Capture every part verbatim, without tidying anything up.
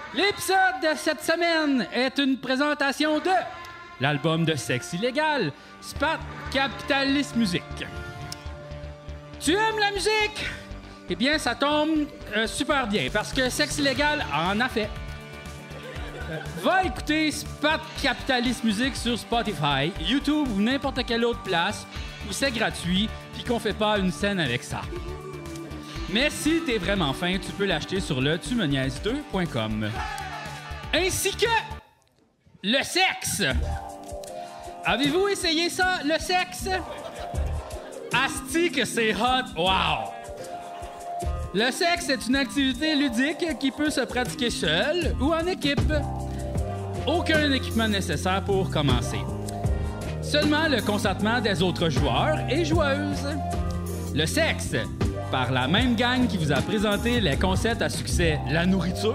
L'épisode de cette semaine est une présentation de l'album de Sexe illégal, Spat Capitalist Music. Tu aimes la musique? Eh bien, ça tombe euh, super bien, parce que Sexe illégal en a fait. Euh, va écouter Spat Capitalist Music sur Spotify, YouTube ou n'importe quelle autre place où c'est gratuit puis qu'on fait pas une scène avec ça. Mais si t'es vraiment fin, tu peux l'acheter sur le tu me niaises deux point com. Ainsi que le sexe. Avez-vous essayé ça, le sexe? Asti que c'est hot! Wow! Le sexe est une activité ludique qui peut se pratiquer seul ou en équipe. Aucun équipement nécessaire pour commencer. Seulement le consentement des autres joueurs et joueuses. Le sexe, par la même gang qui vous a présenté les concepts à succès, la nourriture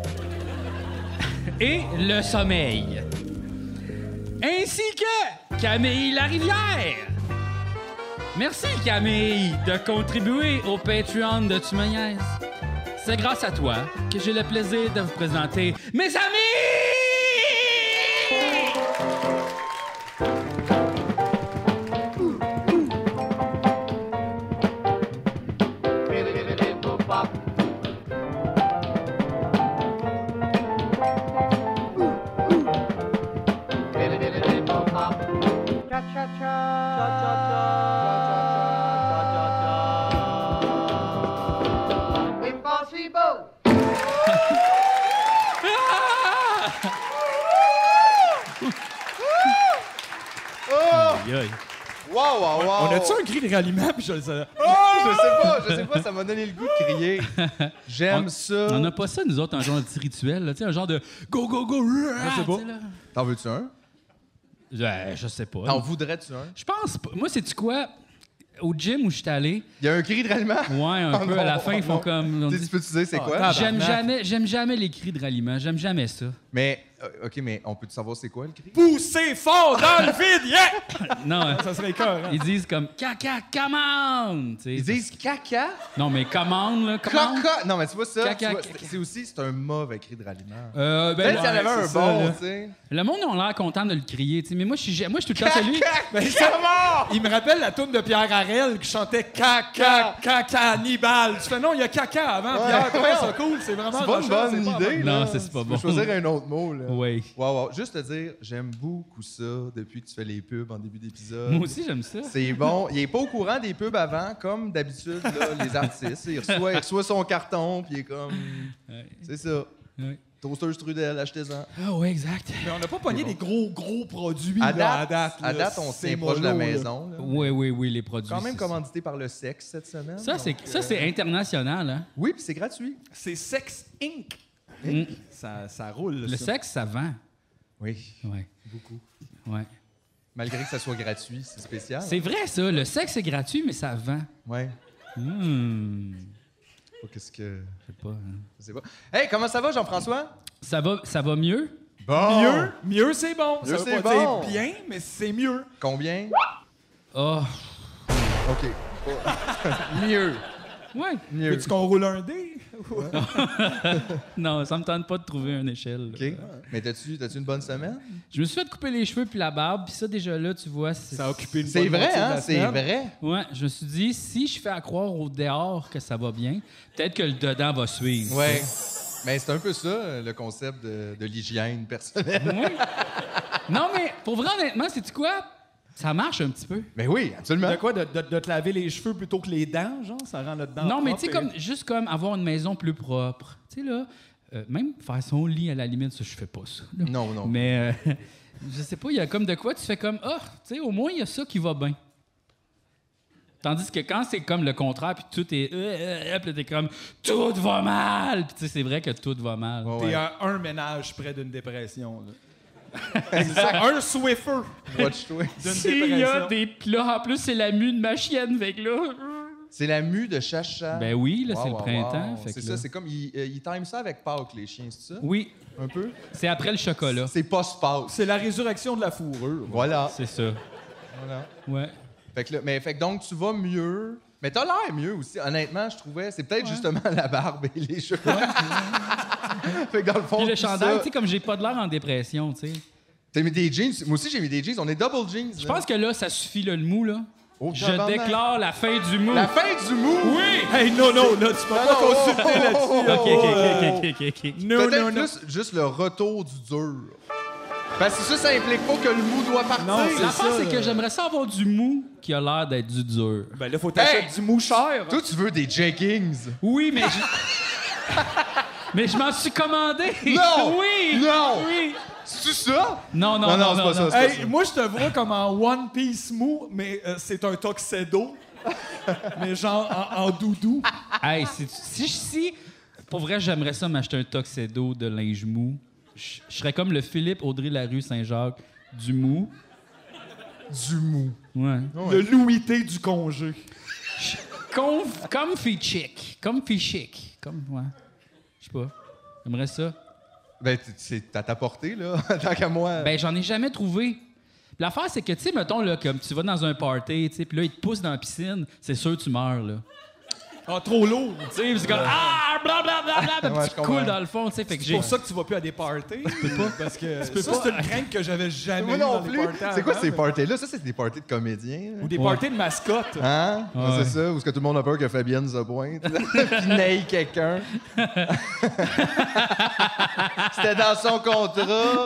et le sommeil. Ainsi que Camille Larivière. Merci, Camille, de contribuer au Patreon de Tu me niaises. C'est grâce à toi que j'ai le plaisir de vous présenter mes amis! Wow, wow, wow. On a-tu un cri de ralliement? Puis je le sais. Oh, je sais pas, je sais pas, ça m'a donné le goût de crier. J'aime on, ça. On n'a pas ça, nous autres, un genre de petit rituel, là, tu sais, un genre de go, go, go. Je sais pas. T'en veux-tu un? Ouais, je sais pas. T'en voudrais-tu un? Je pense pas. Moi, sais-tu quoi? Au gym où je suis allé. Il y a un cri de ralliement? Ouais, un oh peu. Non, à la fin, oh ils font non. comme. On Tu dit... peux te dire c'est oh, quoi? J'aime jamais, j'aime jamais les cris de ralliement. J'aime jamais ça. Mais, euh, OK, mais on peut-tu savoir c'est quoi le cri? Poussez fort dans le vide, yeah! Non, Ça serait cœur, hein? ils disent comme caca, commande. tu sais. Ils disent caca? Non, mais commande, là. Commande. Caca! Non, mais tu vois ça, Caca, tu vois, caca. c'est c'est aussi, c'est un mauvais cri de ralliement. Euh, ben, Peut-être qu'il y en ouais, avait un c'est ça, bon, là. tu sais. Le monde a l'air content de le crier, tu sais. Mais moi, je suis moi, je suis tout le temps celui. Ben, ça, il me rappelle la toune de Pierre Harel qui chantait caca, caca, cannibale. Tu fais non, il y a caca avant. Ouais. Pierre, comment ça cool? C'est vraiment C'est pas une rochant, bonne c'est pas idée, bon. là. Non, ça, c'est pas Tu bon. peux choisir un autre mot, là. Oui. Wow, wow. Juste te dire, j'aime beaucoup ça depuis que tu fais les pubs en début d'épisode. Moi aussi, j'aime ça. C'est bon. Il est pas au courant des pubs avant, comme d'habitude, là, les artistes. Il reçoit, il reçoit son carton, puis il est comme... Ouais. C'est ça. Ouais. Toaster Strudel, achetez-en. Ah ouais, exact. Mais on n'a pas pogné bon. des gros, gros produits À là, à date, date. à là. date, on C'est s'est proche de la mollo, là. maison. là. Oui, oui, oui, les produits. Quand même c'est commandité par le sexe cette semaine. Ça, c'est donc, ça, euh, c'est international, hein? Oui, puis c'est gratuit. C'est Sex Incorporated. Mm. Ça, ça roule. Le ça. sexe, ça vend. Oui, Ouais. beaucoup. Ouais. Malgré que ça soit gratuit, c'est spécial. C'est vrai, ça. Le sexe est gratuit, mais ça vend. Ouais. Hmm. Oh, qu'est-ce que... Je sais pas. hein. Je sais pas. Hey, comment ça va, Jean-François? Ça va, ça va mieux? Bon. Mieux, mieux c'est bon. Mieux, ça veut c'est pas bon. dire bien, mais c'est mieux. Combien? Oh. OK. Mieux. Ouais. Mieux. Veux-tu qu'on roule un dé? Non, ça me tente pas de trouver une échelle. OK. Mais t'as-tu, t'as-tu une bonne semaine? Je me suis fait couper les cheveux puis la barbe, puis ça, déjà là, tu vois, c'est... Ça a occupé une C'est bonne vrai, moitié de hein? la C'est semaine. vrai. Ouais, je me suis dit, si je fais à croire au dehors que ça va bien, peut-être que le dedans va suivre. Ouais. Mais c'est un peu ça, le concept de, de l'hygiène personnelle. Ouais. Non, mais pour vrai, honnêtement, c'est-tu quoi? Ça marche un petit peu. Mais oui, absolument. De quoi? De, de- de te laver les cheveux plutôt que les dents, genre? Ça rend le dent Non, mais propre tu sais, et- comme, juste comme avoir une maison plus propre. Tu sais, là, euh, même faire son lit à la limite, ça, je fais pas ça. là. Non, non. Mais, euh, je sais pas, il y a comme de quoi tu fais comme, ah, tu sais, au moins, il y a ça qui va bien. Tandis que quand c'est comme le contraire, puis tout est. Euh, euh, puis là, t'es comme, tout va mal! Puis tu sais, c'est vrai que tout va mal. Ouais, T'es ouais. à un ménage près d'une dépression. Là. C'est ça, un Swiffer Watch-toi. d'une S'il y a dépression. des. Puis là, en plus, c'est la mue de ma chienne, fait que là. C'est la mue de Chacha. Ben oui, là, Wow, c'est le wow, printemps. wow. fait C'est que ça, là- c'est comme. Ils euh, ils time ça avec Pâques, les chiens, c'est ça? Oui, Un peu? c'est après le chocolat. C'est post-Pâques. C'est la résurrection de la fourrure. Voilà. C'est ça. Voilà. Ouais. Fait que, là, mais, fait que donc, tu vas mieux. Mais t'as l'air mieux aussi. Honnêtement, je trouvais. C'est peut-être justement la barbe et les cheveux. Fait que dans le fond, Puis le tout chandail, ça- tu sais, comme j'ai pas de l'air en dépression, tu sais. T'as mis des jeans? Moi aussi, j'ai mis des jeans. On est double jeans. Je pense que là, ça suffit, là, le mou, là. Oh, Je tabarnak. déclare la fin du mou. La fin du mou! Oui! Hey, non, non, là, tu peux Non, pas non, consulter oh, oh, là-dessus. OK, OK, OK, OK, OK, OK. Non, Peut-être non, non. plus juste le retour du dur. Parce que ça, ça implique pas que le mou doit partir. Non, c'est L'affaire, ça, c'est là. que j'aimerais ça avoir du mou qui a l'air d'être du dur. Ben là, faut t'acheter Hey! du mou cher. Toi, tu veux des jeggings. Oui, mais je... mais je m'en suis commandé. Non! Oui! Non! Oui! C'est ça? Non, non, Non, non, non, c'est non, pas ça, non. c'est Hey, moi, je te vois comme en One Piece mou, mais euh, c'est un tuxedo. mais genre en, en doudou. Hey, si, si, si, pour vrai, j'aimerais ça m'acheter un tuxedo de linge mou. Je je serais comme le Philippe Audrey Larue Saint-Jacques du mou. Du mou. Ouais. Le Louis T du congé. Conf, comfy chic. Comfy chic. Comme, ouais. Je sais pas. J'aimerais ça. Ben, t- c'est à ta portée, là. Tant qu'à moi. Ben, j'en ai jamais trouvé. Puis l'affaire, c'est que, tu sais, mettons, là, comme tu vas dans un party, tu sais, puis là, ils te poussent dans la piscine, c'est sûr que tu meurs, là. Ah, trop lourd. Tu sais, puis c'est comme, ah, blablabla, Ouais, puis je tu comprends. coules dans le fond, tu sais, fait que C'est j'ai... pour ça que tu vas plus à des parties. Tu peux pas. Parce que ça, pas. c'est une crainte que j'avais jamais Moi eue non dans les plus. parties C'est quoi avant, ces mais- parties-là? Ça, c'est des parties de comédiens. là. Ou des Ouais. parties de mascottes. Hein? Ouais. Ouais, c'est ça. Ou est-ce que tout le monde a peur que Fabienne se pointe? là, Puis naille quelqu'un. C'était dans son contrat.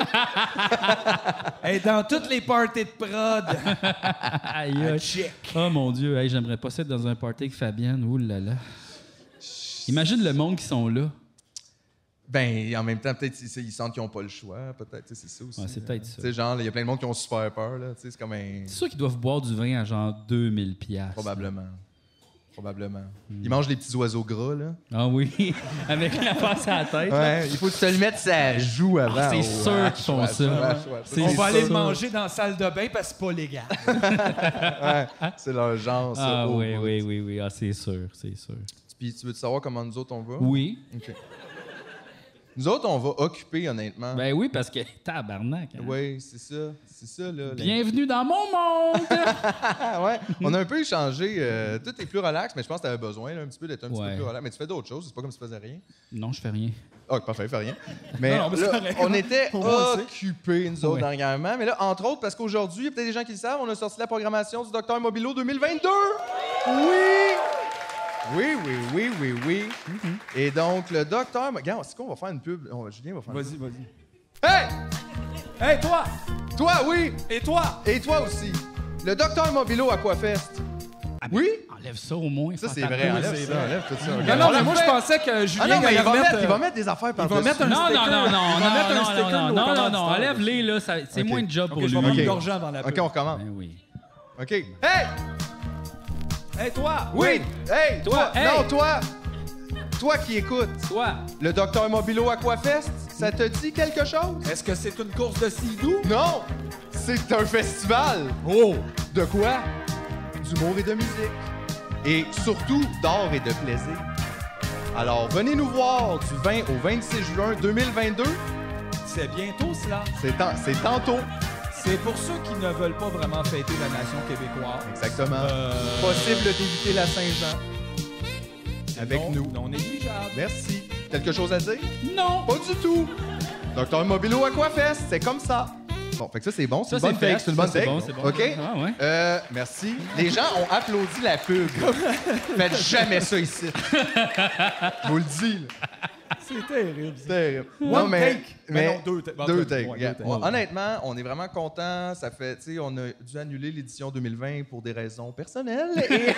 Hey, dans toutes les parties de prod. Aïe, aïe. Check. Oh mon Dieu, hey, j'aimerais pas ça être dans un party avec Fabienne. Ouh là là. Imagine le monde qui sont là. Ben, en même temps, peut-être ils, ils sentent qu'ils n'ont pas le choix. Peut-être, tu sais, c'est ça aussi. Ouais, c'est peut-être ça. Tu sais, genre, il y a plein de monde qui ont super peur. Là. Tu sais, c'est comme un... C'est sûr qu'ils doivent boire du vin à genre deux mille piastres. Probablement. Probablement. Ils mangent des petits oiseaux gras, là. Ah oui, avec la face à la tête. là. Ouais, il faut que tu te le mettes sa joue avant. Ah, c'est Oh, sûr wesh, qu'ils font wesh, ça. wesh, wesh. C'est On va aller sûr. le manger dans la salle de bain parce que c'est pas légal. Ouais, c'est leur genre, ça. Ah Oh, oui, bout. oui, oui, oui. Ah, c'est sûr, c'est sûr. Puis tu veux savoir comment nous autres on va? Oui. OK. Nous autres, on va occuper, honnêtement. Ben oui, parce que tabarnak. Hein? Oui, c'est ça. C'est ça, là. les- Bienvenue dans mon monde! Ah, ouais. On a un peu échangé. euh, tout est plus relax, mais je pense que tu avais besoin là, un petit peu d'être un petit Ouais. peu plus relax. Mais tu fais d'autres choses, c'est pas comme si tu faisais rien. Non, je fais rien. Ah, parfait, fais rien. Mais, Non, non, mais c'est là, correct. on était Au moins, on sait. occupés, nous autres, Ouais. dernièrement. Mais là, entre autres, parce qu'aujourd'hui, il y a peut-être des gens qui le savent, on a sorti la programmation du Docteur Mobilo deux mille vingt-deux! Oui! Oui, oui, oui, oui, oui. Mm-hmm. Et donc, le Docteur... Regarde, c'est quoi, on va faire une pub? On va- Julien va faire une Vas-y, vas-y. pub. Hey! Hey, toi! Toi, oui! Et toi? Et toi aussi. Le Docteur Mobilo Aquafest. Oui? Enlève ça au moins. Ça, faire c'est ta vrai. pub. Enlève c'est ça, vrai. enlève tout ça. Non, Regarde, non, on mais l'a moi, fait. je pensais que Julien Ah non, mais il allait va, remettre, mettre, il va euh, mettre des affaires par il va mettre un Non, non, sticker. non, non, Il va non, mettre un non, sticker non, de non, nos non, non, non, commanditaires. enlève-les, là. ça- C'est Ok. moins de job OK, pour je lui. vais mettre Ok. une gorgée avant la OK, pub. on recommence. Ben oui. OK. Hey! Hey, toi! Oui! Hey! Toi, Toi! hey! Non, toi! Toi qui écoutes, Toi, le Docteur Mobilo Aquafest, ça te dit quelque chose? Est-ce que c'est une course de sidou? Non! C'est un festival! Oh! De quoi? D'humour et de musique. Et surtout, d'art et de plaisir. Alors, venez nous voir du vingt au vingt-six juin deux mille vingt-deux. C'est bientôt, cela. C'est tan- c'est tantôt. C'est pour ceux qui ne veulent pas vraiment fêter la nation québécoise. Exactement. Euh, Possible d'éviter la Saint-Jean. Avec non, nous. Non négligeable. Merci. Quelque chose à dire? non. Pas du tout. Docteur Mobilo Aquafest, c'est comme ça. Bon, fait que ça, c'est bon. C'est Ça, une bonne c'est fait. take. C'est une bonne Ça, c'est take. bon, c'est bon. OK? Ah, ouais. Euh, merci. Les gens ont applaudi la pub. Faites jamais ça ici. Je vous le dis. là. C'est terrible. C'est terrible. One take. Mais non, deux ta- Deux ouais, takes. ouais, yeah. deux takes. Ouais, honnêtement, on est vraiment contents. Ça fait, tu sais, on a dû annuler l'édition deux mille vingt pour des raisons personnelles. Et...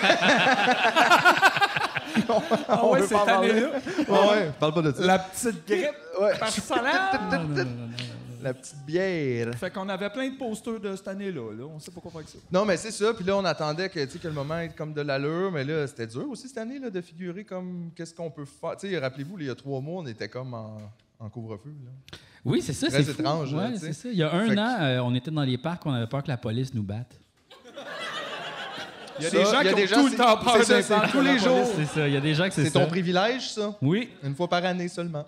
on, Ah ouais, veut cette pas en parler. année-là. Ouais, ouais, parle pas de ça. La petite grippe Ouais. personnelle. La petite bière. Fait qu'on avait plein de posters de cette année-là. Là. On sait pas quoi faire avec ça. Non, mais c'est ça. Puis là, on attendait que, tu sais, que le moment ait comme de l'allure. Mais là, c'était dur aussi cette année là, de figurer comme qu'est-ce qu'on peut faire. Tu sais, rappelez-vous, là, il y a trois mois, on était comme en, en couvre-feu. Là. Oui, c'est ça, Très c'est fou. étrange, là, Ouais, tu sais. c'est ça. Il y a un Fait que- an, euh, on était dans les parcs, on avait peur que la police nous batte. Il y a Ça, des gens il y a qui des ont gens, tout le c'est- temps peur c'est ça, des c'est parcs tous de la les jours. police. C'est ça, il y a des gens que c'est C'est ça. ton privilège, ça? Oui. Une fois par année seulement.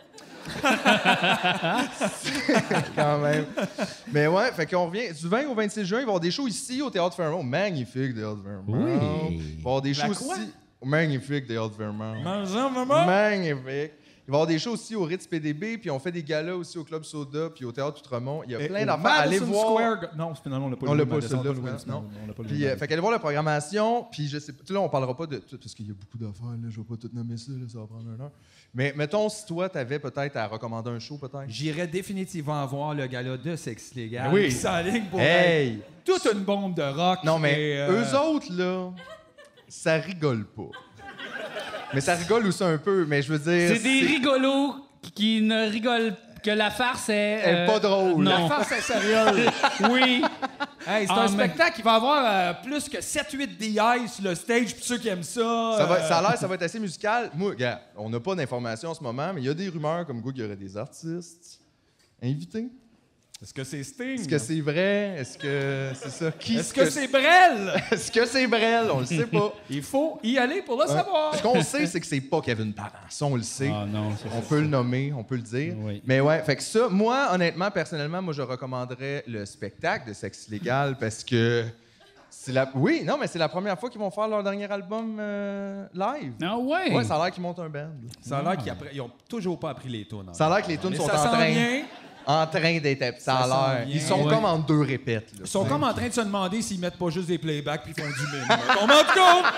Quand même. Mais ouais, fait qu'on revient du vingt au vingt-six juin, il va y avoir des shows ici au Théâtre Fairmont. Magnifique, Théâtre Fairmont. Oui. Il va y avoir des La shows quoi? ici. Magnifique, Théâtre Fairmont. Mangeons, maman. Magnifique. Il va y avoir des shows aussi au Ritz P D B, puis on fait des galas aussi au Club Soda, puis au Théâtre Outremont. Il y a Et plein au d'affaires. Allez Madison voir. Square... Non, finalement, on l'a pas On lu, l'a pas, Madison, celui-là, on l'a pas lu, finalement, non, on l'a pas lu. Puis, euh, fait qu'allez voir la programmation, puis je sais pas, tu sais, là, on parlera pas de tout, parce qu'il y a beaucoup d'affaires, là, je vais pas tout nommer ça, là, ça va prendre une heure. Mais mettons, si toi, t'avais peut-être à recommander un show, peut-être. J'irais définitivement voir le gala de Sexe Légal. Oui. Qui s'enligne pour Hey! être toute une bombe de rock. Non, mais et, euh, eux autres, là, ça rigole pas. Mais ça rigole aussi un peu, mais je veux dire... C'est des rigolos qui, qui ne rigolent que la farce est... Elle est euh, pas drôle. Non. La farce est sérieuse. Oui. Hey, c'est En un même- spectacle qui va avoir euh, plus que sept huit D I sur le stage, puis ceux qui aiment ça... Ça, va, euh, ça a l'air, ça va être assez musical. Moi, regarde, on n'a pas d'informations en ce moment, mais il y a des rumeurs comme quoi qu'il y aurait des artistes invités. Est-ce que c'est Sting? Est-ce que c'est vrai? Est-ce que c'est ça? Qui Est-ce que c'est Brel? Est-ce que c'est Brel? On le sait pas. Il faut y aller pour le savoir. Ce qu'on sait, c'est que c'est pas Kevin Parent. Ça, on le sait. Ah non, ça, On c'est peut ça. le nommer, on peut le dire. Oui. Mais ouais, fait que ça, moi, honnêtement, personnellement, moi, je recommanderais le spectacle de Sexe Illégal parce que c'est la... Oui, non, mais c'est la première fois qu'ils vont faire leur dernier album euh, live. Ah ouais? Ouais, ça a l'air qu'ils montent un band. Ça a l'air qu'ils appre- ils ont toujours pas appris les tunes. Ça a l'air que les tunes Mais sont ça en s'en train, vient. en train d'être... Ça, Ça s'en a l'air... vient. Ils sont Ouais. comme en deux répètes. là. Ils sont comme en train de se demander s'ils mettent pas juste des playbacks puis ils font du mime. On en tout cas,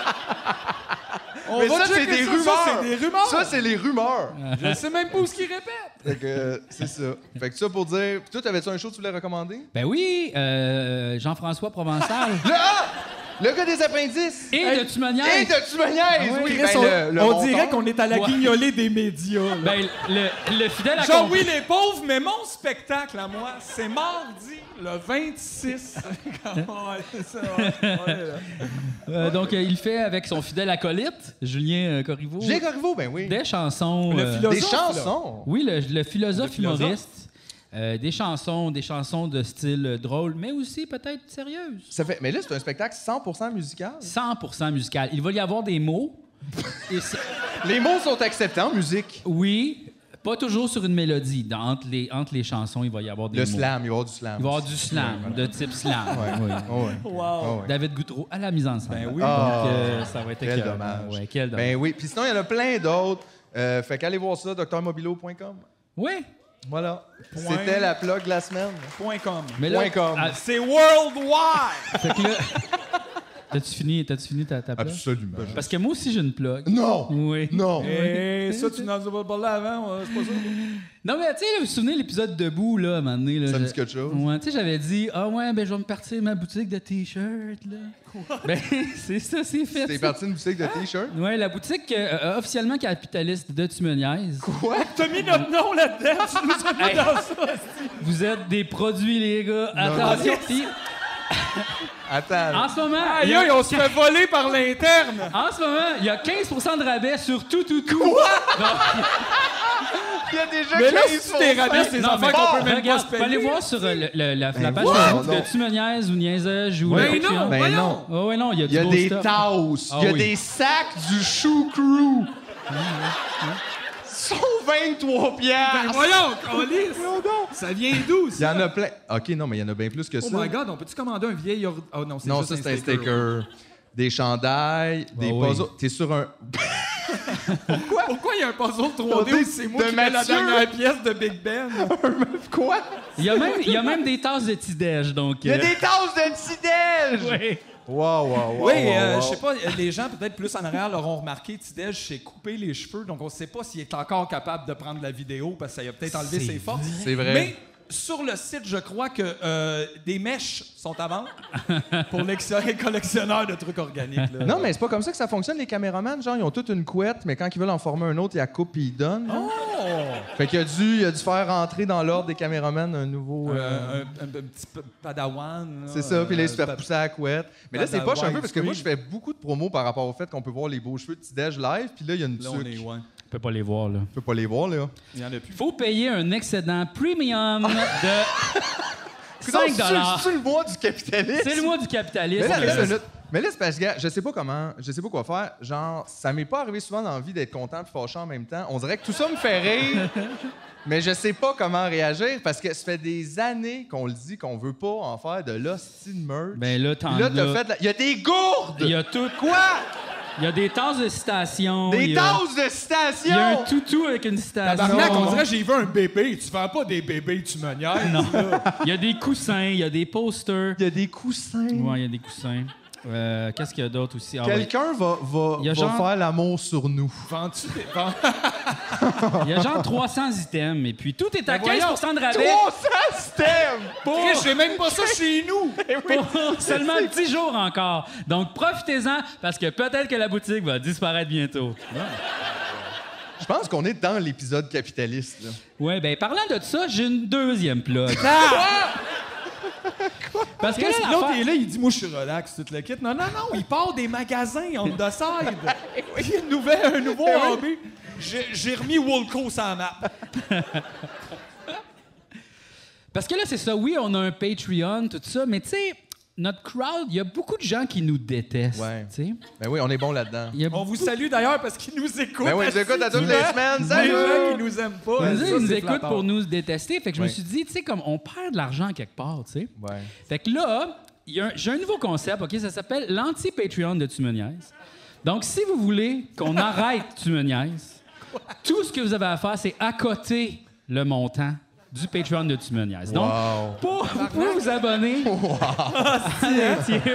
on Mais va ça, c'est checker des ça, rumeurs. Ça, c'est des rumeurs. Ça, c'est les rumeurs. Je sais même pas où ce qu'ils répètent. Fait que, euh, c'est ça. Fait que ça pour dire... Puis toi, t'avais-tu un show que tu voulais recommander? Ben oui, euh, Jean-François Provençal. Le A! Le gars des appendices! Et de Tumoniaise. Et de Tumoniaise! oui, Chris, ben, on le- le on monteur. dirait qu'on est à la Ouais. guignolée des médias. là. Ben, le, le fidèle Genre, accompagn- oui, les pauvres, mais mon spectacle à moi, c'est mardi, le vingt-six. Ouais, c'est ça, ouais, ouais, là. Euh, donc, euh, il fait avec son fidèle acolyte, Julien euh, Corriveau, Julien Corriveau, ben oui. des chansons. Le euh, philosophe, Des là. chansons. Oui, le, le philosophe Le philosophe. humoriste. Euh, des chansons, des chansons de style euh, drôle, mais aussi peut-être sérieuses. Ça fait... Mais là, c'est un spectacle cent pour cent musical. cent pour cent musical. Il va y avoir des mots. Et c'est- Les mots sont acceptés en musique. oui, pas toujours sur une mélodie. Dans- entre, les, entre les chansons, il va y avoir des Le mots. slam, il va y avoir du slam. Il va y avoir du slam, de type slam. Oui. Oh, ouais. Wow. Oh, ouais. David Goutreau à la mise en scène. Ben oui. Donc, Ah, euh, ça va être quel écœurant. dommage. Ouais, quel dommage. Ben oui. Puis sinon, il y en a plein d'autres. Euh, fait qu'allez voir ça, docteur mobilo point com. Oui, Voilà. Point. C'était la plug de la semaine. Point com. mais là... Point com. ah, C'est worldwide! fait que là... T'as-tu fini, t'as-tu fini ta, ta plug? Absolument. Parce que moi aussi, j'ai une plug. Non! Oui. Non! Et ça, tu n'en as pas parlé avant, euh, c'est pas ça? Non, mais tu sais, vous vous souvenez l'épisode Debout, là, à un moment donné? Là, Ça me je- dit quelque chose? Ouais, tu sais, j'avais dit, ah ouais, ben je vais me partir ma boutique de t-shirts, là. Quoi? Ben, c'est ça, c'est fait. T'es ça. parti d'une boutique de t-shirt? Ouais, la boutique euh, euh, officiellement capitaliste de Tumoniaise. Quoi? T'as mis notre nom là-dedans, tu nous as mis Hey. dans ça. Vous êtes des produits, les gars. Non, Attention. Puis, Attends. en ce moment, il Aïe, y a- aïe, on se fait voler par l'interne! en ce moment, il y a quinze pour cent de rabais sur tout, tout, tout. Donc, Il y a déjà Mais là, quinze si des rabais, c'est des non, affaires mais qu'on peut même regarde, pas se faut aller payer. voir sur euh, le- le- la, la Ben page wow, Facebook non. de Tumoniaise ou Niaisage ou Ben le Patreon. non, Ben voyons. non. Oh, ouais, non, il y a du Il y a beau des stuff. tasses. Ah Il y a oui. des sacs du Shoe Crew. Ils sont vingt-trois Ben piastres. voyons, Colis! Ça vient d'où, Il y en ça? a plein. OK, non, mais il y en a bien plus que Oh ça. my God, on peut-tu commander un vieil... or- Oh non, c'est Non, juste ça, c'est un sticker. Des chandails, des oui. puzzles. T'es sur un... Pourquoi il y a un puzzle trois D De- où c'est moi de qui mets la Mathieu. dernière pièce de Big Ben? Quoi? Il y a même, il y a même des tasses de Tidej, donc... Il y a euh, des tasses de petit-déj! ouais. Wow, wow, wow. Oui, wow, euh, wow. je sais pas, les gens peut-être plus en arrière l'auront remarqué, Tidej s'est coupé les cheveux, donc on sait pas s'il est encore capable de prendre la vidéo parce que ça a peut-être enlevé C'est ses forces. C'est vrai. Mais sur le site, je crois que euh, des mèches sont à vendre pour les les collectionneurs de trucs organiques. là. Non, mais c'est pas comme ça que ça fonctionne, les caméramans. Genre, ils ont toute une couette, mais quand ils veulent en former un autre, ils la coupent et ils donnent. Oh! Fait qu'il a dû, il a dû faire rentrer dans l'ordre des caméramans un nouveau... euh, Euh, un, un- un petit peu padawan. là, C'est ça, puis là, il se fait euh, pousser à la couette. Mais là, c'est Padawan poche un peu parce que moi, je screen. fais beaucoup de promos par rapport au fait qu'on peut voir les beaux cheveux de Tidej live, puis là, il y a une Là, on tuque. est, ouais. Je peux pas les voir, là. On peut pas les voir, là. Il y en a plus. Faut payer un excédent premium de cinq dollars. C'est le mois du capitalisme. C'est le mois du Mais capitalisme. là, Euh, attends une minute. Mais là, c'est parce que, gars, je sais pas comment, je sais pas quoi faire. Genre, ça m'est pas arrivé souvent d'envie d'être content et fâché en même temps. On dirait que tout ça me fait rire, mais je sais pas comment réagir parce que ça fait des années qu'on le dit qu'on veut pas en faire de l'hostie de merch. Ben là, t'en Puis là, t'as as- fait... de la- Il y a des gourdes! Il y a tout. Quoi? Il y a des tasses de citation. Des il y a- tasses de citation! Il y a un toutou avec une citation. Tabarnak, on dirait que j'ai vu un bébé. Tu fais pas des bébés, tu me niaises. Non. Il y a des coussins, il y a des posters. Il y a des coussins. Ouais, il y a des coussins. Euh, Qu'est-ce qu'il y a d'autre aussi? Ah, ouais. Quelqu'un va, va, Il y a va genre- faire l'amour sur nous. Vends-tu des... vends- Il y a genre trois cents items et puis tout est à Ben voyons, quinze pour cent de rabais trois cents systèmes! Chris, j'ai même pas ça chez nous. pour seulement dix jours encore. Donc profitez-en parce que peut-être que la boutique va disparaître bientôt. Je pense qu'on est dans l'épisode capitaliste. Là. Ouais, ben parlant de ça, j'ai une deuxième plug. Parce que là, Chris, l'autre l'affaire- est là, il dit moi je suis relax, tout le kit. Non, non, non, il part des magasins on the side. Il y a une nouvelle, un nouveau hobby. J'ai j'ai remis Woolco sur la map. Parce que là, c'est ça. Oui, on a un Patreon, tout ça, mais tu sais, notre crowd, il y a beaucoup de gens qui nous détestent. Ouais. tu sais. Ben oui, on est bon là-dedans. Il y a On vous salue d'ailleurs parce qu'ils nous écoutent. Ben oui, ils nous écoutent à toutes les assidûment. semaines. Des Salut! gens qui nous aiment pas. Ils nous, ça, ils nous c'est écoutent flatteur. pour nous détester. Fait que je Ouais. me suis dit, tu sais, comme on perd de l'argent quelque part, tu sais. Ouais. Fait que là, il y a un- j'ai un nouveau concept, OK? Ça s'appelle l'anti-Patreon de Tu me niaises. Donc, si vous voulez qu'on arrête Tu me niaises, tout ce que vous avez à faire, c'est accoter le montant du Patreon de Tu me niaises. Donc, Wow. pour, vous pouvez vous abonner à un tier.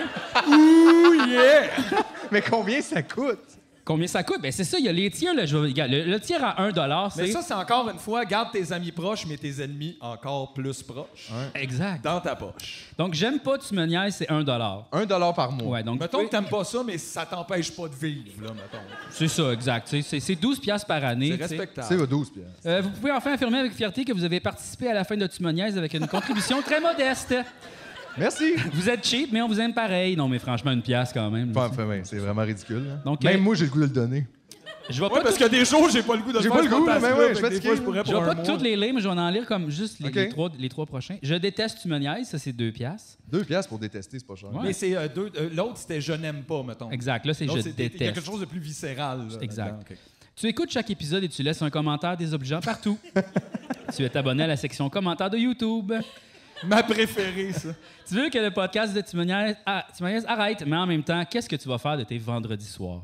Ouh, yeah! Mais combien ça coûte? Combien ça coûte? Ben c'est ça, il y a les tiers. Là, je vais- regarde, le, le tiers à un dollar, Mais c'est... ça, c'est encore une fois, garde tes amis proches, mais tes ennemis encore plus proches. Exact. Dans ta poche. Donc, j'aime pas Tu me niaises, c'est un dollar. Un dollar par mois. Ouais, donc... Mettons vous que pouvez- t'aimes pas ça, mais ça t'empêche pas de vivre, là, mettons. C'est ça, exact. C'est- C'est c'est douze piastres par année. C'est tu sais. respectable. C'est douze piastres. Euh, vous pouvez enfin affirmer avec fierté que vous avez participé à la fin de Tu me niaises avec une contribution très modeste. Merci. Vous êtes cheap, mais on vous aime pareil. Non, mais franchement, une pièce quand même. Enfin, enfin, ouais, c'est vraiment ridicule. là. Donc, Même euh, moi, j'ai le goût de le donner. Je vais Ouais, pas, parce tout- qu'il y a des jours, j'ai pas le goût de J'ai faire pas le ce goût, là, fantasme-là, mais ouais, fait je que vais des te fois, je dire. pourrais je pour vais un pas mois. toutes les lire, mais je vais en lire comme juste les, OK. les trois, les trois prochains. Je déteste Tu me niaises, ça c'est deux piastres. Deux piastres pour détester, c'est pas cher. Ouais. Mais c'est euh, deux. euh, L'autre, c'était je n'aime pas, mettons. Exact, là c'est L'autre, je c'était- Il y a déteste. quelque chose de plus viscéral. là, Exact. là-dedans, ok. Tu écoutes chaque épisode et tu laisses un commentaire désobligeant partout. Tu es abonné à la section commentaires de YouTube. Ma préférée, ça. Tu veux que le podcast de Tu me niaises, ah, Tu me niaises arrête, mais en même temps, qu'est-ce que tu vas faire de tes vendredis soirs?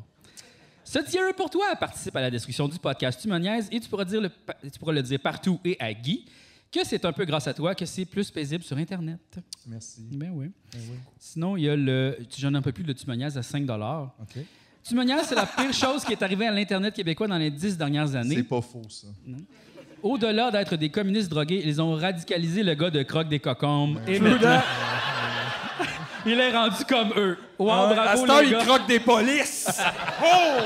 Ce tier est pour toi. Participe à la description du podcast Tu me niaises et tu pourras, dire le, pa- tu pourras le dire partout et à Guy que c'est un peu grâce à toi que c'est plus paisible sur Internet. Merci. Ben oui. Sinon, il y a le... J'en ai un peu plus, le Tu me niaises à cinq dollars. OK. Tu me niaises, c'est la pire chose qui est arrivée à l'Internet québécois dans les dix dernières années. C'est pas faux, ça. Au-delà d'être des communistes drogués, ils ont radicalisé le gars de Croque des Cocombes. Et Prudent. maintenant, il est rendu comme eux. Wow, à bravo cette heure, les il gars. croque des polices. Oh!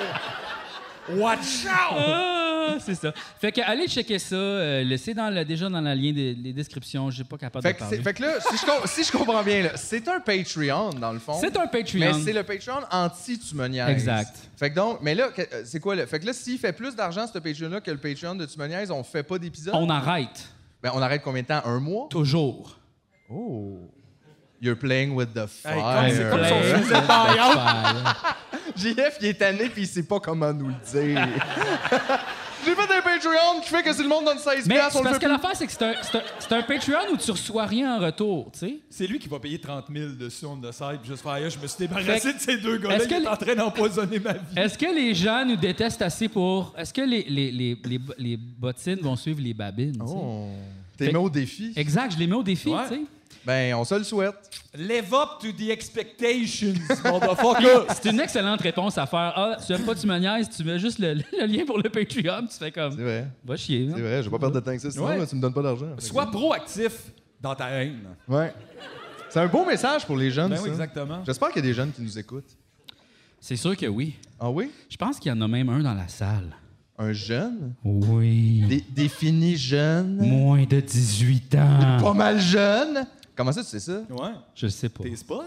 Watch out! Ah, c'est ça. Fait que allez checker ça. Euh, laissez dans le, déjà dans le lien des, des descriptions. Je suis pas capable Fait de que, parler. c'est- fait que là, si je, com- si je comprends bien, là, c'est un Patreon, dans le fond. C'est un Patreon. Mais c'est le Patreon anti-Tu me niaises. Exact. Fait que donc, mais là, que- euh, c'est quoi, là? Fait que là, s'il fait plus d'argent, ce Patreon-là, que le Patreon de Tu me niaises, on fait pas d'épisode? On arrête. Ben, on arrête combien de temps? Un mois? Toujours. Oh. You're playing with the fire. Hey, comme c'est comme son Play. sujet de buyout. J F, il est tanné puis il sait pas comment nous le dire. J'ai fait un Patreon qui fait que si le monde donne seize Mais piastres, c'est on le parce fait que plus. l'affaire, c'est que c'est un, c'est un- c'est un Patreon où tu reçois rien en retour, tu sais. C'est lui qui va payer trente mille dessus on the side, puis juste faire, Ah, je me suis débarrassé Fait de ces deux gars-là, est-ce qui que est les- en train d'empoisonner ma vie. Est-ce que les gens nous détestent assez pour... Est-ce que les, les, les, les, les bottines vont suivre les babines, tu sais? Oh. T'es Fait- mis au défi? Exact, je les mets au défi, Ouais. tu sais. Ben, on se le souhaite. Live up to the expectations, motherfucker. C'est une excellente réponse à faire. Ah, tu aimes pas Tu me niaises, tu mets juste le, le lien pour le Patreon, tu fais C'est comme... vrai. Va chier, C'est hein. vrai, je vais pas perdre de temps que ça, sinon Ouais. là, tu me donnes pas d'argent. Fait que- Sois proactif dans ta haine. Ouais. C'est un beau message pour les jeunes, Ben ça. oui, exactement. J'espère qu'il y a des jeunes qui nous écoutent. C'est sûr que oui. Ah oui? Je pense qu'il y en a même un dans la salle. Un jeune? Oui. Dé- défini jeune? Moins de dix-huit ans. Pas mal jeune? Comment ça, tu sais ça? Ouais. Je le sais pas. Tes spots?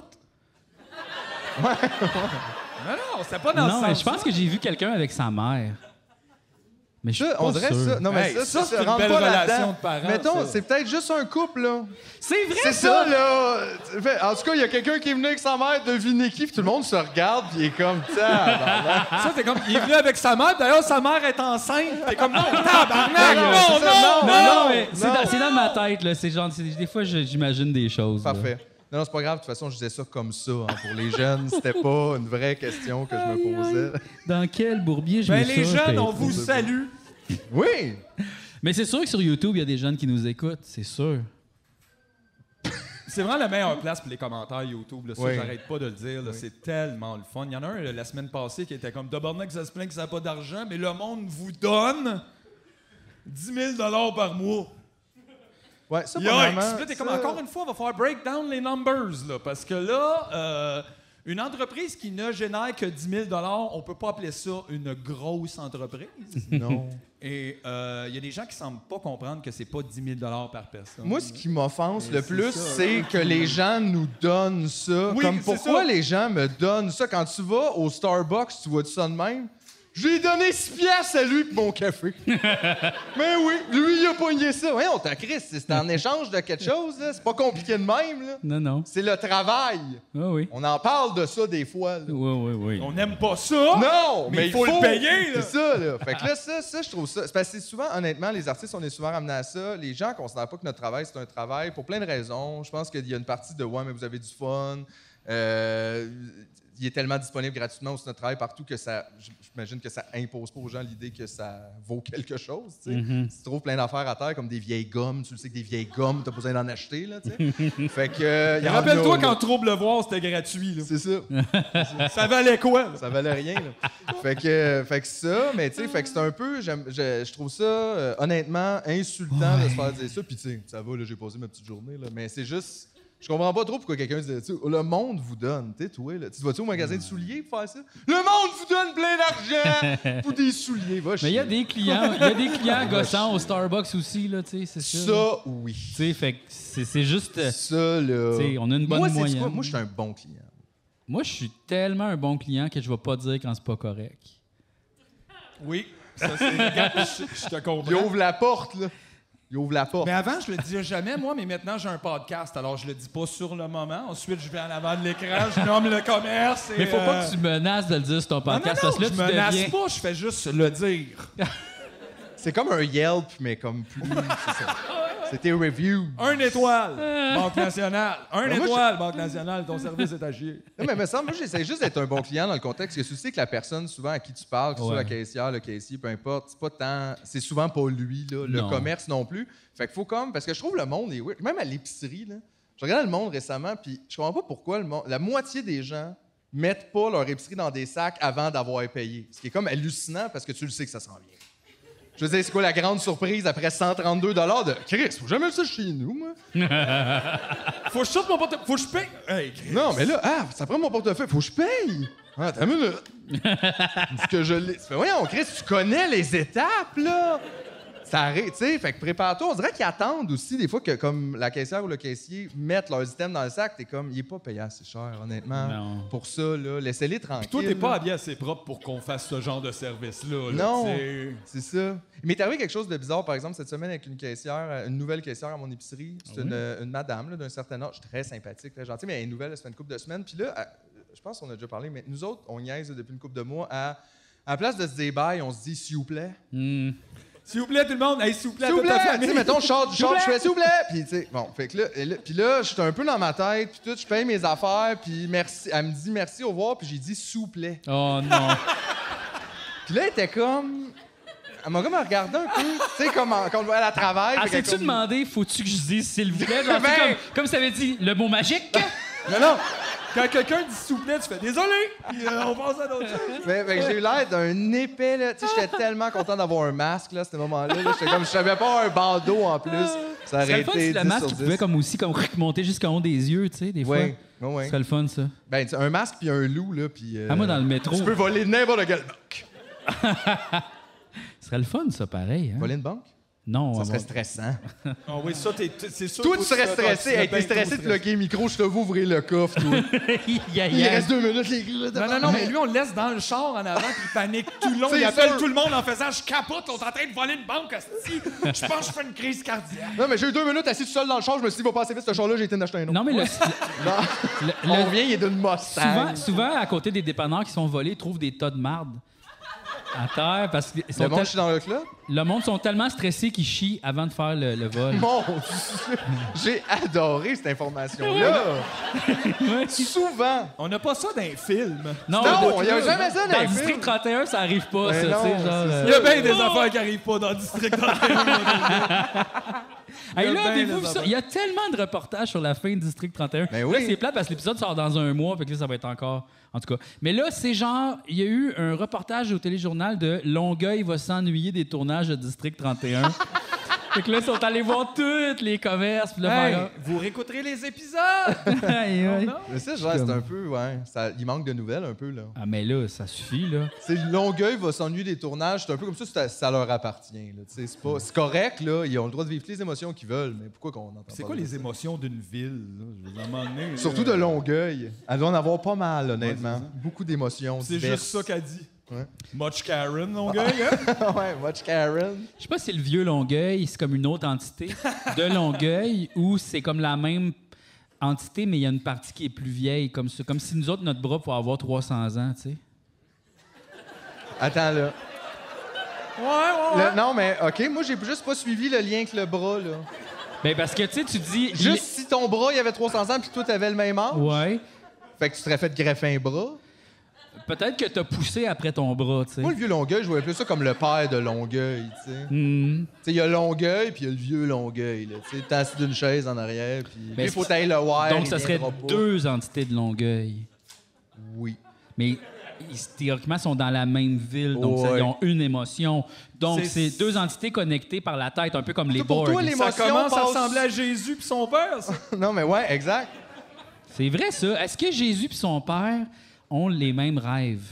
Ouais. Non, non, c'est pas dans Non, ce mais sens. je pense que j'ai vu quelqu'un avec sa mère. Mais je suis Ça, pas on dirait sûr. ça. Non, mais Hey, ça, ça, c'est ça une rentre belle pas relation là-dedans. de parents, Mettons, ça. c'est peut-être juste un couple, là. C'est vrai, C'est ça, là. Fait- En tout cas, il y a quelqu'un qui est venu avec sa mère, devinez qui, puis tout le monde se regarde, puis il est comme, tabarnak. Ça, t'es comme, il est venu avec sa mère. D'ailleurs, sa mère est enceinte. T'es comme, non, tabarnak, Non, non, c'est ça, non, non, Non, non. non, mais c'est non. dans, c'est dans ma tête, là. C'est genre, c'est- des fois, je- j'imagine des choses. là. Parfait. Non, non, c'est pas grave. De toute façon, je disais ça comme ça. Hein. Pour les jeunes, c'était pas une vraie question que je me posais. Dans quel bourbier je Ben, mets les ça? jeunes, Pete? on vous salue. Oui! Mais c'est sûr que sur YouTube, il y a des jeunes qui nous écoutent, c'est sûr. C'est vraiment la meilleure place pour les commentaires YouTube. Là. Ça, Oui. j'arrête pas de le dire. là. C'est tellement le fun. Il y en a un la semaine passée qui était comme Tabarnak, ça se plaint que ça n'a pas d'argent, mais le monde vous donne dix mille dollars par mois. Ouais, ça, Yikes! premièrement, Puis là, t'es comme, ça- encore une fois, on va faire break down les numbers. Là, parce que là, euh, une entreprise qui ne génère que dix mille dollars, on peut pas appeler ça une grosse entreprise. Non. Et il euh, y a des gens qui semblent pas comprendre que c'est pas dix mille dollars par personne. Moi, ce qui m'offense Et le c'est plus, ça, c'est que les gens nous donnent ça. Oui, Comme c'est pourquoi ça. les gens me donnent ça? Quand tu vas au Starbucks, tu vois ça de même? Je lui ai donné six piastres à lui pour mon café. Mais oui, lui, il a pogné ça. Ouais, on t'a Chris, c'est en échange de quelque chose, là. C'est pas compliqué de même, là. Non, non. C'est le travail. Ah oui. On en parle de ça des fois, là. Oui, oui, oui. On n'aime pas ça! Non, mais mais il faut le payer, là. C'est ça, là. Fait que là, ça, ça, je trouve ça. C'est parce que c'est souvent, honnêtement, les artistes, on est souvent ramenés à ça. Les gens considèrent pas que notre travail, c'est un travail pour plein de raisons. Je pense qu'il y a une partie de ouais, mais vous avez du fun. Euh, il est tellement disponible gratuitement aussi notre travail partout que ça, j'imagine que ça impose pas aux gens l'idée que ça vaut quelque chose. Tu sais. Mm-hmm. Si tu trouves plein d'affaires à terre comme des vieilles gommes, tu le sais que des vieilles gommes, t'as pas besoin d'en acheter, là, tu sais. Fait que. euh, y en a, Rappelle-toi là. quand Trouble le voir, c'était gratuit. Là. C'est ça. Ça valait quoi? là? Ça valait rien, là. fait, que, fait que ça, mais tu sais, fait que c'est un peu, j'aime- je, je trouve ça, euh, honnêtement, insultant de se faire dire ça. Puis tu sais, ça va, là, j'ai passé ma petite journée, là. Mais c'est juste, je comprends pas trop pourquoi quelqu'un se dit, tu sais, le monde vous donne, tu sais, toi, là. Tu vas-tu au magasin de souliers pour faire ça? Le monde vous donne plein d'argent pour des souliers, va Mais il y a chier. des clients, il y a des clients gossants au Starbucks aussi, là, tu sais, c'est ça. Ça, oui. Tu sais, fait que c'est c'est juste... euh, Ça, là. Tu sais, on a une bonne Moi, c'est moyenne. quoi? Moi, je suis un bon client. Moi, je suis tellement un bon client que je vais pas dire quand c'est pas correct. Oui. Ça, c'est... Regarde, je, je te Il comprends. ouvre la porte, là. Il ouvre la porte. Mais avant, je le disais jamais, moi, mais maintenant, j'ai un podcast, alors je le dis pas sur le moment. Ensuite, je vais en avant de l'écran, je nomme le commerce. Et, Mais faut pas euh, que tu menaces de le dire sur ton Non, non, podcast, non, parce que là, je tu menace deviens... pas, je fais juste le dire. C'est comme un Yelp, mais comme plus. c'est ça. C'était review. Un étoile, Banque Nationale. Un Ben, moi, étoile, Banque Nationale, ton service est à chier. Non, mais me semble, moi, j'essaie juste d'être un bon client dans le contexte que tu sais que la personne, souvent, à qui tu parles, que ce soit Ouais. la caissière, le caissier, peu importe, c'est pas tant. C'est souvent pas lui, là, le Non. commerce non plus. Fait qu'il faut comme. Parce que je trouve le monde est weird. Même à l'épicerie, là. Je regardais le monde récemment, puis je comprends pas pourquoi le monde. La moitié des gens mettent pas leur épicerie dans des sacs avant d'avoir payé. Ce qui est comme hallucinant parce que tu le sais que ça s'en vient. Je veux dire, c'est quoi la grande surprise après cent trente-deux dollars de Chris? Faut jamais ça chez nous, moi. Faut que je sorte mon portefeuille. Faut que je paye. Hey, Chris. Non, mais là, ah, ça prend mon portefeuille. Faut que je paye. Ah, attends une minute. Est-ce que je l'ai. Tu fais, voyons, Chris, tu connais les étapes, là. Ça arrête, tu sais. Fait que prépare-toi. On dirait qu'ils attendent aussi, des fois, que comme la caissière ou le caissier mettent leurs items dans le sac. T'es comme, il est pas payé assez cher, honnêtement. Non. Pour ça, là. Laissez-les tranquilles. Toi, t'es pas là. habillé assez propre pour qu'on fasse ce genre de service-là. là, Non. t'sais. C'est ça. Il m'est arrivé quelque chose de bizarre, par exemple, cette semaine avec une caissière, une nouvelle caissière à mon épicerie. C'est une, une madame là, d'un certain âge, très sympathique, très gentille, mais elle est nouvelle, ça fait une couple de semaines. Puis là, elle- je pense qu'on a déjà parlé, mais nous autres, on niaise depuis une couple de mois à, à la place de se dire bye, on se dit s'il vous plaît. Hmm. S'il vous plaît, tout le monde. Hey, s'il vous plaît, S'il vous toute ta plaît! Tu famille. sais, mettons, je sors du S'il vous char, je plaît! fais s'il vous plaît! Puis, tu sais, bon, fait que là, et là- puis là, je suis un peu dans ma tête, puis tout, je paye mes affaires, puis merci. Elle me dit merci, au revoir, puis j'ai dit s'il vous plaît. Oh non. Puis là, elle était comme. Elle m'a comme regardé un peu, tu sais, comme en- quand on va à la travail. Ah, fait qu'elle sais-tu comme- demandé, faut-tu que je dise s'il vous plaît? Genre, tu sais, Ben- comme, comme ça avait dit, le mot magique? Non, non! Quand quelqu'un dit s'il vous plaît, tu fais désolé. Puis euh, on passe à d'autres choses. Mais, mais j'ai eu l'air d'un épais, là. Tu sais, j'étais tellement content d'avoir un masque, là, à ce moment-là. Là. J'étais comme, je savais pas un bandeau en plus. Ça Ce serait aurait le fun si été le dix masque sur il dix. pouvait comme aussi comme monter jusqu'en haut des yeux, tu sais, des fois. Oui, oui, oui. Ce serait le fun, ça. Ben, tu sais, un masque puis un loup, là, puis... euh, Ah, moi, dans le métro. Tu peux voler n'importe quelle banque. Ce serait le fun, ça, pareil. Hein? Voler une banque? Non, Ça on serait va- stressant. Ah oui, ça, t'es, t'es- c'est sûr. Toi, faut tu que serais sois- stressé. tu Hey, t'es serais bien stressé trop de plugger le micro, je te vois ouvrir le coffre, toi. Ya, Il ya. reste deux minutes, les gars. Non, non, non, mais lui, on le laisse dans le char en avant, puis il panique tout le long. C'est Il appelle sûr. tout le monde en faisant « Je capote, on est en train de voler une banque, hostie. Je pense que je fais une crise cardiaque. Non, mais j'ai eu deux minutes assis tout seul dans le char. Je me suis dit, va passer vite, ce char-là, j'ai été en acheter un autre. Non, mais le, Non. le- On le- revient, il est d'une souvent, Mustang. souvent, à côté des dépanneurs qui sont volés, ils trouvent des tas de marde. À terre, parce que... ils sont Le monde, tel- je suis dans le club? Le monde sont tellement stressés qu'ils chient avant de faire le, le vol. Mon Dieu! J'ai adoré cette information-là! Souvent! On n'a pas ça dans les films. Non, Non, il n'y a dans- jamais ça dans Dans les le District films. trente et un, ça arrive pas, Mais ça, non, tu sais, genre... c'est euh, Il y a bien des affaires qui arrivent pas dans le district trente et un. Hey, Il y a là, bien avez-vous des vu ça? affaires. Il y a tellement de reportages sur la fin de District trente et un. Ben Là, oui. c'est plate parce que l'épisode sort dans un mois, fait que là, ça va être encore... En tout cas. Mais là, c'est genre... Il y a eu un reportage au téléjournal de Longueuil va s'ennuyer des tournages de District trente et un. Fait que là, ils sont allés voir tous les commerces. Puis là, Hey, faire- vous réécouterez les épisodes. Aïe, aïe. Non? Mais ça, genre, c'est un peu, ouais. Ça, il manque de nouvelles un peu, là. Ah, mais là, ça suffit, là. C'est Longueuil va s'ennuyer des tournages. C'est un peu comme ça, ça, ça leur appartient. Là, tu sais, c'est, pas, c'est correct, là. Ils ont le droit de vivre toutes les émotions qu'ils veulent. Mais pourquoi qu'on entend C'est pas quoi de les ça? émotions d'une ville? Là? Je veux en demander. Surtout de Longueuil. Elle doit en avoir pas mal, honnêtement. Beaucoup d'émotions. C'est diverses. juste ça qu'elle dit. Ouais. Much Karen, Longueuil, hein? Ouais, Watch Karen. Je sais pas si c'est le vieux Longueuil, c'est comme une autre entité de Longueuil, ou c'est comme la même entité, mais il y a une partie qui est plus vieille, comme ça. Comme si nous autres, notre bras pourrait avoir trois cents ans, tu sais. Attends, là. Ouais, ouais, ouais. Le- non, mais OK, moi, j'ai juste pas suivi le lien avec le bras, là. Ben parce que, tu sais, tu dis... Juste si ton bras, il avait trois cents ans, puis toi, t'avais le même âge. Ouais. Fait que tu serais fait greffer un bras. Peut-être que t'as poussé après ton bras, tu sais. Moi, le vieux Longueuil, je voyais plus ça comme le père de Longueuil, tu sais. Hmm. Tu sais, il y a Longueuil, puis il y a le vieux Longueuil, là. Tu sais, t'es assis d'une chaise en arrière, puis Ben, il faut tailler le wire. Donc, il ça serait viendra pas. deux entités de Longueuil. Oui. Mais ils, théoriquement, sont dans la même ville, donc ça, Ouais. ils ont une émotion. Donc, C'est- c'est deux entités connectées par la tête, un peu comme les Pour Borg. toi, les- Ça L'émotion commence à passe- ressembler à Jésus puis son père, ça. Non, mais ouais, exact. C'est vrai, ça. Est-ce que Jésus et son père ont les mêmes rêves?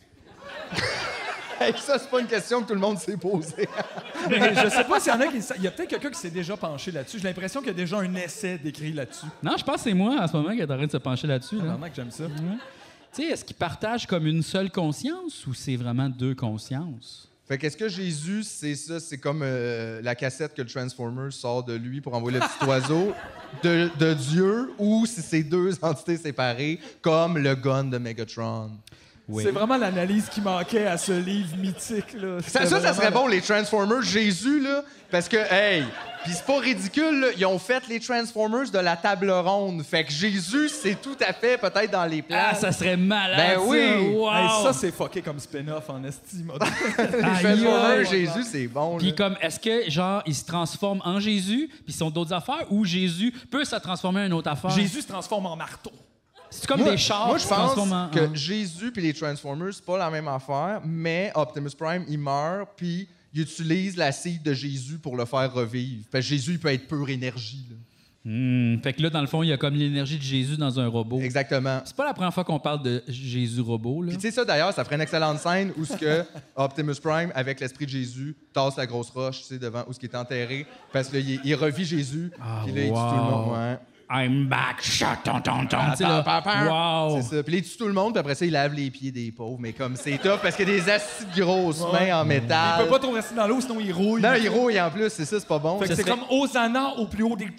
Hey, ça, c'est pas une question que tout le monde s'est posée. Mais je sais pas s'il y en a qui... Il y a peut-être quelqu'un qui s'est déjà penché là-dessus. J'ai l'impression qu'il y a déjà un essai d'écrit là-dessus. Non, je pense que c'est moi, en ce moment, qui est en train de se pencher là-dessus. Là. Vraiment que j'aime ça. Tu sais, est-ce qu'ils partagent comme une seule conscience ou c'est vraiment deux consciences? Fait qu'est-ce que Jésus, c'est ça, c'est comme euh, la cassette que le Transformer sort de lui pour envoyer le petit oiseau de, de Dieu, ou si c'est deux entités séparées, comme le gun de Megatron. Oui. C'est vraiment l'analyse qui manquait à ce livre mythique, là. Ça, C'était ça, ça vraiment serait la- bon, les Transformers, Jésus, là, parce que, hey, pis c'est pas ridicule, là, ils ont fait les Transformers de la table ronde. Fait que Jésus, c'est tout à fait peut-être dans les plans. Ah, ça serait malade! Ben ça. oui. Wow! Hey, ça, c'est fucké comme spin-off en estime. les Aïe, Transformers, aïe. Jésus, c'est bon. Puis là. comme, est-ce que, genre, ils se transforment en Jésus, puis ils sont d'autres affaires, ou Jésus peut se transformer en une autre affaire? Jésus se transforme en marteau. C'est comme Moi- des chars Moi, qui je se transforment en... pense que en- Jésus puis les Transformers, c'est pas la même affaire, mais Optimus Prime, il meurt, puis il utilise la seed de Jésus pour le faire revivre. Parce que Jésus, il peut être pure énergie. là. Hmm. Fait que là, dans le fond, il y a comme l'énergie de Jésus dans un robot. Exactement. C'est pas la première fois qu'on parle de Jésus robot, là. Puis tu sais ça, d'ailleurs, ça ferait une excellente scène où ce que Optimus Prime, avec l'esprit de Jésus, tasse la grosse roche, tu sais, devant où ce qui est enterré, parce que là, il, il revit Jésus, Ah, puis là, il tue wow. tout le monde. Ouais. I'm back, shut, ton, ton, ton. Tu sais, là, Pa, pa, pa. wow! C'est ça. Puis là, il tue tout le monde, puis après ça, il lave les pieds des pauvres. Mais comme c'est tough, parce qu'il y a des assis de grosses Ouais. mains en métal. Il peut pas trop rester dans l'eau, sinon il rouille. Non, il rouille en plus, c'est ça, c'est pas bon. Fait que Ça c'est serait- comme Hosanna au plus haut des...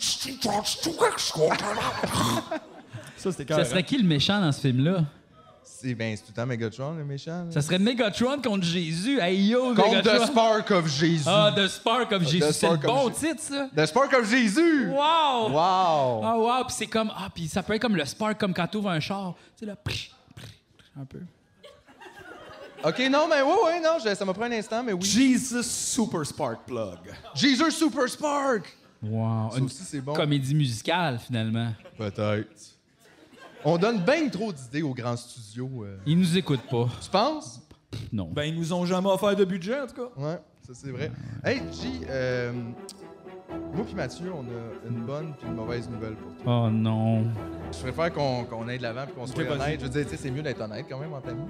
Ça, c'était Ça carré. serait qui le méchant dans ce film-là? C'est ben, c'est tout le temps Megatron, le méchant. là. Ça serait Megatron contre Jésus. Hey yo, Contre Megatron! The Spark of Jésus. Ah, The Spark of Jésus. The C'est le Spark of bon Jésus. titre, ça. The Spark of Jésus! Wow! Wow! Ah, wow! Puis c'est comme... Ah, puis ça peut être comme le spark, comme quand t'ouvres un char. Tu sais, là... psh, psh, un peu. OK, non, mais oui, oui, non, je- ça m'a pris un instant, mais oui. Jesus Super Spark Plug. Jesus Super Spark! Wow! Ça Une aussi, c'est bon. comédie musicale, finalement. Peut-être. On donne bien trop d'idées aux grands studios. euh. Ils nous écoutent pas. Tu penses? Non. Ben, ils nous ont jamais offert de budget, en tout cas. Ouais, ça c'est vrai. Hey, G, euh, moi puis Mathieu, on a une bonne puis une mauvaise nouvelle pour toi. Oh non. Je préfère qu'on qu'on aille de l'avant puis qu'on soit Ok, vas-y. honnête. Je veux dire, tu sais, c'est mieux d'être honnête quand même en famille.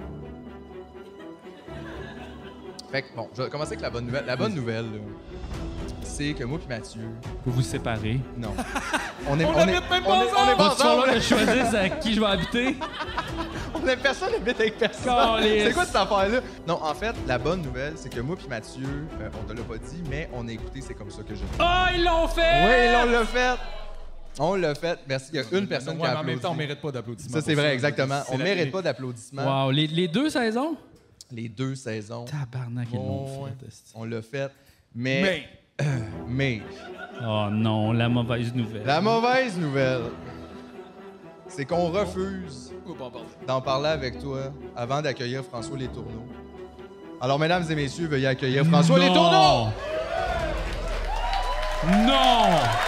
Fait que, bon, je vais commencer avec la bonne nouvelle. La bonne nouvelle, là, c'est que moi puis Mathieu, Vous vous séparez. non. On est, On on est, habite même on pas est- on est ensemble! pas Va falloir ensemble. que je choisisse à qui je vais habiter. On est personne habite avec personne. Calisse. C'est quoi cette affaire-là? Non, en fait, la bonne nouvelle, c'est que moi puis Mathieu, euh, on te l'a pas dit, mais on a écouté C'est comme ça que je vis. Oh, ils l'ont fait! Oui, là, on l'a fait. On l'a fait. Merci. Il y a une personne Ouais, qui a mais en applaudi. même temps, on mérite pas d'applaudissements. Ça, c'est pour vrai, exactement. C'est On la mérite vérité. pas d'applaudissements. Wow, les, les deux saisons? Les deux saisons. Tabarnak, ils l'ont Oh, fait. esti. On l'a fait. Mais, Mais, mais Oh non, la mauvaise nouvelle. la mauvaise nouvelle, c'est qu'on refuse on va en parler. d'en parler avec toi avant d'accueillir François Letourneau. Alors, mesdames et messieurs, veuillez accueillir François Non! Letourneau! Non!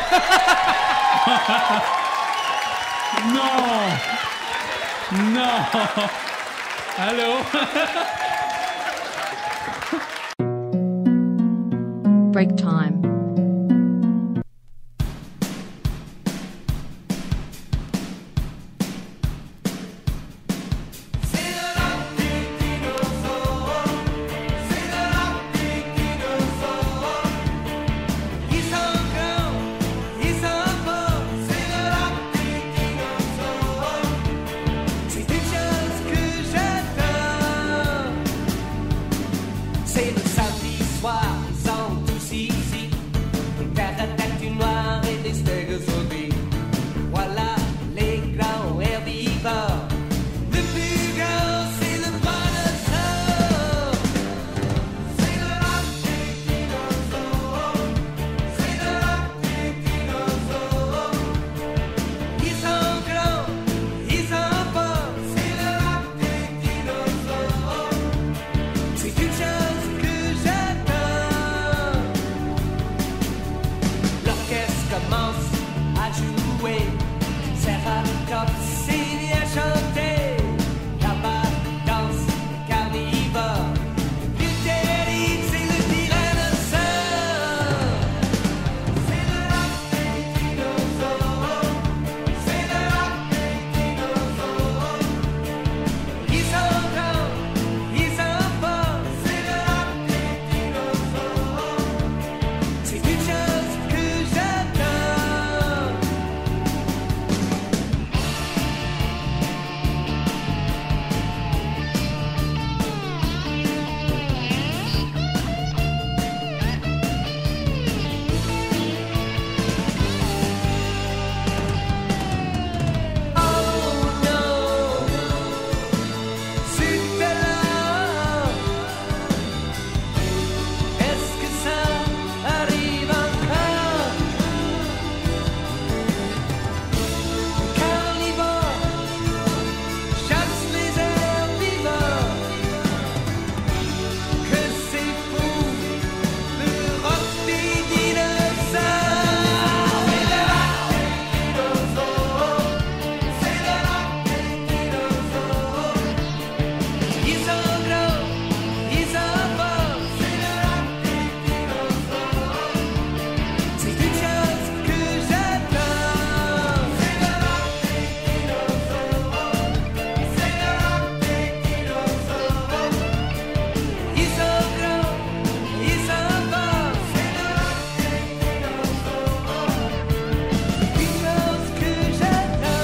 Non! Non! Allô? Break time. C'est le samedi soir, ils sont tous ici. Des terres d'attaque du noir et des stéréotypes. Voilà les grands herbivores. Le plus grand, c'est le brontosaure. C'est le rock des dinosaures. C'est le rock des dinosaures. Ils sont grands, ils sont forts. C'est le rock des dinosaures. C'est une chose que j'adore. L'orchestre commence à jouer. Céramicop, c'est bien chanté. Là-bas danse le carnivore. Le plus terrible, c'est le tyrannosaure. C'est le rock des dinosaures. C'est le rock des dinosaures. Ils sont grands, ils sont forts. C'est le rock des dinosaures. C'est une chose que j'adore. Oh non, c'était là. Est-ce que ça arrive encore? Carnivore chasse les herbivores. Que c'est fou, le rock des dinosaures. C'est le rock des dinosaures. C'est le rock des dinosaures. Ils sont grands, ils sont forts. C'est le rock des dinosaures. C'est une chose que j'adore. C'est le rock des dinosaures. C'est le rock des dinosaures. Ils sont grands, ils sont forts. C'est le rock des dinosaures. C'est une chose que j'adore.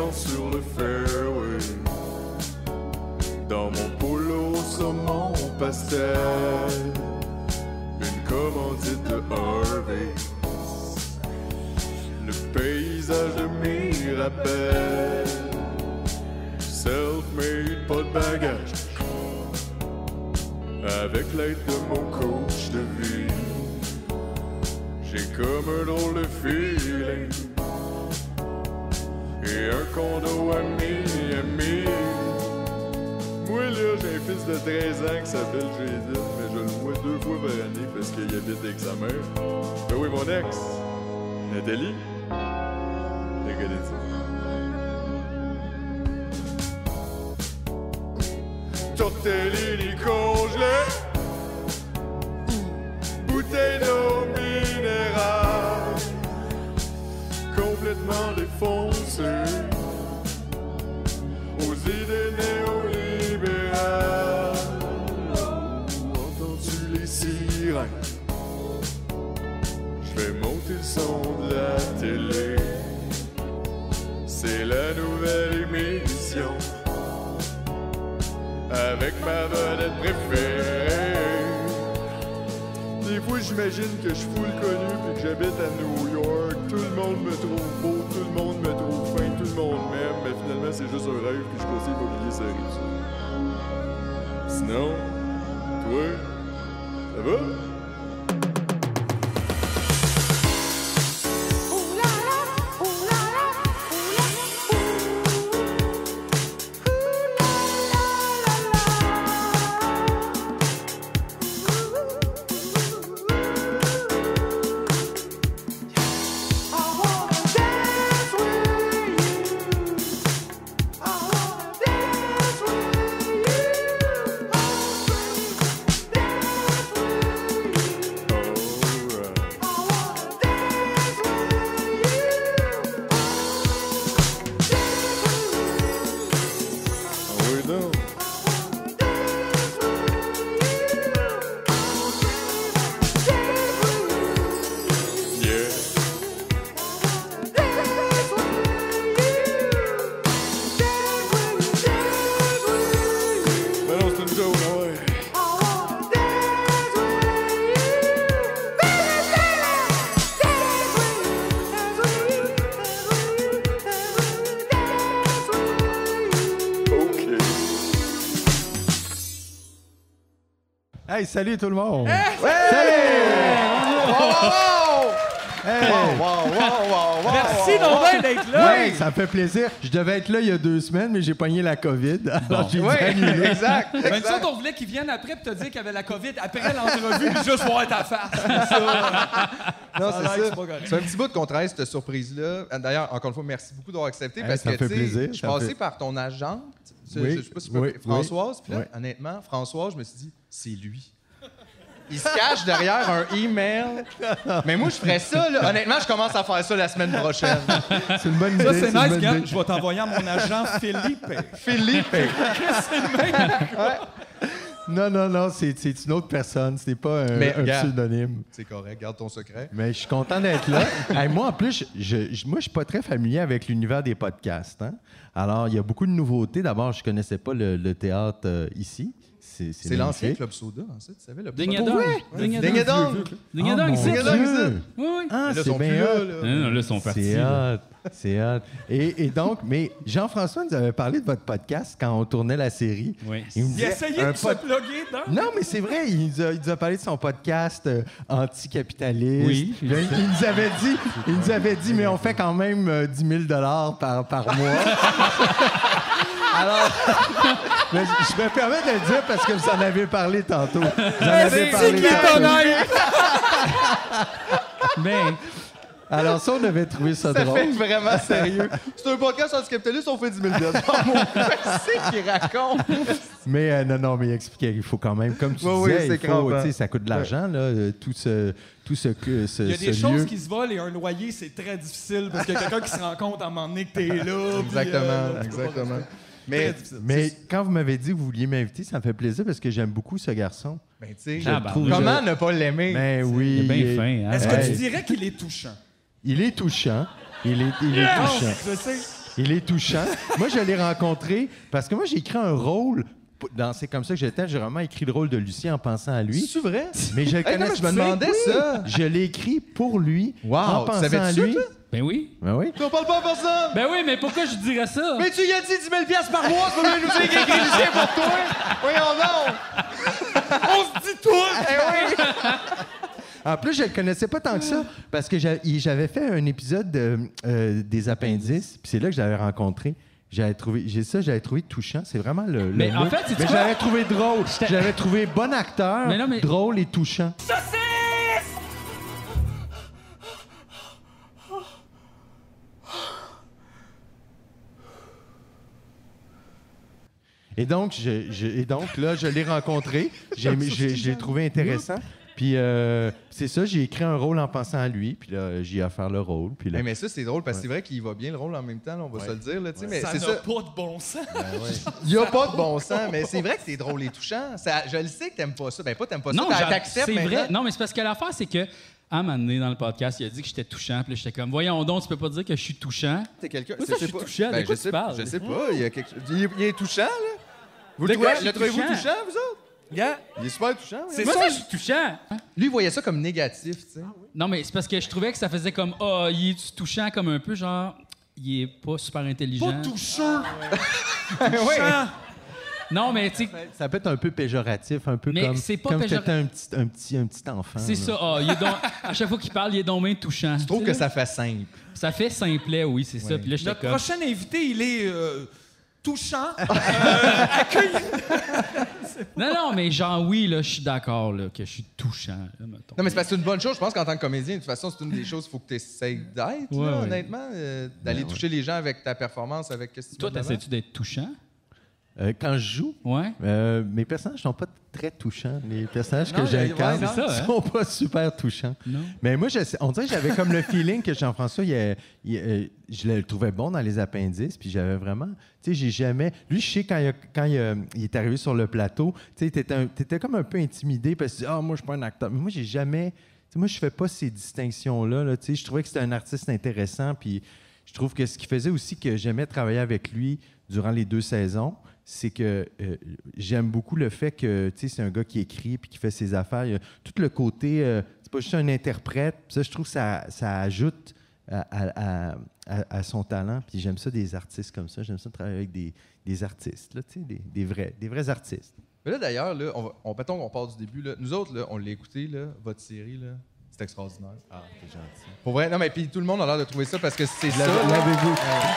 s'étend sur le fairway. Dans mon polo saumon pastel, une commandite de Harvey. Le paysage de mes rappels, self-made, pas de bagage. Avec l'aide de mon coach de vie, j'ai comme un drôle de feeling. Et un condo à Miami. Moi là, j'ai un fils de treize ans qui s'appelle Jason, mais je le vois deux fois par année parce qu'il habite avec sa mère. Ben oui, mon ex, Nathalie. Regardez ça. Tortellini congelés, bouteille d'eau minérale, complètement défoncée, aux idées néolibérales. Entends-tu les sirènes? Je vais monter le son de la télé. C'est la nouvelle émission avec ma vedette préférée. Des fois, j'imagine que je suis full connu puis que j'habite à New York. Tout le monde me trouve beau, tout le monde me trouve fin, tout le monde m'aime, mais finalement, c'est juste un rêve puis je conseille d'oublier ça arrive ça. Sinon, toi, ça va? Hey, salut tout le monde! Hey! Salut! Wow, wow, Hey! wow, wow, wow, wow, wow, Merci wow, wow. donc d'être là. Oui, ça me fait plaisir. Je devais être là il y a deux semaines, mais j'ai pogné la COVID. Alors j'ai dû Oui, annuler. exact. Ben, nous exact. autres, on voulait qu'ils viennent après pour te dire qu'il y avait la COVID après l'entrevue puis juste voir ta face. Ça, Non, Ça a c'est l'air ça. que c'est pas correct. C'est un petit bout de contraire, cette surprise-là. D'ailleurs, encore une fois, merci beaucoup d'avoir accepté Hey, parce ça que, fait tu sais, plaisir, je suis ça passé fait- par ton agente, tu sais, Oui, je sais pas si tu peux- oui, Françoise, puis là, oui. honnêtement, Françoise, je me suis dit, c'est lui. Il se cache derrière un email. Mais moi, je ferais ça, là. Honnêtement, je commence à faire ça la semaine prochaine. C'est une bonne idée. Ça, c'est une nice, bonne gars. idée. Je vais t'envoyer à mon agent Philippe. Philippe. Non, non, non, c'est c'est une autre personne. C'est pas un, Mais, un regarde. pseudonyme. C'est correct, garde ton secret. Mais je suis content d'être là. Hey, moi, en plus, je, je- moi, je suis pas très familier avec l'univers des podcasts. Hein? Alors, il y a beaucoup de nouveautés. D'abord, je connaissais pas le, le théâtre euh, ici. C'est c'est C'est l'ancien magnifique. Club Soda, en fait, tu savais? Le Ding et Pour dong. vrai? Ding et Ding et dong. dong. Ding et Oh, dong, mon ici. Ding et dong, Dieu. ici. Oui, oui. Ah, Là, ils c'est sont plus bien là, hot. là. Non, non, là, ils sont partis. C'est là. hot, c'est hot. Et, et donc, mais Jean-François nous avait parlé de votre podcast quand on tournait la série. Oui. Il, me Il disait, essayait un de se pod- plugger dedans. Non, mais c'est vrai, il nous, a, il nous a parlé de son podcast euh, anticapitaliste. Oui, Puis là, il, il nous avait dit, il nous avait dit, mais on fait quand même euh, dix mille dollars par, par mois. Alors, mais je je me permets de le dire parce que vous en avez parlé tantôt. Vous en avez parlé tantôt. Mais, Alors ça, on avait trouvé ça, Ça drôle. fait vraiment sérieux. C'est un podcast anticapitaliste, on fait dix mille dollars par mois. Qu'est-ce qu'il raconte? Mais euh, non, non, mais il expliquait qu'il faut quand même, comme tu Oui, oui, disais, c'est il faut, crampant. tu sais, ça coûte de l'argent, là, euh, tout ce, tout ce, que- ce, Il y a des ce choses lieu. qui se volent et un loyer, c'est très difficile parce qu'il y a quelqu'un qui se rend compte à un moment donné que t'es là. puis, Exactement, euh, tu peux pas exactement. rester. Mais, Très difficile. Mais quand vous m'avez dit que vous vouliez m'inviter, ça me fait plaisir parce que j'aime beaucoup ce garçon. ben, tu sais, Je le trouve- comment ne pas l'aimer? Ben oui. il est bien il- fin, hein? Est-ce que Hey. tu dirais qu'il est touchant? Il est touchant. Il est, il est Non, touchant. je sais. Il est touchant. Moi, je l'ai rencontré parce que moi, j'ai écrit un rôle. Dans C'est comme ça que j'étais. J'ai vraiment écrit le rôle de Lucien en pensant à lui. C'est vrai? Mais je le Hey, non, connais. mais je me demandais ça. Je l'ai écrit pour lui Wow, en tu pensant savais à ça, lui. toi? Ben oui. Ben oui. Tu en parles pas à personne! Ben oui, mais pourquoi je dirais ça? Mais tu y as dit dix mille piastres par mois, tu peux nous dire qu'il a écrit Lucien pour toi? Voyons donc! On se dit tout! Eh oui! En plus, je le connaissais pas tant que ça parce que j'a- il- j'avais fait un épisode de, euh, des appendices, puis c'est là que je l'avais rencontré. J'avais trouvé, j'ai ça, j'avais trouvé touchant. C'est vraiment le. le Mais en mot. fait, c'est mais quoi? j'avais trouvé drôle. J'avais trouvé bon acteur, Mais non, mais- drôle et touchant. Et donc, je, je- et donc là, je l'ai rencontré. J'ai aimé- j'ai- je l'ai trouvé intéressant. Puis euh, c'est ça, j'ai écrit un rôle en pensant à lui. Puis là, j'ai offert le rôle. Puis là, Hey, mais ça, c'est drôle parce que c'est vrai qu'il va bien le rôle en même temps, là, on va se le dire. Là, tu sais, mais Ça c'est n'a ça. pas de bon sens. Il n'y a pas de bon sens, mais c'est vrai que c'est drôle et touchant. Ça, je le sais que t'aimes pas ça. Ben, pas t'aimes pas Non, ça, j'a- t'acceptes c'est maintenant. vrai. Non, mais c'est parce que l'affaire, c'est que, à un moment donné, dans le podcast, il a dit que j'étais touchant. Puis là, j'étais comme, voyons donc, tu peux pas dire que je suis touchant. T'es quelqu'un. Moi, je ça, sais je suis pas. touchant. De Ben, quoi je tu sais, parles? Je sais pas. Il, y a quelque... il, est, il est touchant, là. Vous De le quoi trouvez- je le suis trouvez-vous touchant? touchant, vous autres? Gars, Il est super touchant. oui. C'est Moi, ça, ça, je suis touchant. Lui, il voyait ça comme négatif, tu sais. Non, mais c'est parce que je trouvais que ça faisait comme, ah, il est touchant comme un peu, genre, il est pas super intelligent. pas toucheux. Oui. Non, mais tu sais, ça peut être un peu péjoratif, un peu Mais comme, c'est pas comme si péjor- t'étais un petit, un, petit, un petit enfant. c'est là. ça. Ah, il est donc, à chaque fois qu'il parle, il est donc bien touchant. Je trouve que ça fait simple. Ça fait simplet, oui, c'est ça. Puis là, j'étais Notre comme. prochain invité, il est euh, touchant. Non, non, mais genre, oui, là, je suis d'accord, là, que je suis touchant, là, mettons. Non, mais c'est parce que c'est une bonne chose. Je pense qu'en tant que comédien, de toute façon, c'est une des choses qu'il faut que tu essayes d'être, Ouais, là, ouais. honnêtement. euh, D'aller toucher les gens avec ta performance, avec ce que tu Toi, mets de l'avant. t'essaies-tu d'être touchant? Euh, quand je joue, Ouais. euh, mes personnages sont pas très touchants. Les personnages Non, que j'incarne ouais, c'est ça, hein? sont pas super touchants. Non. Mais moi, je- on dirait que j'avais comme le feeling que Jean-François, il, a- il, euh, je le trouvais bon dans les appendices, puis j'avais vraiment... Tu sais, j'ai jamais... Lui, je sais, quand, il, a- quand il, a- il est arrivé sur le plateau, tu sais, t'étais, un- t'étais comme un peu intimidé parce que tu dis « Ah, moi, je suis pas un acteur. » Mais moi, j'ai jamais... Tu sais, moi, je fais pas ces distinctions-là. Là, tu sais, je trouvais que c'était un artiste intéressant, puis je trouve que ce qui faisait aussi que j'aimais travailler avec lui durant les deux saisons, c'est que euh, j'aime beaucoup le fait que tu sais, c'est un gars qui écrit puis qui fait ses affaires. Il y a tout le côté, euh, c'est pas juste un interprète. Puis ça, je trouve que ça, ça ajoute à, à- à- à- à son talent. Puis j'aime ça des artistes comme ça. J'aime ça travailler avec des, des artistes, là, tu sais, des, des vrais, des vrais artistes. Mais là, d'ailleurs, là, on, va- on, mettons qu'on part du début. Là. Nous autres, là, on l'a écouté, là, votre série. Là. C'est extraordinaire. Ah, c'est gentil. Pour vrai, non, mais puis tout le monde a l'air de trouver ça parce que c'est ça. L'avez- là. L'avez-vous?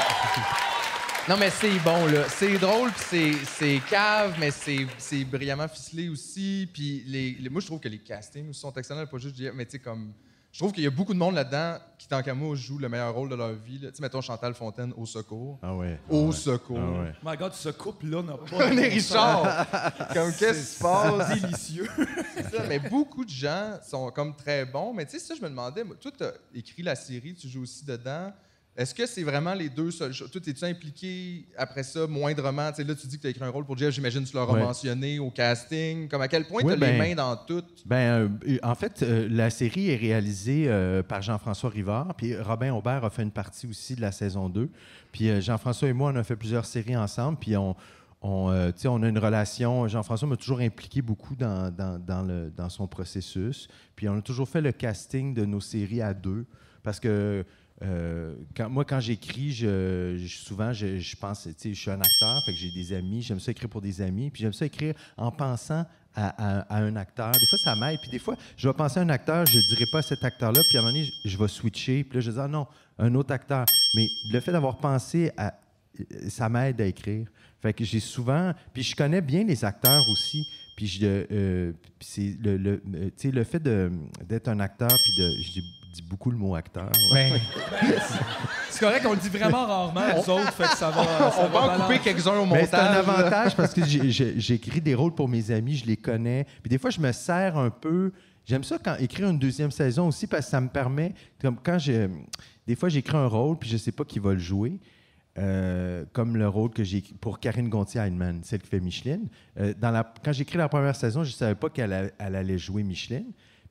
Non, mais c'est bon, là. C'est drôle, puis c'est, c'est cave, mais c'est, c'est brillamment ficelé aussi. Puis les, les- moi, je trouve que les castings aussi sont excellents, pas juste... Mais tu sais, comme... Je trouve qu'il y a beaucoup de monde là-dedans qui, tant qu'à moi, joue le meilleur rôle de leur vie. Tu sais, mettons Chantal Fontaine, Au secours. Ah ouais. Au Ah ouais. secours. Ah ouais. My God, ce couple-là n'a pas. René Richard! Comme, qu'est-ce qui se passe? Délicieux. C'est ça, mais beaucoup de gens sont comme très bons. Mais tu sais, ça, je me demandais, moi, toi, tu as écrit la série, tu joues aussi dedans. Est-ce que c'est vraiment les deux seules choses? Toi, es-tu impliqué après ça moindrement? Tu sais, là, tu dis que tu as écrit un rôle pour Jeff, j'imagine que tu l'as Ouais. mentionné au casting. Comme à quel point Ouais, tu as les ben- mains dans tout? Ben, euh, en fait, euh, la série est réalisée euh, par Jean-François Rivard, puis Robin Aubert a fait une partie aussi de la saison deux. Puis euh, Jean-François et moi, on a fait plusieurs séries ensemble, puis on, on, euh, tu sais, on a une relation. Jean-François m'a toujours impliqué beaucoup dans, dans, dans, le, dans son processus. Puis on a toujours fait le casting de nos séries à deux, parce que euh, quand, moi, quand j'écris, je, je- souvent, je, je pense, tu sais, je suis un acteur, fait que j'ai des amis, j'aime ça écrire pour des amis, puis j'aime ça écrire en pensant à, à- à un acteur. Des fois, ça m'aide, puis des fois, je vais penser à un acteur, je ne dirai pas à cet acteur-là, puis à un moment donné, je, je vais switcher, puis là, je vais dire, ah non, un autre acteur. Mais le fait d'avoir pensé à... ça m'aide à écrire. Fait que j'ai souvent... Puis je connais bien les acteurs aussi, puis je... euh, puis c'est le, le, euh, tu sais, le fait de, d'être un acteur, puis de... Je dis, dis beaucoup le mot acteur. là. C'est correct, on le dit vraiment rarement, nous autres, fait que ça va. ça On va en couper balancer. quelques-uns au Mais montage. c'est un là. avantage parce que j'ai- j'ai- j'écris des rôles pour mes amis, je les connais. Puis des fois, je me sers un peu. J'aime ça quand écrire une deuxième saison aussi parce que ça me permet. Comme quand je. Des fois, j'écris un rôle puis je sais pas qui va le jouer. Euh, comme le rôle que j'ai écrit pour Karine Gontier-Heinemann, celle qui fait Micheline. Euh, dans la, quand j'ai écrit la première saison, je ne savais pas qu'elle a- elle allait jouer Micheline. Puis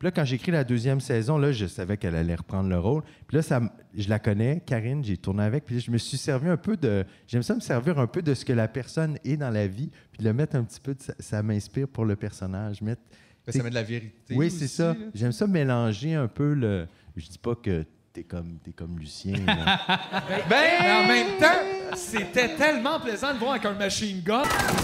Puis là, quand j'ai écrit la deuxième saison, là, je savais qu'elle allait reprendre le rôle. Puis là, ça, m- je la connais, Karine, j'ai tourné avec. Puis là, je me suis servi un peu de... J'aime ça me servir un peu de ce que la personne est dans la vie, puis le mettre un petit peu... De, ça, ça m'inspire pour le personnage. Mettre, Ben, ça met de la vérité. oui, aussi, c'est ça. là. J'aime ça mélanger un peu le... Je dis pas que t'es comme, t'es comme Lucien. là. Mais en même temps, c'était tellement plaisant de voir avec un machine gun.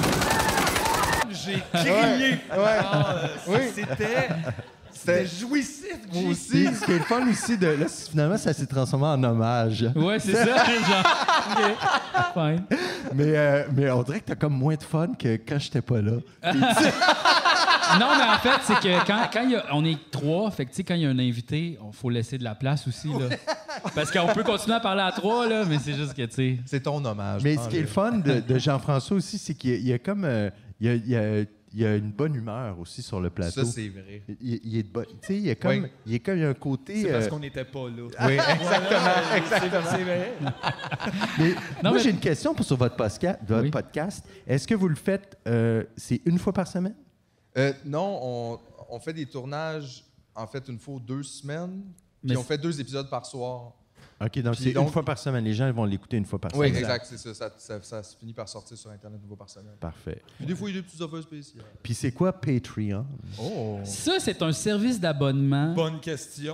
J'ai crié. Ah, euh, Oui. C'était... C'était jouissif, Moi J. aussi. Puis, ce qui est le fun aussi, de, là, c'est- finalement, ça s'est transformé en hommage. Ouais, c'est ça. Genre, OK. Fine. Mais, euh, mais on dirait que t'as comme moins de fun que quand j'étais pas là. Non, mais en fait, c'est que quand, quand il y a- on est trois, fait que, tu sais, quand il y a un invité, il faut laisser de la place aussi. Là. Parce qu'on peut continuer à parler à trois, là, mais c'est juste que, tu sais. C'est ton hommage. Mais ce prends-le. qui est le fun de, de Jean-François aussi, c'est qu'il y a, il y a comme... euh, il, y a, il, y a, il y a une bonne humeur aussi sur le plateau. Ça, c'est vrai. il, il est de bon- tu sais, il y a comme, Oui. il y a comme il y a un côté... C'est parce euh, qu'on n'était pas là. Oui, exactement. exactement. C'est vrai. mais Non, moi, mais- j'ai une question pour sur votre, posca- votre Oui. podcast. Est-ce que vous le faites... euh, c'est une fois par semaine? Euh, non, on, on fait des tournages, en fait, une fois ou deux semaines. Puis Mais on fait deux épisodes par soir. OK, donc Puis c'est donc- une fois par semaine. Les gens ils vont l'écouter une fois par Oui, semaine. exact, c'est ça. Ça, ça. ça se finit par sortir sur Internet une fois par semaine. Parfait. Puis des fois, il y a des petites offres spéciales. Puis c'est quoi Patreon? Oh! Ça, c'est un service d'abonnement. Bonne question.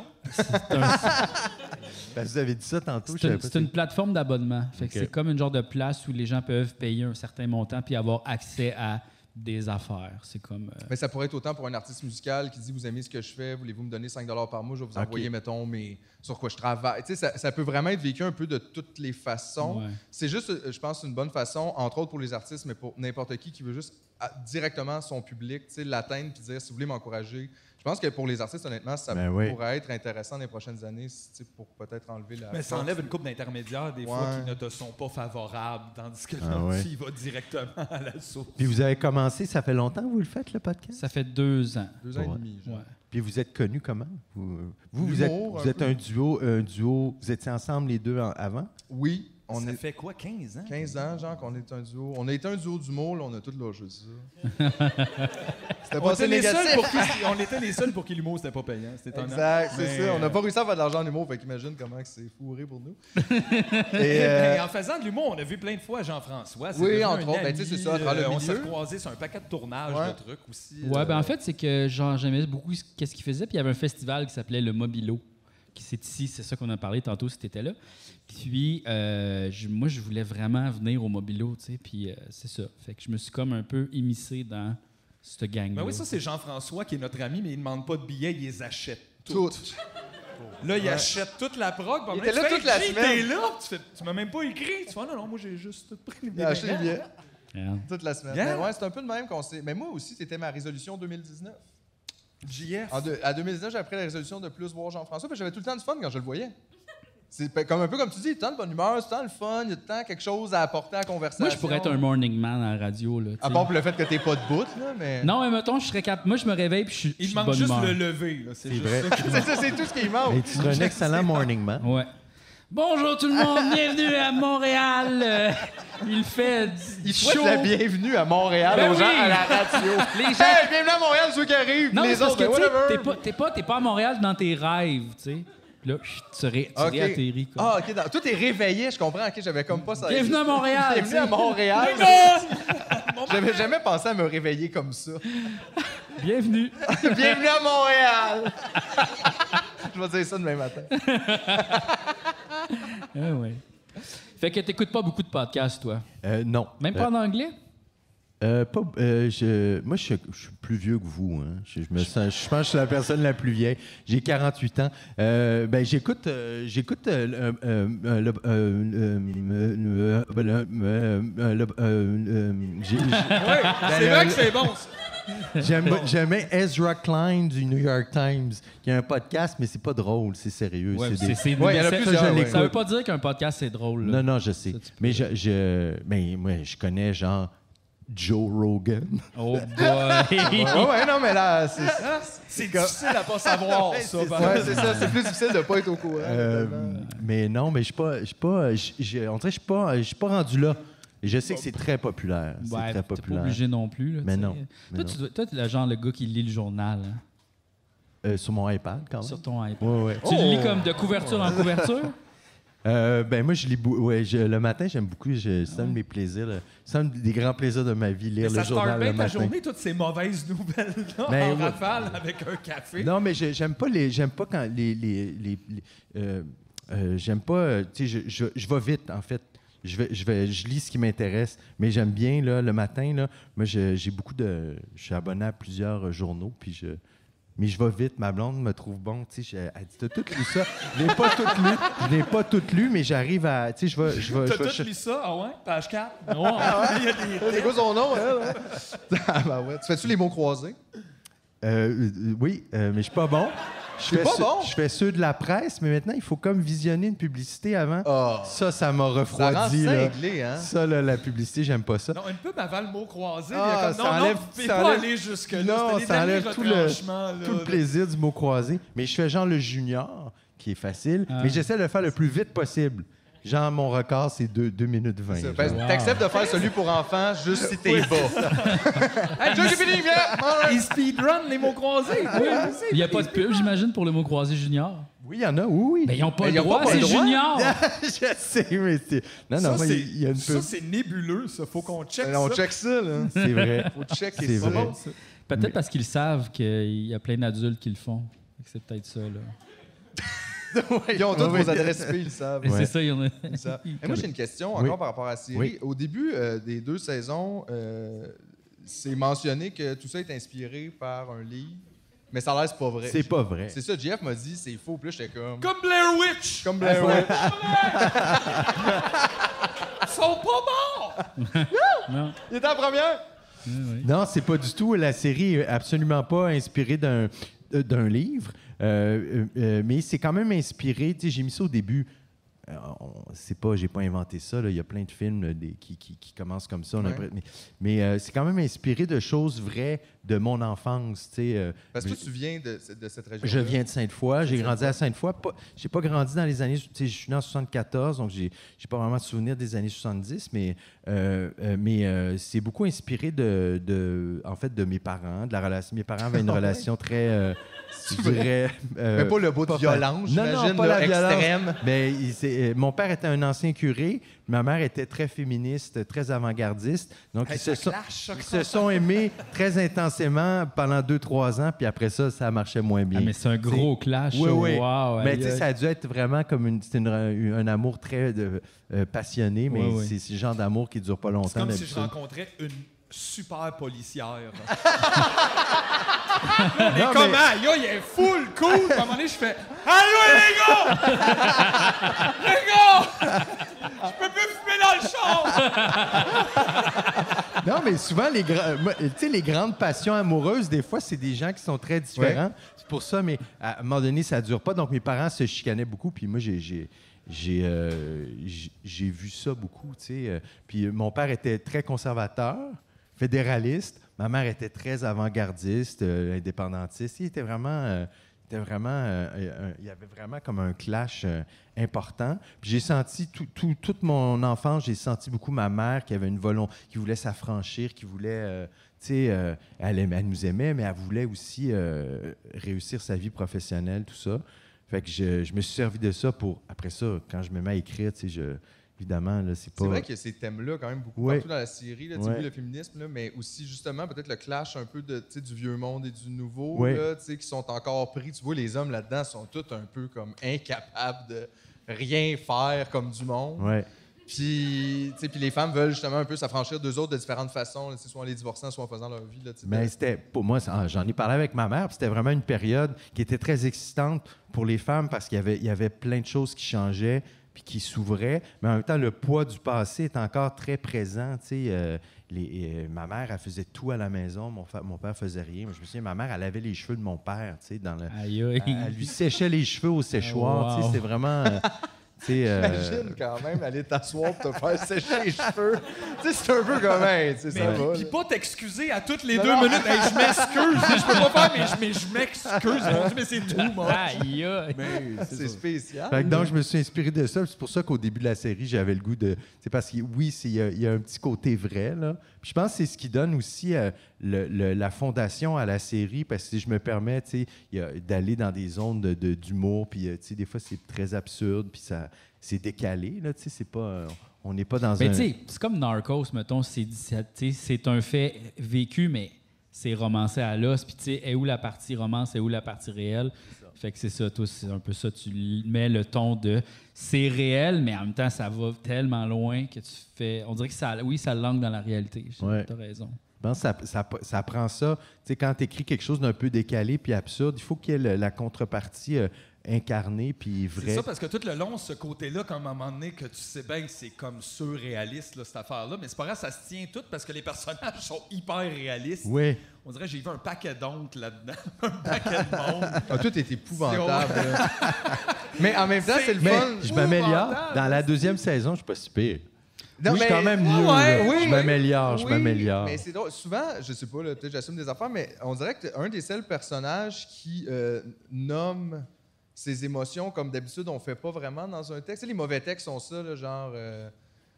Ben, vous avez dit ça tantôt. je C'est savais une, pas c'est une plateforme d'abonnement. Fait que OK. c'est comme une genre de place où les gens peuvent payer un certain montant puis avoir accès à des affaires. C'est comme... euh, Mais ça pourrait être autant pour un artiste musical qui dit vous aimez ce que je fais, voulez-vous me donner cinq dollars par mois, je vais vous Ok. envoyer, mettons, mes, sur quoi je travaille. Tu sais, ça, ça peut vraiment être vécu un peu de toutes les façons. Ouais. C'est juste, euh, je pense, une bonne façon, entre autres pour les artistes, mais pour n'importe qui qui veut juste ah, directement son public, tu sais, l'atteindre puis dire si vous voulez m'encourager. Je pense que pour les artistes, honnêtement, ça Ben oui. pourrait être intéressant dans les prochaines années, si, tu sais, pour peut-être enlever la. Mais ça enlève une couple d'intermédiaires, des fois, Ouais. qui ne te sont pas favorables, tandis que Ah là, ouais. tu y vas directement à la source. Puis vous avez commencé, ça fait longtemps que vous le faites, le podcast? Ça fait deux ans. Deux ans Ouais. et demi. genre. Ouais. Puis vous êtes connus comment? Vous, vous, vous êtes, L'humour, vous un êtes peu. un duo, un duo. Vous étiez ensemble les deux en- avant? Oui, on ça est fait quoi, quinze ans? quinze ans, genre, qu'on est un duo. On a été un duo d'humour, là, on a tous lâché ça. C'était On pas était, assez les seuls négatif. pour qui, on était les seuls pour qui l'humour, c'était pas payant. C'était étonnant. Exact, c'est Mais, ça. On n'a euh, pas réussi à faire de l'argent en humour, fait qu'imagine comment que c'est fourré pour nous. Et, Et, euh, en faisant de l'humour, on a vu plein de fois Jean-François. C'est Oui, devenu entre un autres. Ben, ami, tu sais, c'est ça, à travers le euh, On s'est milieu. croisés sur un paquet de tournages Ouais. de trucs aussi. Ouais, euh, ben en fait, c'est que genre, j'aimais beaucoup ce- qu'est-ce qu'il faisait. Puis il y avait un festival qui s'appelait le Mobilo, qui c'est ici, c'est ça qu'on a parlé tantôt si t'étais là. Puis euh, je- moi, je voulais vraiment venir au Mobilo, tu sais. Puis euh, c'est ça. Fait que je me suis comme un peu immiscé dans cette gang-là. Ben oui, ça, c'est Jean-François qui est notre ami, mais il ne demande pas de billets, il les achète tout. toutes. Là, il Ouais. achète toute la prog. puis en Il même était là temps, toute la Hey, semaine. T'es là, tu, fais, tu m'as même pas écrit. Tu fais, non, non, moi, j'ai juste tout pris les Il a acheté les billets. billets Regarde. toute la semaine. Yeah. Mais ouais, c'est un peu de même qu'on s'est. Mais moi aussi, c'était ma résolution deux mille dix-neuf. J F. En deux- à deux mille dix-neuf, j'ai pris la résolution de plus voir Jean-François, puis j'avais tout le temps du fun quand je le voyais. C'est pe- comme un peu comme tu dis, il y a tout le temps de bonne humeur, c'est tout le temps le fun, il y a tout le temps quelque chose à apporter à la conversation. Moi, je pourrais être un morning man à la radio. Là, tu À sais. part pour le fait que t'es pas debout, là, mais. Non, mais mettons, je serais cap... Moi, je me réveille puis je suis je Il suis de manque bonne juste humeur. le lever. là, C'est C'est juste vrai. ça. c'est ça, c'est tout ce qui manque. Mais tu serais un excellent morning man. Ouais. Bonjour tout le monde, bienvenue à Montréal. Euh, il fait Il chaud. souhaite la bienvenue à Montréal Ben aux gens oui. à la radio. Les gens- Hey, bienvenue à Montréal, ceux qui arrivent, Non, mais les c'est parce autres, que ben, tu sais, whatever. t'es pas, t'es pas, t'es pas à Montréal dans tes rêves, tu sais. Là, chut, tu ré, tu Ok. réatterris, quoi. Ah, OK. dans- Toi, t'es réveillé, je comprends. OK, j'avais comme pas ça. Bienvenue à Montréal, Bienvenue tu à sais. Montréal. J'avais jamais pensé à me réveiller comme ça. Bienvenue. Bienvenue à Montréal. Je vais dire ça demain matin. Ah ouais. Fait que t'écoutes pas beaucoup de podcasts, toi. Euh, non. Même Euh, pas en anglais? Euh, pas, euh, je, moi, je, suis- je suis plus vieux que vous. Hein. Je, je me sens, je pense que je suis la personne la plus vieille. J'ai quarante-huit ans. Euh, ben, j'écoute, euh, j'écoute euh, euh, euh, le, euh, euh, euh, euh, le- euh, euh, le- euh, euh, j'ai- j'ai- C'est vrai que c'est bon, ça. j'aime- J'aimais Ezra Klein du New York Times, qui a un podcast, mais c'est pas drôle, c'est sérieux. Ouais, c'est c'est, des- c'est, Ouais, il y en a mais ça, plusieurs, je ouais. l'écoute. Ça veut pas dire qu'un podcast, c'est drôle. là. Non, non, je sais. Ça, tu peux- Mais je, je, ben, moi, je connais genre Joe Rogan. Oh boy! Ouais, ouais, non, mais là, c'est ça. C'est difficile à pas savoir, ça. par Ouais, c'est ça. C'est plus difficile de pas être au courant. Euh, évidemment. mais non, mais je suis pas, je suis pas, je, je- on dirait que je suis pas, je suis pas rendu là. Et je sais que c'est très populaire. C'est Ouais, très t'es pas populaire. obligé non plus. Là, Mais tu sais. non, mais Toi, non. tu dois- toi, t'es le genre le gars qui lit le journal. hein. Euh, sur mon iPad, quand même. Sur ton iPad. Ouais, ouais. Tu le lis comme de couverture en couverture? Euh, ben moi, je lis bou- ouais, je- le matin, j'aime beaucoup. je- C'est un de mes plaisirs. là. C'est un des grands plaisirs de ma vie, lire Mais le ça journal start bien le ta matin. journée, toutes ces mauvaises nouvelles-là, Ben, en ouais. rafale, avec un café. Non, mais je- j'aime pas les, j'aime pas quand les, les, les- les- euh, euh, j'aime pas. euh, Tu sais, je, je, je vais vite en fait. Je vais, je vais, je lis ce qui m'intéresse, mais j'aime bien là le matin là. Moi, je- j'ai beaucoup de, je suis abonné à plusieurs euh, journaux, puis je. Mais je vais vite, ma blonde me trouve bon. Tu sais, je- elle dit, t'as tout lu ça. Je l'ai pas tout lu. Je l'ai pas tout lu, mais j'arrive à. Tu sais, je vais. Je vais, T'as je vais tout cher- lu ça? Ah ouais? Page quatre? Ouais. Il y a des C'est quoi son nom, elle? hein? Ah, ben ouais. Tu fais-tu les mots croisés? Euh, euh, oui, euh, mais je suis pas bon. Je T'es fais pas ceux- bon? Je fais ceux de la presse, mais maintenant, il faut comme visionner une publicité avant. Ah. Ça, ça m'a Ça rend refroidi. là. cinglé, hein? Ça, là, la publicité, j'aime pas ça. Non, une pub avant le mot croisé. Ah, il y a comme, ça non, enlève- non, vous pouvez ça pas enlève- aller jusque-là. Non, C'était les ça derniers enlève tout le, retranchements, là. tout le plaisir du mot croisé. Mais je fais genre le junior, qui est facile, Ah. mais j'essaie de le faire le plus vite possible. Genre, mon record, c'est deux minutes vingt. Ça. Ben, Wow. T'acceptes de faire celui pour enfants juste si t'es bas. Hey, j'ai fini, viens! All right. Ils speedrun les mots croisés. Oui, Il n'y a pas de pub, j'imagine, pour le mot croisé junior. Oui, il y en a, oui, oui. Ben, ils n'ont pas Mais le ils ont droit, pas c'est le droit. junior. je sais, mais c'est... Non, non, Ça, moi, c'est- il y a une ça, pub. c'est nébuleux, ça. Faut qu'on check On ça. check ça, là. C'est vrai. Faut checker C'est ça. vrai. Peut-être parce qu'ils savent qu'il y a plein d'adultes qui le font. Fait que c'est peut-être ça, là. Ils ont toutes Oui. vos adresses I P, ils le savent. Mais Ouais. c'est ça, il y en a. Ils savent. Et moi, j'ai une question Oui. encore par rapport à la série. Oui. Au début euh, des deux saisons, euh, c'est mentionné que tout ça est inspiré par un livre, mais ça a l'air c'est pas vrai. C'est pas vrai. C'est ça, Jeff m'a dit, c'est faux. Puis là, j'étais comme... Comme Blair Witch. Comme Blair Witch. Ils sont pas morts. Non. Il était en première! Non, c'est pas du tout. La série est absolument pas inspirée d'un euh, d'un livre, Euh, euh, euh, mais c'est quand même inspiré. Tu sais, j'ai mis ça au début. Euh, on- c'est pas, j'ai pas inventé ça. là. Il y a plein de films là, des- qui, qui- qui commencent comme ça. on a Ouais. l'impression- Mais, mais, euh, c'est quand même inspiré de choses vraies de mon enfance. Tu sais, euh, Parce que toi, je- tu viens de, de cette région. Je viens de Sainte-Foy. J'ai grandi à Sainte-Foy. Pas- J'ai pas grandi dans les années... Tu sais, je suis né en soixante-quatorze, donc j'ai j'ai pas vraiment de souvenir des années soixante-dix, mais, euh, euh, mais euh, c'est beaucoup inspiré de, de, en fait, de mes parents, de la relation. Mes parents avaient une relation très... euh, je dirais... euh, Mais pas le bout de pas violence, fa- Non, non, j'imagine, pas là, la violence. extrême. Mais il s'est- euh, mon père était un ancien curé. Ma mère était très féministe, très avant-gardiste. Donc, Hey, ils, se ça sont, clash, ça, ils se sont aimés très intensément pendant deux, trois ans. Puis après ça, ça marchait moins bien. Ah, mais c'est un gros clash. Oui, ça. oui. Wow, Mais aïe, tu sais, aïe. ça a dû être vraiment comme une, c'était une- un amour très de- euh, passionné, mais Oui, oui. c'est c'est le genre d'amour qui dure pas longtemps. C'est comme si je d'habitude. rencontrais une super policière. Non, mais- Comment? Yo, il est full cool. Puis à un moment donné, je fais allô les gars! Les gars! Je peux plus fumer dans le char! Non, mais souvent, les, gra- euh, moi, tu sais, les grandes passions amoureuses, des fois, c'est des gens qui sont très différents. C'est pour ça, mais à un moment donné, ça dure pas. Donc, mes parents se chicanaient beaucoup. Puis moi, j'ai, j'ai, j'ai, euh, j'ai- j'ai vu ça beaucoup, tu sais. euh, Puis euh, mon père était très conservateur, fédéraliste. Ma mère était très avant-gardiste, euh, indépendantiste. Il était vraiment... euh, était vraiment, euh, euh, il y avait vraiment comme un clash euh, important. Puis j'ai senti tout, tout- toute mon enfance, j'ai senti beaucoup ma mère qui avait une volonté, qui voulait s'affranchir, qui voulait, euh, tu sais, euh, elle, aimait- elle nous aimait, mais elle voulait aussi euh, réussir sa vie professionnelle, tout ça. Fait que je, je me suis servi de ça pour, après ça, quand je me mets à écrire, tu sais, je, évidemment, là, c'est pas... C'est vrai qu'il y a ces thèmes-là quand même beaucoup Ouais. partout dans la série. Là, tu sais, Ouais. oui, le féminisme, là, mais aussi justement peut-être le clash un peu de, tu sais, du vieux monde et du nouveau, Ouais. là, tu sais, qui sont encore pris. Tu vois, les hommes là-dedans sont tous un peu comme incapables de rien faire comme du monde. Ouais. Puis, tu sais, puis les femmes veulent justement un peu s'affranchir d'eux autres de différentes façons, là, tu sais, soit en les divorçant, soit en faisant leur vie. Là, tu sais, Mais de- c'était, pour moi, ça- j'en ai parlé avec ma mère, puis c'était vraiment une période qui était très excitante pour les femmes parce qu'il y avait, il y avait plein de choses qui changeaient puis qui s'ouvraient, mais en même temps, le poids du passé est encore très présent. Tu sais, euh, les- euh, ma mère, elle faisait tout à la maison, mon, fa- mon père faisait rien. Moi, je me souviens, ma mère, elle lavait les cheveux de mon père, tu sais, dans le... Aïe, aïe. Elle, elle lui séchait les cheveux au séchoir, Wow. tu sais, c'était vraiment... euh, Tu sais, euh, Imagine quand même aller t'asseoir pour te faire sécher les cheveux. Tu sais, c'est un peu comme, hey, tu sais, ça va. Puis là. pas t'excuser à toutes les Non, deux non. minutes. Hey, je m'excuse. Je peux pas faire, mais je, mais je m'excuse. Mon Dieu, mais c'est tout, moi. Aïe, aïe. C'est spécial. Fait que donc, je me suis inspiré de ça. C'est pour ça qu'au début de la série, j'avais le goût de. C'est parce que oui, c'est- il y, a- il y a un petit côté vrai, là. Puis je pense que c'est ce qui donne aussi euh, le- le- la fondation à la série, parce que si je me permets, tu sais, il y a- d'aller dans des zones de- de- d'humour, puis euh, tu sais, des fois, c'est très absurde, puis ça, c'est décalé, là. Tu sais, c'est pas. euh, on n'est pas dans Mais un. tu sais, c'est comme Narcos, mettons, c'est c'est- tu sais, c'est un fait vécu, mais c'est romancé à l'os. Puis tu sais, est où la partie romance, est où la partie réelle? Fait que c'est ça, toi, c'est un peu ça. Tu l- mets le ton de c'est réel, mais en même temps, ça va tellement loin que tu fais. On dirait que ça, oui, ça langue dans la réalité. Ouais. T'as raison. Je pense que ça, ça, ça prend ça. Tu sais, quand tu écris quelque chose d'un peu décalé puis absurde, il faut qu'il y ait le- la contrepartie euh, incarnée puis C'est vraie. ça, parce que tout le long, ce côté-là, comme à un moment donné, que tu sais bien que c'est comme surréaliste, là, cette affaire-là, mais c'est pas grave, ça se tient tout parce que les personnages sont hyper réalistes. Oui. On dirait que j'ai vu un paquet d'oncles là-dedans, un paquet de monde. Ah, tout est épouvantable. là. Mais en même temps, c'est le Mais fun. je m'améliore. épouvantable. Dans la deuxième saison, je suis pas si pire. Non, oui, je suis mais- quand même Ouais, mieux. ouais, là. oui, je oui. m'améliore, je Oui, m'améliore. Mais c'est drôle. Souvent, je sais pas, là, peut-être j'assume des affaires, mais on dirait que t'es un des seuls personnages qui euh, nomme ses émotions comme d'habitude on fait pas vraiment dans un texte. Tu sais, les mauvais textes sont ça, là, genre. euh,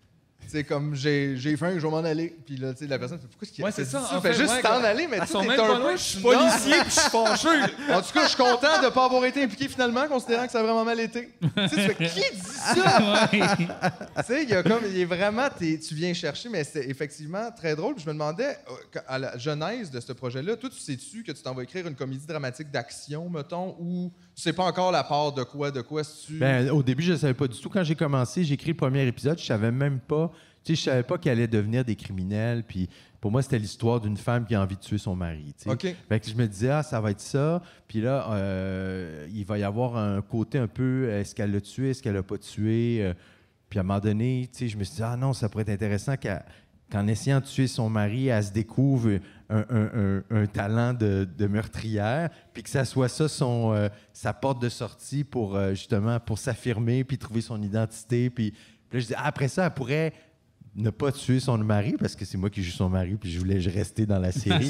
tu sais, comme j'ai j'ai faim, je vais m'en aller. Puis là, tu sais, la personne fait pourquoi est-ce qu'il Ouais, c'est dit ça. ça? En Fait fait, juste ouais, t'en comme- aller, mais Ils tu sont sais, même t'es pas un loin, peu je suis policier puis je suis fâcheux. En tout cas, je suis content de ne pas avoir été impliqué finalement, considérant que ça a vraiment mal été. Tu sais, tu fais, qui dit ça? Tu sais, il y a comme, il est vraiment, t'es- tu viens chercher, mais c'est effectivement très drôle. Puis je me demandais, euh, quand- à la genèse de ce projet-là, toi, tu sais-tu que tu t'en vas écrire une comédie dramatique d'action, mettons, ou tu sais pas encore la part de quoi, de quoi tu Ben, au début, je ne savais pas du tout. Quand j'ai commencé, j'ai écrit le premier épisode, je savais même pas. Tu sais, je savais pas qu'ils allaient devenir des criminels. Puis pour moi, c'était l'histoire d'une femme qui a envie de tuer son mari. Tu sais. OK. Fait que je me disais, ah, ça va être ça. Puis là, euh, il va y avoir un côté un peu, est-ce qu'elle l'a tué, est-ce qu'elle l'a pas tué? Euh, Puis à un moment donné, tu sais, je me suis dit, ah non, ça pourrait être intéressant qu'à- qu'en essayant de tuer son mari, elle se découvre un, un- un- un talent de, de meurtrière, puis que ça soit ça son, euh, sa porte de sortie pour euh, justement pour s'affirmer, puis trouver son identité. Puis, puis là, je dis, ah, après ça, elle pourrait ne pas tuer son mari, parce que c'est moi qui joue son mari, puis je voulais rester dans la série.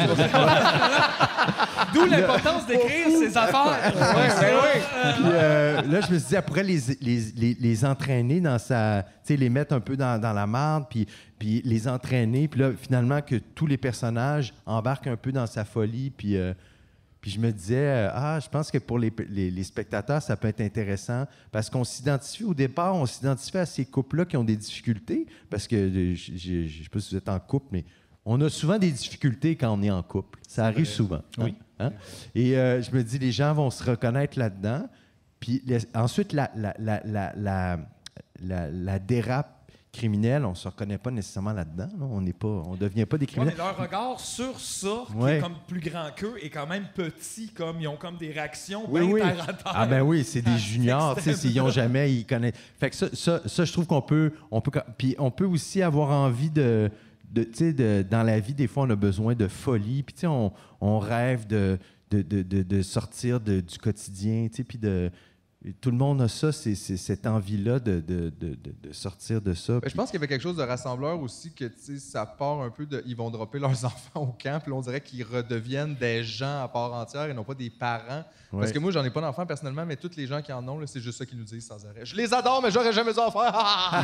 D'où l'importance d'écrire ses affaires. Puis euh, là, je me suis dit, elle pourrait les, les, les, les entraîner dans sa. Tu sais, les mettre un peu dans, dans la marde, puis, puis les entraîner. Puis là, finalement, que tous les personnages embarquent un peu dans sa folie. Puis, euh, puis je me disais, euh, ah, je pense que pour les, les, les spectateurs, ça peut être intéressant. Parce qu'on s'identifie, au départ, on s'identifie à ces couples-là qui ont des difficultés. Parce que, euh, je je- je sais pas si vous êtes en couple, mais on a souvent des difficultés quand on est en couple. Ça arrive souvent. hein? Oui. Hein? Et euh, je me dis, les gens vont se reconnaître là-dedans. Puis les- ensuite, la, la, la, la, la, la- la dérape criminelle, on ne se reconnaît pas nécessairement là-dedans. là. On n'est pas, on devient pas des Ouais, mais criminels. leur regard sur ça, qui Ouais. est comme plus grand qu'eux, est quand même petit, comme ils ont comme des réactions Oui, bien oui. terre à terre. Ah ben oui, c'est des Ah, juniors, tu sais, extrême. s'ils n'ont jamais, ils connaissent. Fait que ça, ça, ça, je trouve qu'on peut, on peut, puis on peut aussi avoir envie de, de tu sais, de- dans la vie, des fois, on a besoin de folie, puis tu sais, on, on rêve de, de, de, de- de sortir de- du quotidien, tu sais, puis de, tout le monde a ça, c'est, c'est cette envie-là de, de, de, de- de sortir de ça. Ben, puis- je pense qu'il y avait quelque chose de rassembleur aussi, que tu sais, ça part un peu de. Ils vont dropper leurs enfants au camp, puis là, on dirait qu'ils redeviennent des gens à part entière et non pas des parents. Parce Ouais. que moi, j'en ai pas d'enfants personnellement, mais tous les gens qui en ont, là, c'est juste ça qu'ils nous disent sans arrêt. Je les adore, mais j'aurais jamais dû en faire.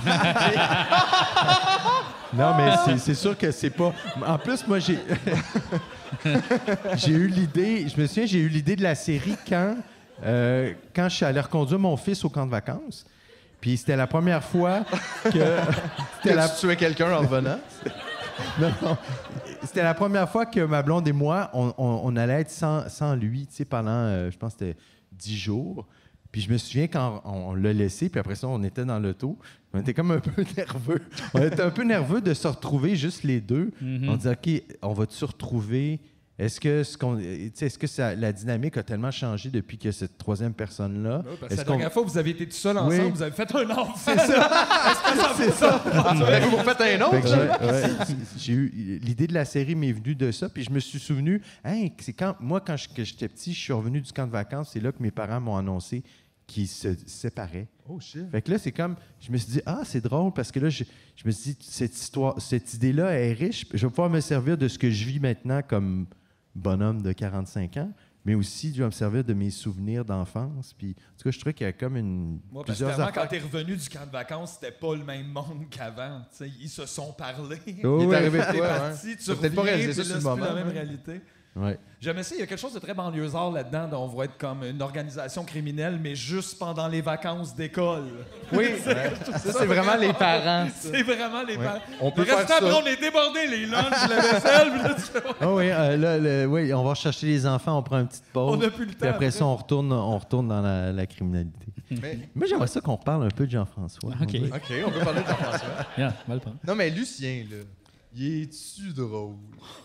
Non, mais c'est, c'est sûr que c'est pas. En plus, moi, j'ai. j'ai eu l'idée. Je me souviens, j'ai eu l'idée de la série quand, euh, quand je suis allé reconduire mon fils au camp de vacances. Puis c'était la première fois que. C'était que la, tu tuais quelqu'un en revenant. non, non. C'était la première fois que ma blonde et moi, on, on- on allait être sans, sans lui, tu sais, pendant, euh, je pense que c'était dix jours. Puis je me souviens quand on, on l'a laissé, puis après ça, on était dans l'auto. On était comme un peu nerveux. On était un peu nerveux de se retrouver juste les deux. Mhm. On disait, OK, on va se retrouver? Est-ce que, ce qu'on, tu sais, est-ce que ça- la dynamique a tellement changé depuis que cette troisième personne-là? Ouais, parce que Est-ce la qu'on- dernière fois, vous avez été tout seul ensemble, Oui. vous avez fait un enfant. C'est ça! C'est ça! Vous refaites un Fait autre? que j'ai- ouais, j'ai eu l'idée de la série m'est venue de ça, puis je me suis souvenu, hein, c'est quand moi quand je- que j'étais petit, je suis revenu du camp de vacances, c'est là que mes parents m'ont annoncé qui se séparaient. Oh shit. Fait que là, c'est comme, je me suis dit, ah, c'est drôle, parce que là, je, je me suis dit, cette histoire, cette idée-là est riche. Je vais pouvoir me servir de ce que je vis maintenant comme bonhomme de quarante-cinq ans, mais aussi, je vais me servir de mes souvenirs d'enfance. Puis, en tout cas, je trouvais qu'il y a comme une. Moi, parce que plusieurs vraiment, affaires. quand t'es revenu du camp de vacances, c'était pas le même monde qu'avant. Tu sais, ils se sont parlé. Oh, Il est ouais. arrivé de T'es quoi, parti, ouais? tu T'as peut-être pas reviens, réalisé ça puis sur là, le c'est plus moment. la même ouais. réalité. Ouais. J'aimais ça, il y a quelque chose de très banlieusard là-dedans, dont on va être comme une organisation criminelle, mais juste pendant les vacances d'école. Oui, ça, c'est vraiment les parents. ça. C'est vraiment les parents. On peut Le restant, faire ça. après, on est débordés, les lunchs, la vaisselle, puis là, tu fais, Ah oui, euh, là, le- oui, on va chercher les enfants, on prend une petite pause. on n'a plus le temps. Puis après ça, on retourne, on retourne dans la, la criminalité. Mais- Moi, j'aimerais ça qu'on parle un peu de Jean-François. OK. on dirait. OK, on peut parler de Jean-François. Yeah, on va le prendre. Non, mais Lucien, là, il est-tu drôle?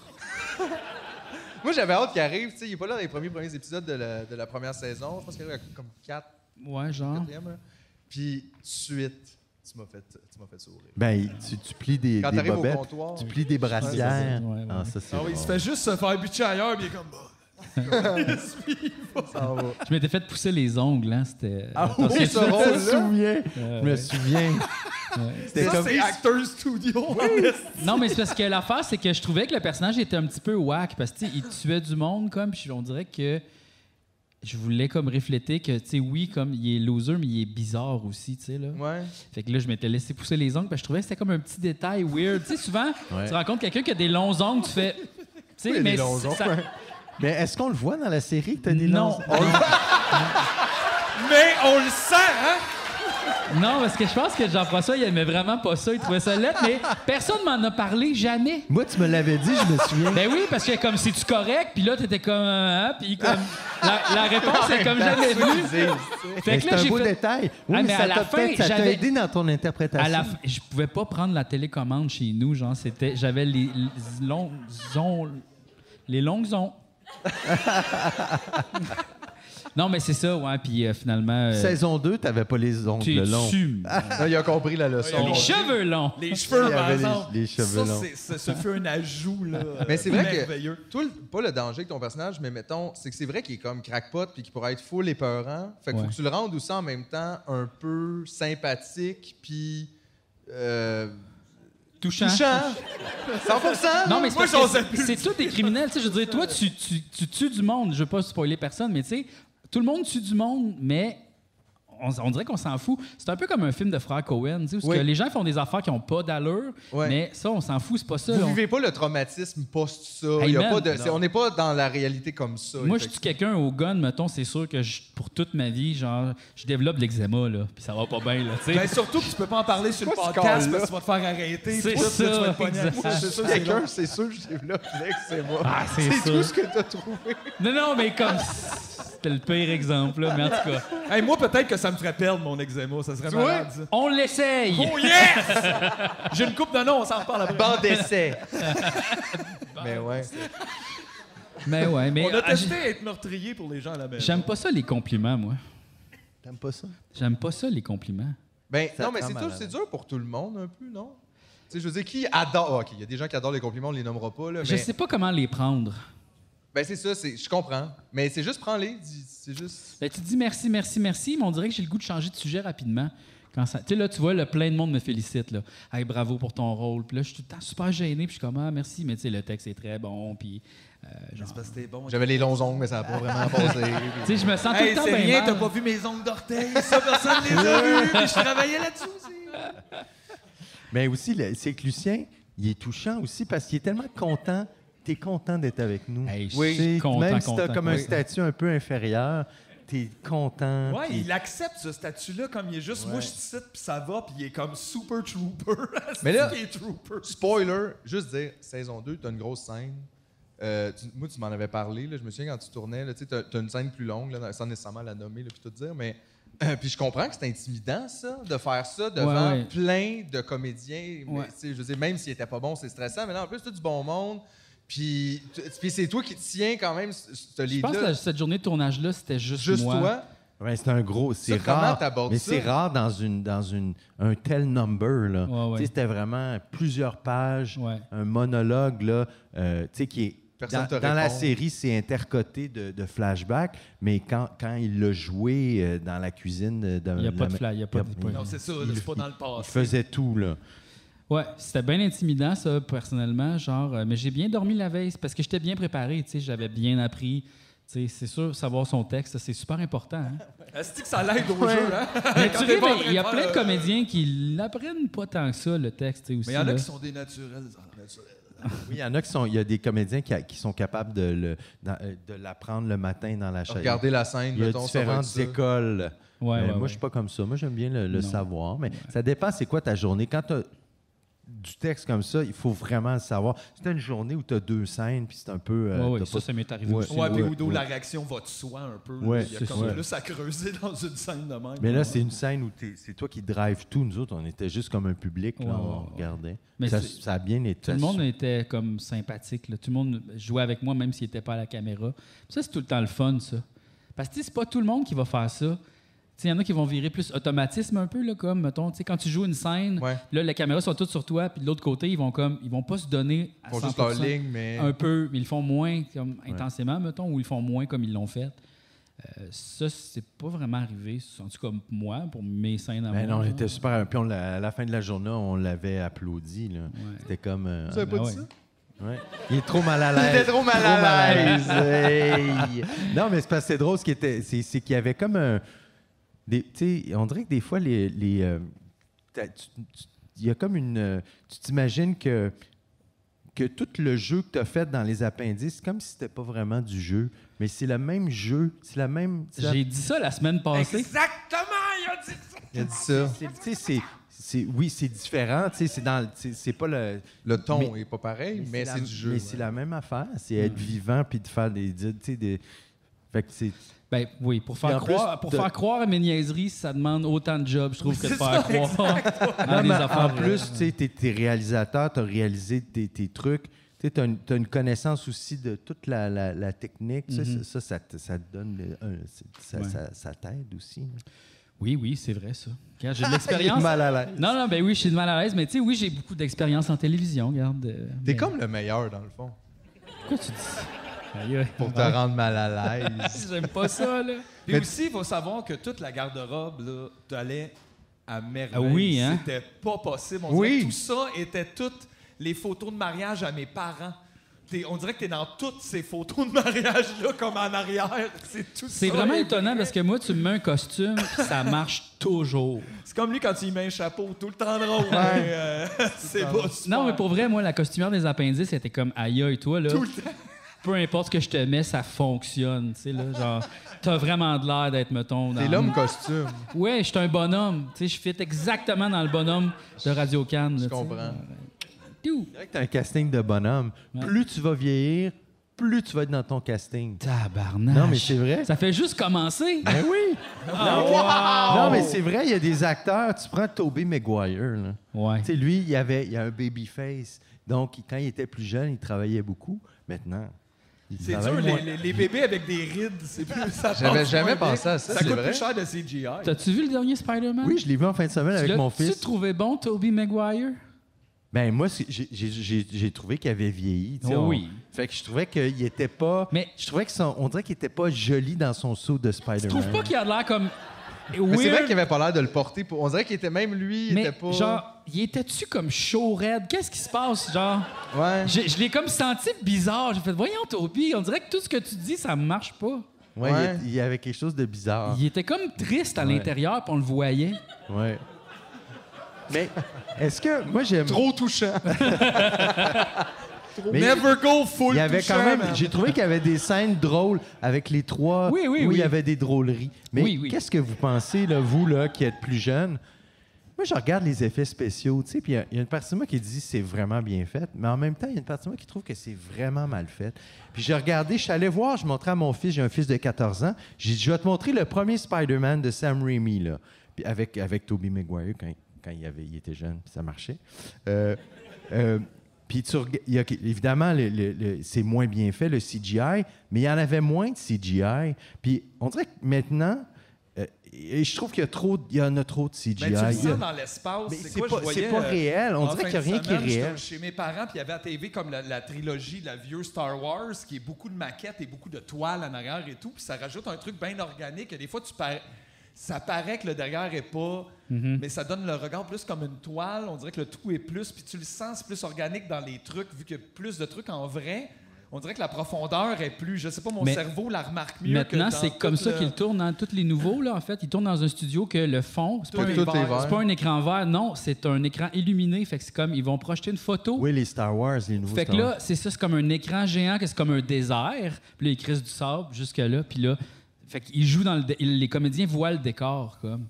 Moi, j'avais hâte qu'il arrive. Tu sais, il est pas là dans les premiers premiers épisodes de la, de la première saison. Je pense qu'il arrive à comme quatre, Ouais, genre. quatrième. là. Puis, tout de suite, tu m'as fait, tu m'as fait sourire. Ben, tu, tu plies des, Quand des t'arrives au bobettes, comptoir, tu plies des brassières. Ouais, ouais, ouais. Ah, ça, c'est Ah oui, il bon. se fait juste se faire butcher ailleurs, puis il est comme... bah. ça va. Je m'étais fait pousser les ongles, hein. C'était. Ah Parce oui, que ce tu- Je me rôle-là. souviens. Euh, Je me ouais. souviens. C'était Ça, comme... c'est Actors Studio. Non, mais c'est parce que l'affaire, c'est que je trouvais que le personnage était un petit peu whack parce que, tu sais, il tuait du monde, comme, puis on dirait que je voulais comme refléter que, tu sais, oui, comme il est loser, mais il est bizarre aussi, tu sais, là. Ouais. Fait que là, je m'étais laissé pousser les ongles, parce que je trouvais que c'était comme un petit détail weird. Tu sais, souvent, Ouais. tu rencontres quelqu'un qui a des longs ongles, tu fais. Tu sais, Oui, mais des longs ça- ongles, ça- ouais. Mais est-ce qu'on le voit dans la série que t'as des Non. longs- Mais on le sent, hein? Non, parce que je pense que Jean-François, il aimait vraiment pas ça, il trouvait ça lettre, mais personne m'en a parlé, jamais. Moi, tu me l'avais dit, je me souviens. Ben oui, parce que comme c'est-tu correct, puis là, t'étais comme. Hein, puis comme. La, la réponse est comme jamais venue. Fait Mais que c'est là, un j'ai beau fait. détail. Oui, Ah, mais mais ça à la t'a fin, peut-être- ça t'a j'avais- aidé dans ton interprétation. À la fin, je pouvais pas prendre la télécommande chez nous, genre, c'était. J'avais les, les longs ongles. Les longues ongles. Non, mais c'est ça, ouais, puis euh, finalement. euh, Saison deux, t'avais pas les ongles tu longs. tu- Là, il a compris la leçon. Les cheveux longs. Les cheveux, Il y par avait les- exemple. les cheveux ça, longs. c'est- ça, ça fait un ajout, là. Mais c'est vrai que- merveilleux. Toi, le- pas le danger avec ton personnage, mais mettons, c'est que c'est vrai qu'il est comme crackpot puis qu'il pourrait être full épeurant. Fait qu'il Ouais. faut que tu le rendes aussi en même temps un peu sympathique puis euh, Touchant. touchant. cent pour cent. Non, mais c'est Moi, parce que j'osais c'est- c'est tous des criminels. Tu sais, je veux dire, toi, tu, tu, tu tues du monde. Je veux pas spoiler personne, mais tu sais, tout le monde tue du monde, mais on, on dirait qu'on s'en fout. C'est un peu comme un film de frère Cohen, tu sais, où Oui. que les gens font des affaires qui n'ont pas d'allure, Ouais. mais ça, on s'en fout, c'est pas ça. Vous On- vivez pas le traumatisme post ça. Hey, Il y a man, pas de, non. c'est- on n'est pas dans la réalité comme ça. Moi, je tue effectivement. quelqu'un au gun, mettons, c'est sûr que je- pour toute ma vie, genre, je développe de l'eczéma, là, puis ça va pas bien, là, tu sais. Ben, surtout que tu peux pas en parler sur le Quoi, ce podcast corps-là? parce que tu vas te faire arrêter. C'est puis tout, ça, là, tu vas te pogner à exact. la bouche. C'est sûr, quelqu'un, c'est sûr que je développe l'eczéma. Ah, c'est C'est sûr. tout ce que t'as trouvé. Non, non, mais comme... C'était le pire exemple, là, mais en tout cas, Hey, moi, peut-être que ça me ferait perdre mon eczéma. Ça serait Tu vois? malade, ça. on l'essaye! Oh yes! J'ai une coupe de noms, on s'en reparle après. Banc d'essai. Mais ouais. Mais ouais, mais... On a ah, testé être meurtrier pour les gens à la maison. J'aime pas ça, les compliments, moi. T'aimes pas ça? J'aime pas ça, les compliments. Ben, Ça non, mais te c'est rend tout- mal à c'est dur pour tout le monde, un peu, non? Tu sais, je veux dire, qui adore. ah, OK, il y a des gens qui adorent les compliments, on les nommera pas, là. Je mais- sais pas comment les prendre. Ben, c'est ça, c'est- je comprends. Mais c'est juste prends-les, dis- c'est juste. Ben, tu dis merci, merci, merci, mais on dirait que j'ai le goût de changer de sujet rapidement. Quand ça... Tu sais, là, tu vois, le plein de monde me félicite. Là. Hey, bravo pour ton rôle. Puis là, je suis tout le temps super gêné. Puis je suis comme, ah, merci, mais tu sais, le texte est très bon. Puis, euh, genre... C'est parce que t'es bon. J'avais les longs ongles, mais ça n'a pas vraiment passé. Tu sais, je me sens tout Hey, le temps c'est bien rien, mal. t'as pas vu mes ongles d'orteil, ça, personne les a vus, puis je travaillais là-dessus aussi. Mais aussi, le- c'est que Lucien, il est touchant aussi parce qu'il est tellement content. T'es content d'être avec nous. Hey, je Oui, suis T'sais, content, même si t'as content, comme un content. statut un peu inférieur, t'es content. Ouais, puis- il accepte ce statut-là comme il est juste, moi je cite, puis ça va, puis il est comme super trooper. Mais là- il est trooper. Spoiler, juste dire, saison deux, t'as une grosse scène. Euh, tu- moi, tu m'en avais parlé, là, je me souviens quand tu tournais, là, tu sais, t'as, t'as une scène plus longue, là, sans nécessairement la nommer, là, puis tout dire, mais euh, puis je comprends que c'est intimidant, ça, de faire ça devant Ouais, ouais. plein de comédiens. Mais, Ouais. tu sais, je veux dire, même s'il était pas bon, c'est stressant, mais là, en plus, t'as du bon monde, puis, tu- puis c'est toi qui tiens quand même ce ce Je pense que lead-là. la- cette journée de tournage-là, c'était juste, Juste moi. toi. Ouais, c'est un gros, c'est Ça, comment rare. t'abordes Mais ça? c'est rare dans une dans une un tel number là. Ouais, ouais. Tu sais, c'était vraiment plusieurs pages, Ouais. un monologue là, euh, tu sais qui est Personne Dans, te dans la répond. série, c'est intercoté de, de flashbacks, mais quand, quand il l'a joué euh, dans la cuisine... de- de Il n'y a la- pas de fly, il n'y a pas de... il- Non, c'est ça, là, il- c'est pas dans le Il passé. faisait tout, là. Ouais, c'était bien intimidant, ça, personnellement. Genre, euh, mais j'ai bien dormi la veille parce que j'étais bien préparé, tu sais, j'avais bien appris. Tu sais, c'est sûr, savoir son texte, c'est super important. Hein? Est-ce que ça l'aide au jeu, hein? Mais Quand tu t'es ris, pas en mais train il y a de plein de faire, comédiens qui l'apprennent pas tant que ça, le texte, tu sais, aussi. Mais il y en a là. qui sont des naturels. naturels. Oui, il y en a qui sont... Il y a des comédiens qui, a- qui sont capables de, le- dans- euh, de l'apprendre le matin dans la chaîne. Regarder la scène, Il y a mettons, ça va être différentes ça. écoles. Ouais, Euh, ouais, moi, ouais. je suis pas comme ça. Moi, j'aime bien le, le Non. savoir. Mais ça dépend, c'est quoi ta journée. Quand tu as du texte comme ça, il faut vraiment le savoir. Si tu as une journée où tu as deux scènes, puis c'est un peu... euh, Ouais, ouais, t'as ça, pas- ça m'est arrivé Ouais. aussi. Ouais, puis Ouais, où ouais. la réaction va de soi un peu. là. Ouais, il y a c'est comme ça. plus à creuser dans une scène de même. Mais là, c'est une scène où t'es- c'est toi qui drive tout. Nous autres, on était juste comme un public. Là, Ouais, on ouais, ouais. regardait. Mais ça, c'est- ça a bien été. Tout le monde était comme sympathique. Là. Tout le monde jouait avec moi, même s'il n'était pas à la caméra. Ça, c'est tout le temps le fun, ça. Parce que tu sais, c'est pas tout le monde qui va faire ça. Il y en a qui vont virer plus automatisme un peu, là, comme, mettons, tu sais, quand tu joues une scène, Ouais. là, les caméras sont toutes sur toi, puis de l'autre côté, ils vont comme, ils vont pas se donner à Ils font cent juste pour leur cent. ligne, mais... Un peu, mais ils le font moins comme intensément, mettons, ou ils le font moins comme ils l'ont fait. Euh, ça, c'est pas vraiment arrivé, en tout cas comme moi, pour mes scènes à Ben moi. non, on genre. était super. Puis on l'a- à la fin de la journée, on l'avait applaudi. Là. Ouais. C'était comme. euh, Vous avez pas Ah dit ouais. ça? ouais. Il est trop mal à l'aise. Il était trop mal à l'aise. Hey! Non, mais c'est parce que c'est drôle. Ce qui était, c'est, c'est qu'il y avait comme un. des- Tu sais, on dirait que des fois, les. les euh, t'as- tu- tu- il y a comme une. euh, Tu t'imagines que. que tout le jeu que tu as fait dans les appendices, c'est comme si c'était pas vraiment du jeu, mais c'est le même jeu, c'est la même. c'est la- J'ai dit ça la semaine passée. Exactement, il a dit ça! Il a dit ça. c'est- tu sais, c'est, c'est- oui, c'est différent, tu sais, c'est dans, c'est, c'est pas le. Le ton Mais- est pas pareil, mais, la- c'est du jeu. Mais ouais. c'est la même affaire, c'est être vivant puis de faire des, tu sais, des. Fait que c'est. Ben oui, pour Puis faire, en plus, croire, pour de- faire croire à mes niaiseries, ça demande autant de jobs, je trouve, que de c'est faire ça, croire à Non, des mais affaires. en plus, tu sais, t'es, t'es réalisateur, tu as réalisé tes, tes trucs. Tu as une, t'as une connaissance aussi de toute la, la- la technique. Ça, Mhm. ça, ça, te- ça te donne. le- un- c'est- ça, Ouais. ça- ça t'aide aussi. là. Oui, oui, c'est vrai, ça. Regarde, j'ai de Il est l'expérience. mal à l'aise. Non, non, ben oui, je suis de mal à l'aise, mais tu sais, oui, j'ai beaucoup d'expérience en télévision, regarde. euh, T'es mais- comme le meilleur, dans le fond, Pourquoi tu dis ça? Aïe, aïe. pour te rendre mal à l'aise. J'aime pas ça, là. Puis aussi, il faut savoir que toute la garde-robe, là, t'allais à merveille. Ah oui, hein? C'était pas possible. On Oui. dirait que tout ça était toutes les photos de mariage à mes parents. T'es- on dirait que t'es dans toutes ces photos de mariage-là, comme en arrière. C'est tout ça. C'est vraiment étonnant parce que moi, tu me mets un costume, puis ça marche toujours. C'est comme lui quand il met un chapeau tout le temps drôle. mais, euh, c'est pas super. Non, mais pour vrai, moi, la costumière des appendices, c'était comme aïe, aïe, toi, là. Tout le temps. Peu importe ce que je te mets, ça fonctionne. Tu sais, là, genre, t'as vraiment de l'air d'être, mettons. Dans... T'es l'homme costume. Ouais, je suis un bonhomme. Tu sais, je fit exactement dans le bonhomme de Radio Cannes. Je comprends. Tout. C'est vrai que t'as un casting de bonhomme. Ouais. Plus tu vas vieillir, plus tu vas être dans ton casting. Tabarnak. Non, mais c'est vrai. Ça fait juste commencer. Ben oui! Ah, Non, mais c'est vrai, il y a des acteurs. Tu prends Tobey Maguire, là. Ouais. Tu sais, lui, il y avait il y a un baby face. Donc, il- quand il était plus jeune, il travaillait beaucoup. Maintenant, il C'est travaille dur, les, moins. les- les bébés avec des rides, c'est plus. ça J'avais passe jamais moins bien. pensé à ça, Ça c'est coûte vrai. plus cher de C G I. T'as-tu vu le dernier Spider-Man? Oui, je l'ai vu en fin de semaine avec mon Tu fils. trouvais bon, Tobey Maguire? Ben moi, c'est- j'ai- j'ai j'ai- j'ai trouvé qu'il avait vieilli. tu sais, Oh on- oui. Fait que je trouvais qu'il était pas. Mais- je trouvais que son- on dirait qu'il était pas joli dans son saut de Spider-Man. Tu trouves pas qu'il a de l'air comme. Mais c'est vrai weird? qu'il avait pas l'air de le porter. Pour... On dirait qu'il était même lui, il Mais était pas. genre, il était-tu comme chaud raide? Qu'est-ce qui se passe? Genre, Ouais. j'ai- je l'ai comme senti bizarre. J'ai fait, voyons, Toby, on dirait que tout ce que tu dis, ça marche pas. Ouais, Ouais. Il, y a- il y avait quelque chose de bizarre. Il était comme triste à Ouais. l'intérieur, puis on le voyait. Ouais. Mais est-ce que moi j'aime. Trop touchant. Mais Never go full il y avait quand touchant, même. man. J'ai trouvé qu'il y avait des scènes drôles avec les trois. Oui, oui, où oui. il y avait des drôleries. Mais Oui, oui. qu'est-ce que vous pensez, là, vous, là, qui êtes plus jeune? Moi, je regarde les effets spéciaux, tu sais, puis il y a- il y, a une partie de moi qui dit c'est vraiment bien fait, mais en même temps, il y a une partie de moi qui trouve que c'est vraiment mal fait. Puis j'ai regardé, je suis allé voir, je montrais à mon fils, j'ai un fils de quatorze ans, j'ai dit, je vais te montrer le premier Spider-Man de Sam Raimi, là, puis avec, avec Tobey Maguire, quand, quand il, avait, il était jeune, puis ça marchait. Euh, euh, puis tu reg- il y a- évidemment, le- le- le- c'est moins bien fait, le C G I, mais il y en avait moins de C G I. Puis on dirait que maintenant, euh, et je trouve qu'il y a trop, il y en a trop de C G I. Mais tu le Il y a- sens dans l'espace. Mais C'est c'est quoi, pas- je voyais, c'est pas euh, réel. On en dirait fin qu'il y a de rien qui est semaine, j'étais réel. chez mes parents, puis il y avait à T V comme la, la trilogie de la vieux Star Wars, qui est beaucoup de maquettes et beaucoup de toiles en arrière et tout. Puis ça rajoute un truc bien organique. Et des fois, tu parais- ça paraît que le derrière est pas... Mais ça donne le regard plus comme une toile. On dirait que le tout est plus. Puis tu le sens, c'est plus organique dans les trucs, vu qu'il y a plus de trucs en vrai. On dirait que la profondeur est plus... Je sais pas, mon Mais cerveau la remarque mieux Maintenant, que dans c'est comme tout ça le- qu'ils tournent dans tous les nouveaux, là, en fait. Ils tournent dans un studio que le fond, c'est pas, Tout un- est Tout est vert. vert. c'est pas un écran vert, non, c'est un écran illuminé. Fait que c'est comme, ils vont projeter une photo. Oui, les Star Wars, les nouveaux Fait que Star Wars. là, c'est ça, c'est comme un écran géant, que c'est comme un désert. Puis là, ils crissent du sable jusque-là. Puis là, fait qu'ils jouent dans le... dé- Les comédiens voient le décor, comme.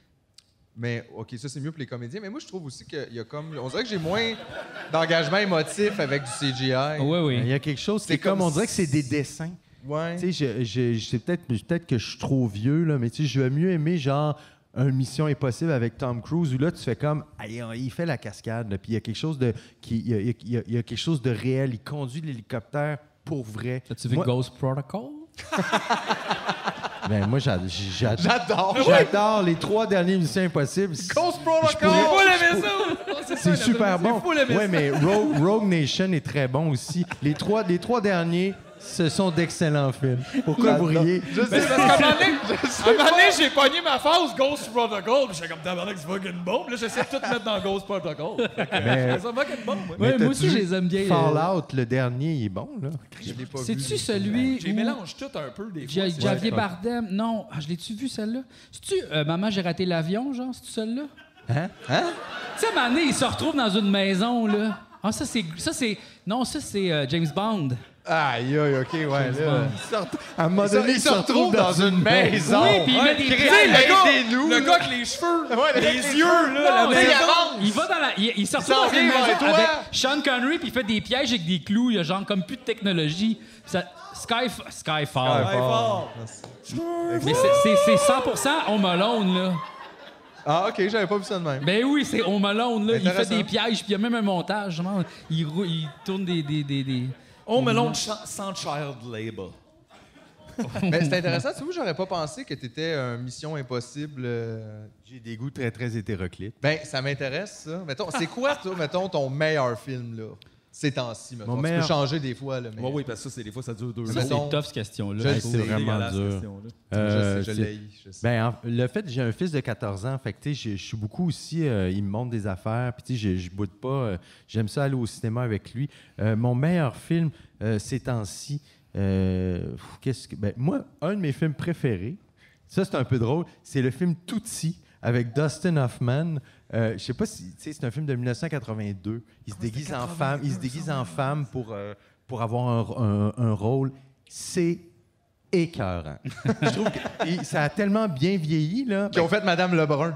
Mais, OK, ça, c'est mieux pour les comédiens. Mais moi, je trouve aussi qu'il y a comme... On dirait que j'ai moins d'engagement émotif avec du C G I. Oui, oui. Il y a quelque chose, c'est C'est comme, comme on dirait que c'est des dessins. Ouais. Tu sais, je, je, je- c'est peut-être peut-être que je suis trop vieux, là, mais tu sais, je vais mieux aimer, genre, une Mission Impossible avec Tom Cruise, où là, tu fais comme, Aïe, il fait la cascade, là, puis il y a quelque chose de... qui- Il y a, il y a- il y a quelque chose de réel. Il conduit l'hélicoptère pour vrai. As-tu vu Moi- Ghost Protocol? Ben, moi, j'a- j'a- J'adore. j'adore les trois derniers Missions Impossibles. Ghost Protocol! pourrais- Faut l'aimer ça! Oh, c'est ça, C'est la super vraie- bon. Faut l'aimer Ouais, ça. mais Rogue, Rogue Nation est très bon aussi. Les trois, les trois derniers, ce sont d'excellents films. Pourquoi vous riez? Je sais Mais c'est parce qu'à un moment donné, Je à sais un moment pas. donné, j'ai pogné ma phase Ghost Protocol, puis j'étais comme tabarnak, c'est fucking bon. Puis là, j'essaie de tout mettre dans Ghost Protocol. Fait que, Mais- C'est fucking bon, moi. Ouais, Mais moi t'as-tu aussi, je les aime bien. Fallout, le dernier, il est bon, là. Je l'ai pas vu. C'est-tu celui J'ai où mélange tout un peu des fois. Ja- c'est- Javier ouais. Bardem? Non. Ah, je l'ai-tu vu, celle-là? C'est-tu euh, Maman, j'ai raté l'avion, genre? C'est-tu celle-là? Hein? Hein? Tu sais, à un moment donné, il se retrouve dans une maison, là. Ah, ça, c'est... Ça, c'est... Non, ça, c'est euh, James Bond. Aïe, aïe, OK, ouais, là. Il se ret- À un moment Il se- donné, il se retrouve dans une maison. Oui, puis il met des Tu sais, pièges. le gars, Aidez-nous, le là. gars avec les cheveux, Ouais, le gars les avec les yeux, cheveux. là, la Non, mais il, il maison. avance. il va dans la... Il, il se retrouve s'en dans une vient vers maison toi. avec Sean Connery, puis il fait des pièges avec des clous. Il y a genre comme plus de technologie. Puis ça... Skyf... Skyfall. Ouais, fort. Mais c'est- c'est c'est cent pour cent Home Alone, là. Ah, OK, j'avais pas vu ça de même. Ben oui, c'est Home Alone, là. Il fait Intéressant. des pièges, puis il y a même un montage. Genre, il, rou- il tourne des... des, des, des... On mélange cha- sans child labor. Mais c'est intéressant. Tu vois, j'aurais pas pensé que t'étais un Mission Impossible. euh, J'ai des goûts très, très hétéroclites. Ben, ça m'intéresse, ça. Mettons, c'est quoi, toi, mettons, ton meilleur film, là? Ces temps-ci, mettons. Mon Tu meilleur- peux changer des fois, là, mais... Oui, oui, parce que ça, c'est des fois, ça dure deux Mais Ça, ans. mettons- c'est tough, cette question-là. Je Je le trouve. c'est sais. vraiment Dégueulasse, dur. cette question-là. Euh, je sais, je c'est- l'ai. je sais. Ben, en- le fait, j'ai un fils de quatorze ans, fait que, tu sais, je je suis beaucoup aussi, euh, il me montre des affaires, puis tu sais, je, je boude pas, euh, j'aime ça aller au cinéma avec lui. Euh, mon meilleur film euh, ces temps-ci, euh, pff, qu'est-ce que, ben, moi, un de mes films préférés, ça c'est un peu drôle, c'est le film Tootsie avec Dustin Hoffman. Euh, je sais pas si, tu sais, c'est un film de mille neuf cent quatre-vingt-deux. Il se déguise en femme, il se déguise en femme pour, euh, pour avoir un, un- un rôle. C'est écœurant. Je trouve que et ça a tellement bien vieilli, là. Qui ont fait Madame Lebrun.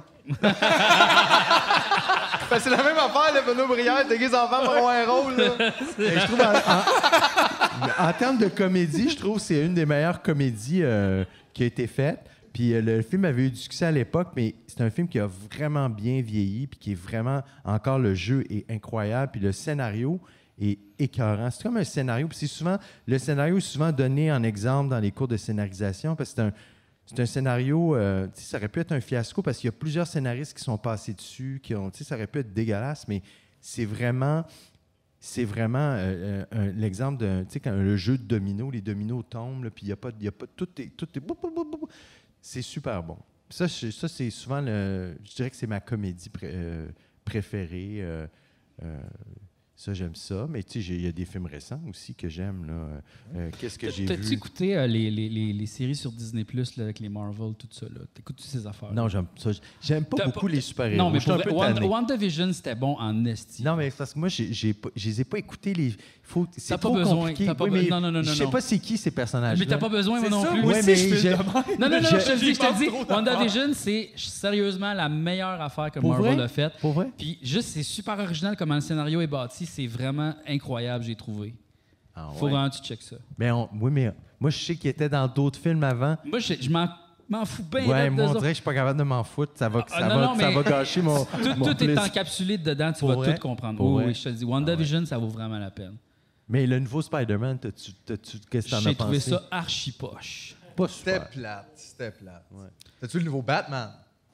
Ben, c'est la même affaire, le Benoît Brière, déguise en femme pour avoir un rôle, là. Mais je trouve en, en- en termes de comédie, je trouve que c'est une des meilleures comédies euh, qui a été faite. Puis euh, le film avait eu du succès à l'époque, mais c'est un film qui a vraiment bien vieilli, puis qui est vraiment encore le jeu est incroyable, puis le scénario est écœurant. C'est comme un scénario, puis c'est souvent le scénario est souvent donné en exemple dans les cours de scénarisation, parce que c'est un c'est un scénario, euh, tu sais, ça aurait pu être un fiasco parce qu'il y a plusieurs scénaristes qui sont passés dessus, qui ont, tu sais, ça aurait pu être dégueulasse, mais c'est vraiment, c'est vraiment euh, euh, un- l'exemple de, tu sais, quand le jeu de domino, les dominos tombent, là, puis il y a pas, il y a pas, tout est, tout est, bou, bou, bou, bou. C'est super bon. Ça, je- ça c'est souvent le, je dirais que c'est ma comédie pré- euh, préférée. euh, euh, ça, j'aime ça. Mais tu sais, j'ai- il y a des films récents aussi que j'aime. là. Euh, Qu'est-ce que j'ai T'as-tu vu? écouté euh, les, les, les, les séries sur Disney Plus avec les Marvel, tout ça? Là? T'écoutes-tu ces affaires? Non, j'aime ça. J'aime pas T'as beaucoup pas- les super-héros. Non, mais Je suis pour un peu vrai, Wanda- tanné. WandaVision, c'était bon en esti. Non, mais c'est parce que moi, j'ai, j'ai pas- je les ai pas écoutés. Les... Faut... C'est T'as pas trop besoin, compliqué. t'as pas Oui, be- mais non, non, non, Je non, sais non. pas c'est qui ces personnages. Mais t'as pas besoin, moi C'est non ça, plus. moi Ouais, aussi, mais je fais j'ai- le même. Non, non, non, Je- je te le dis, je j'y te le pense dis. trop d'affaires. WandaVision, c'est sérieusement la meilleure affaire que Pour Marvel vrai? a faite. Pour vrai? Puis juste, c'est super original comment le scénario est bâti. C'est vraiment incroyable, j'ai trouvé. Ah, Faut ouais. vraiment que tu checkes ça. Mais on- oui, mais moi, je sais qu'il était dans d'autres films avant. Moi, je, je m'en, m'en fous bien. Ouais, raide moi, d'eux on autres. dirait que je suis pas capable de m'en foutre. Ça va, Ah, ça non, va, non, ça mais- va gâcher mon. Tout, mon tout est plaisir. encapsulé dedans, tu Pour vas vrai? tout comprendre. Pour Oui, vrai? oui, je te le dis. WandaVision, ça vaut vraiment la peine. Mais le nouveau Spider-Man, t'as-tu, t'as-tu- qu'est-ce que t'en as J'ai trouvé pensé? ça archi poche. Pas C'était super. plate. C'était plate. T'as-tu le nouveau Batman?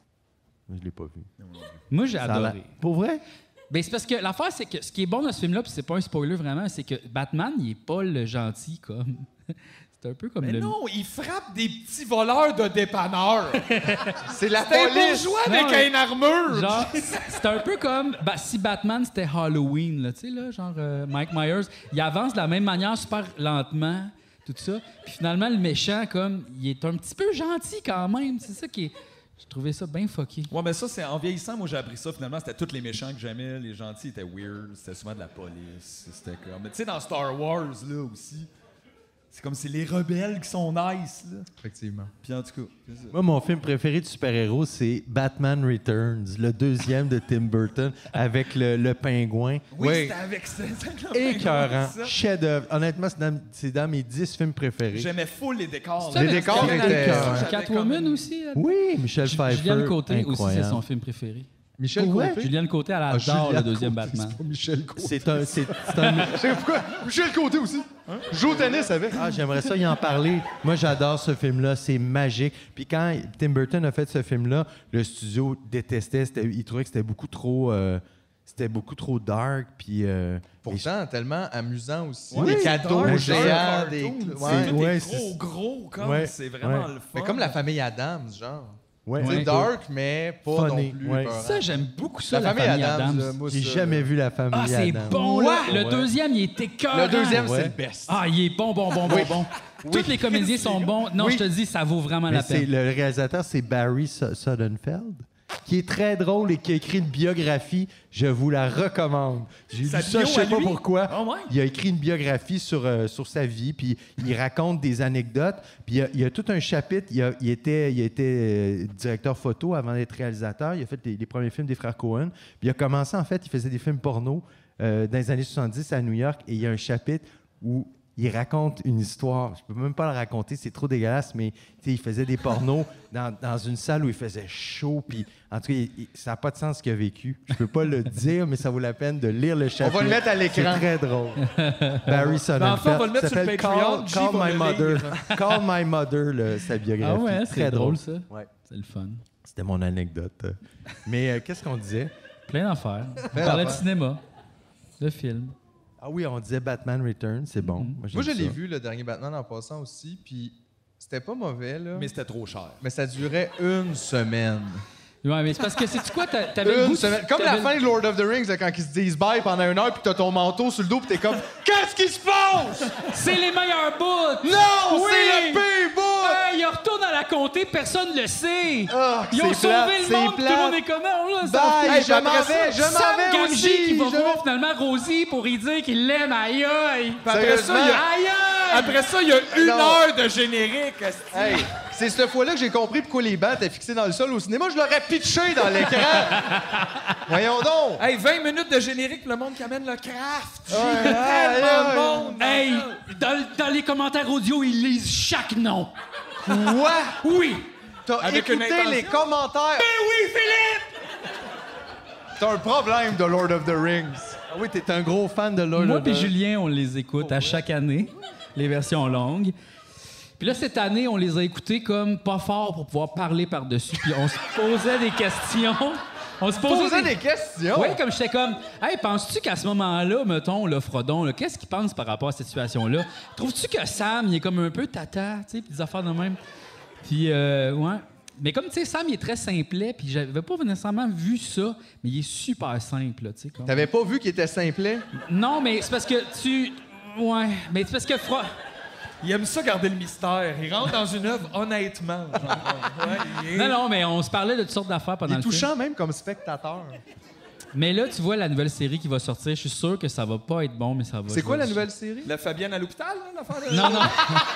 Je l'ai pas vu. Moi, j'ai Ça a l'air- adoré. Pour vrai? Ben, c'est parce que l'affaire, c'est que ce qui est bon dans ce film-là, puis c'est pas un spoiler vraiment, c'est que Batman, il est pas le gentil comme. C'est un peu comme Mais le. non, il frappe des petits voleurs de dépanneurs. C'est la C'est un police! bourgeois Non, avec mais- une armure. Genre, c'est un peu comme bah, si Batman c'était Halloween, là, tu sais, là, genre euh, Mike Myers, il avance de la même manière, super lentement, tout ça. Puis finalement, le méchant, comme, il est un petit peu gentil quand même. C'est ça qui est. J'ai trouvé ça bien fucké. Ouais, mais ça, c'est en vieillissant, moi, j'ai appris ça. Finalement, c'était tous les méchants que j'aimais. Les gentils étaient weird. C'était souvent de la police. C'était comme. Mais tu sais, dans Star Wars, là aussi, c'est comme c'est les rebelles qui sont nice, là. Effectivement. Puis en tout cas, c'est ça. Moi, mon film préféré de super-héros, c'est Batman Returns, le deuxième de Tim Burton, avec le, le pingouin. Oui, Oui. c'était avec ça. Écœurant. ça. Chef-d'œuvre. Honnêtement, c'est dans, c'est dans mes dix films préférés. J'aimais full les décors. Ça, Les mais décors c'est- étaient- Catwoman Catwoman aussi. là. Oui, Michel Ju- Pfeiffer. Juliane Côté aussi, c'est incroyable. son film préféré. Michel Ouais. Côté? Juliane Côté, elle Ah, adore Juliane le deuxième Côté, Batman. C'est pas Michel Côté. C'est un, c'est, c'est un- Je sais pas pourquoi. Michel Côté aussi. Joue au tennis avec. Ah, j'aimerais ça y en parler. Moi, j'adore ce film-là. C'est magique. Puis quand Tim Burton a fait ce film-là, le studio détestait. C'était- il trouvait que c'était beaucoup trop... euh, c'était beaucoup trop dark. Puis... euh, Pourtant, tellement amusant aussi. Oui, des c'est cadeaux Dark, géants, dark des... cartoon, Ouais. c'est tout Ouais, des c'est- gros, gros, comme. Ouais, C'est vraiment ouais. le fun. Mais comme la famille Adams, genre. ouais. C'est Ouais. dark, mais pas Funny, non plus ouais. épeurant. Ça, j'aime beaucoup ça, La famille Adams, là, moi, J'ai ça, jamais vu la famille Ah, c'est Adams. bon, là. Le Ouais. deuxième, il est écœurant. Le deuxième, Ouais. c'est le best. Ah, il est bon, bon, bon, bon, bon. Tous les comédiens sont bons. Non, Oui. je te dis, ça vaut vraiment Mais la c'est, peine. le réalisateur, c'est Barry Su- Sonnenfeld, qui est très drôle et qui a écrit une biographie. Je vous la recommande. J'ai lu Sa ça, bio je sais à pas lui? pourquoi. Ah ouais? Il a écrit une biographie sur, euh, sur sa vie, puis il raconte des anecdotes. Puis il y a, il y a tout un chapitre. Il, a- il était, il était euh, directeur photo avant d'être réalisateur. Il a fait les, les premiers films des frères Coen. Puis il a commencé, en fait, il faisait des films porno euh, dans les années soixante-dix à New York. Et il y a un chapitre où il raconte une histoire. Je peux même pas la raconter, c'est trop dégueulasse, mais tu sais, il faisait des pornos dans, dans une salle où il faisait chaud. Puis, en tout cas, il- il- ça n'a pas de sens ce qu'il a vécu. Je peux pas le dire, mais ça vaut la peine de lire le chapitre. le mettre à l'écran. C'est très drôle. Barry Sonnenfeld. Enfin, on va le mettre Ça sur le s'appelle Patreon. Call, G Call va My le Mother. lire. Call My Mother, le- sa biographie. Ah ouais, c'est très drôle, ça. Ouais. C'est le fun. C'était mon anecdote. Mais euh, qu'est-ce qu'on disait? Plein d'affaires. On Plein parlait de d'affaires. cinéma, de films. Ah oui, on disait Batman Returns, c'est bon. Moi, Moi, je j'aime l'ai ça. vu, le dernier Batman, en passant aussi, puis c'était pas mauvais, là. Mais Mais, c'était trop cher. ça durait une semaine. Ouais, mais c'est parce que, c'est-tu quoi? t'a- T'avais le Une goût de- semaine. Comme la t'avais- fin de Lord of the Rings, là, quand ils se disent bye pendant une heure, puis t'as ton manteau sur le dos, puis t'es comme qu'est-ce qui se passe? C'est les meilleurs bouts! Non, Oui! c'est le pire bout! Hey, il retourne à la comté, personne ne le sait! Ah, Ils ont c'est sauvé plate, le c'est monde, tout plate. le monde est comme non, là, ça Bye, fait- je m'en vais, je m'en Sam vais Gamgee aussi. qui va je voir vais- finalement Rosie pour lui dire qu'il l'aime, aïe aïe! Après ça, il y a- Aïe aïe! Après ça, il y a une Non. heure de générique. esti. Hey, c'est cette fois-là que j'ai compris pourquoi les bancs étaient fixés dans le sol au cinéma. Je l'aurais pitché dans l'écran. Voyons donc. Hey, vingt minutes de générique pour le monde qui amène le craft. J'ai Ouais, tellement ouais, de ouais. monde. dans Hey, ça. dans, dans les commentaires audio, ils lisent chaque nom. Quoi? Oui! T'as Avec une écouté intention? les commentaires. Eh oui, Philippe! T'as un problème de Lord of the Rings. Ah oui, t'es un gros fan de Lord Moi of the et Julien, on les écoute à chaque année, les versions longues. Puis là, cette année, on les a écoutés comme pas fort pour pouvoir parler par-dessus. Puis on se posait des questions. On se posait, Posez des questions. Oui, comme j'étais comme, hey, penses-tu qu'à ce moment-là, mettons, le Frodon, là, qu'est-ce qu'il pense par rapport à cette situation-là? Trouves-tu que Sam, il est comme un peu tata, tu sais, puis des affaires de même? Puis, euh, ouais. Mais comme, tu sais, Sam, il est très simplet, puis j'avais pas nécessairement vu ça, mais il est super simple, là, tu sais. Comme... T'avais pas vu qu'il était simplet? Non, mais c'est parce que tu. Ouais, mais c'est parce que. Fro... Il aime ça garder le mystère. Il rentre dans une œuvre honnêtement. genre. Ouais, il est- Non, non, mais on se parlait de toutes sortes d'affaires pendant Il est le film. touchant même comme spectateur. Mais là, tu vois la nouvelle série qui va sortir. Je suis sûr que ça va pas être bon, mais ça va. C'est quoi je vais- la nouvelle série? La Fabienne à l'hôpital, là, l'affaire de... Non, non.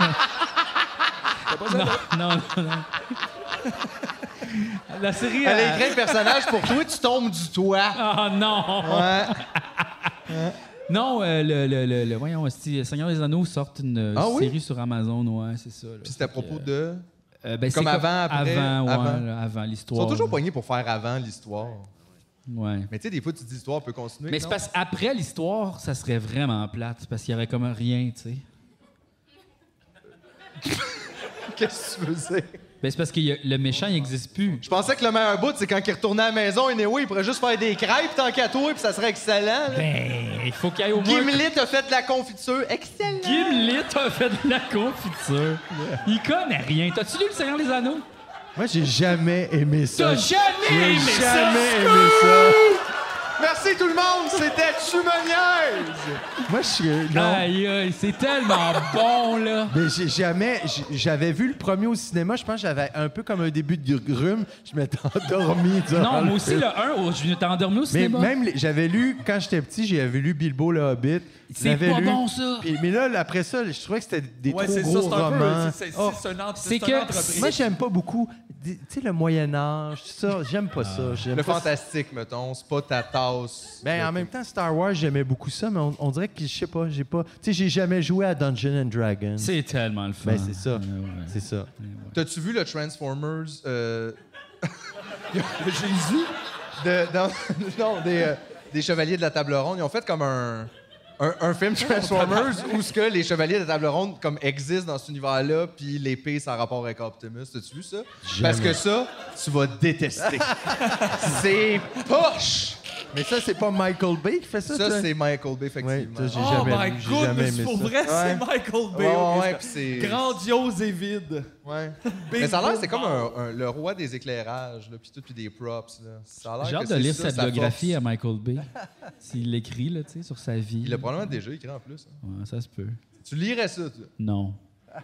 T'as pas ça, là? non, non, non. La série. Elle a euh, écrit un personnage pour toi, tu tombes du toit. Ah non! Ouais. Non, euh, le, le, le, le- voyons, c'est Seigneur des Anneaux sort une euh, Ah oui? série sur Amazon, ouais, c'est ça. là. Puis c'est à Fait que, propos euh, de. euh, ben, c'est Comme avant, après, Avant, ouais, avant. là, avant Ils l'histoire. sont toujours là. poignés pour faire avant l'histoire. Ouais. Mais tu sais, des fois, tu dis l'histoire peut continuer. Mais c'est non? parce qu'après l'histoire, ça serait vraiment plate, parce qu'il y aurait comme rien, tu sais. Qu'est-ce que tu veux dire? Ben, c'est parce que y a- le méchant, il n'existe plus. Je pensais que le meilleur bout, c'est quand il retournait à la maison, et anyway, il pourrait juste faire des crêpes tant qu'à toi, puis ça serait excellent. là. Ben, il faut qu'il y ait au moins... Gimli a fait de la confiture. Excellent! Gimli a fait de la confiture. Il connaît rien. T'as-tu lu Le Seigneur des Anneaux? Moi, j'ai jamais aimé ça. T'as jamais J'ai aimé ça? jamais aimé ça. Merci tout le monde, c'était Tu me niaises! Moi, je suis... Non. Aïe, aïe, c'est tellement bon, là. Mais j'ai jamais... j'ai- J'avais vu le premier au cinéma. Je pense que j'avais un peu comme un début de rhume. Je m'étais endormi. durant Non, le moi aussi, film. le un, oh, je m'étais endormi au Mais cinéma. même, les- j'avais lu, quand j'étais petit, j'avais lu Bilbo le Hobbit. Je C'est l'avais pas lu. bon, ça. Puis- mais là, après ça, je trouvais que c'était des Ouais, trop c'est ça, gros c'est un peu. romans. C'est c'est- Oh, c'est un ent- c'est c'est que- une entreprise. moi, j'aime pas beaucoup. Tu sais, le Moyen-Âge, tout ça, j'aime pas ça. J'aime Le pas ça. fantastique, mettons, c'est pas ta tasse. Ben, en même temps, Star Wars, j'aimais beaucoup ça, mais on, on dirait que, je sais pas, j'ai pas... Tu sais, j'ai jamais joué à Dungeons and Dragons. C'est tellement le fun. Ben, c'est ça. Ouais, ouais. C'est ça. T'as-tu vu le Transformers? Euh... Jésus. de- dans- non, des, euh, des Chevaliers de la Table Ronde. Ils ont fait comme un, un, un film Transformers où ce que les Chevaliers de la Table Ronde comme existent dans cet univers-là, puis l'épée, ça a rapport avec Optimus. T'as-tu vu ça? Parce que ça, tu vas détester. C'est poche! Mais ça, c'est pas Michael Bay qui fait ça? Ça, toi? c'est Michael Bay, Ouais, effectivement. ça, j'ai Oh jamais, my j'ai jamais goodness, aimé pour ça. vrai, c'est Michael Bay. Ouais, ok, ouais, c'est puis c'est- grandiose et vide. Ouais. Big Mais ça a l'air, c'est Boom comme un, un- le roi des éclairages, là, puis tout, puis des props. Là. Ça a l'air J'ai que hâte de c'est lire ça, cette sa biographie force. à Michael Bay. S'il l'écrit, là, tu sais, sur sa vie. Il l'a probablement déjà écrit en plus. hein. Ouais, ça se peut. Tu lirais ça, toi. Non.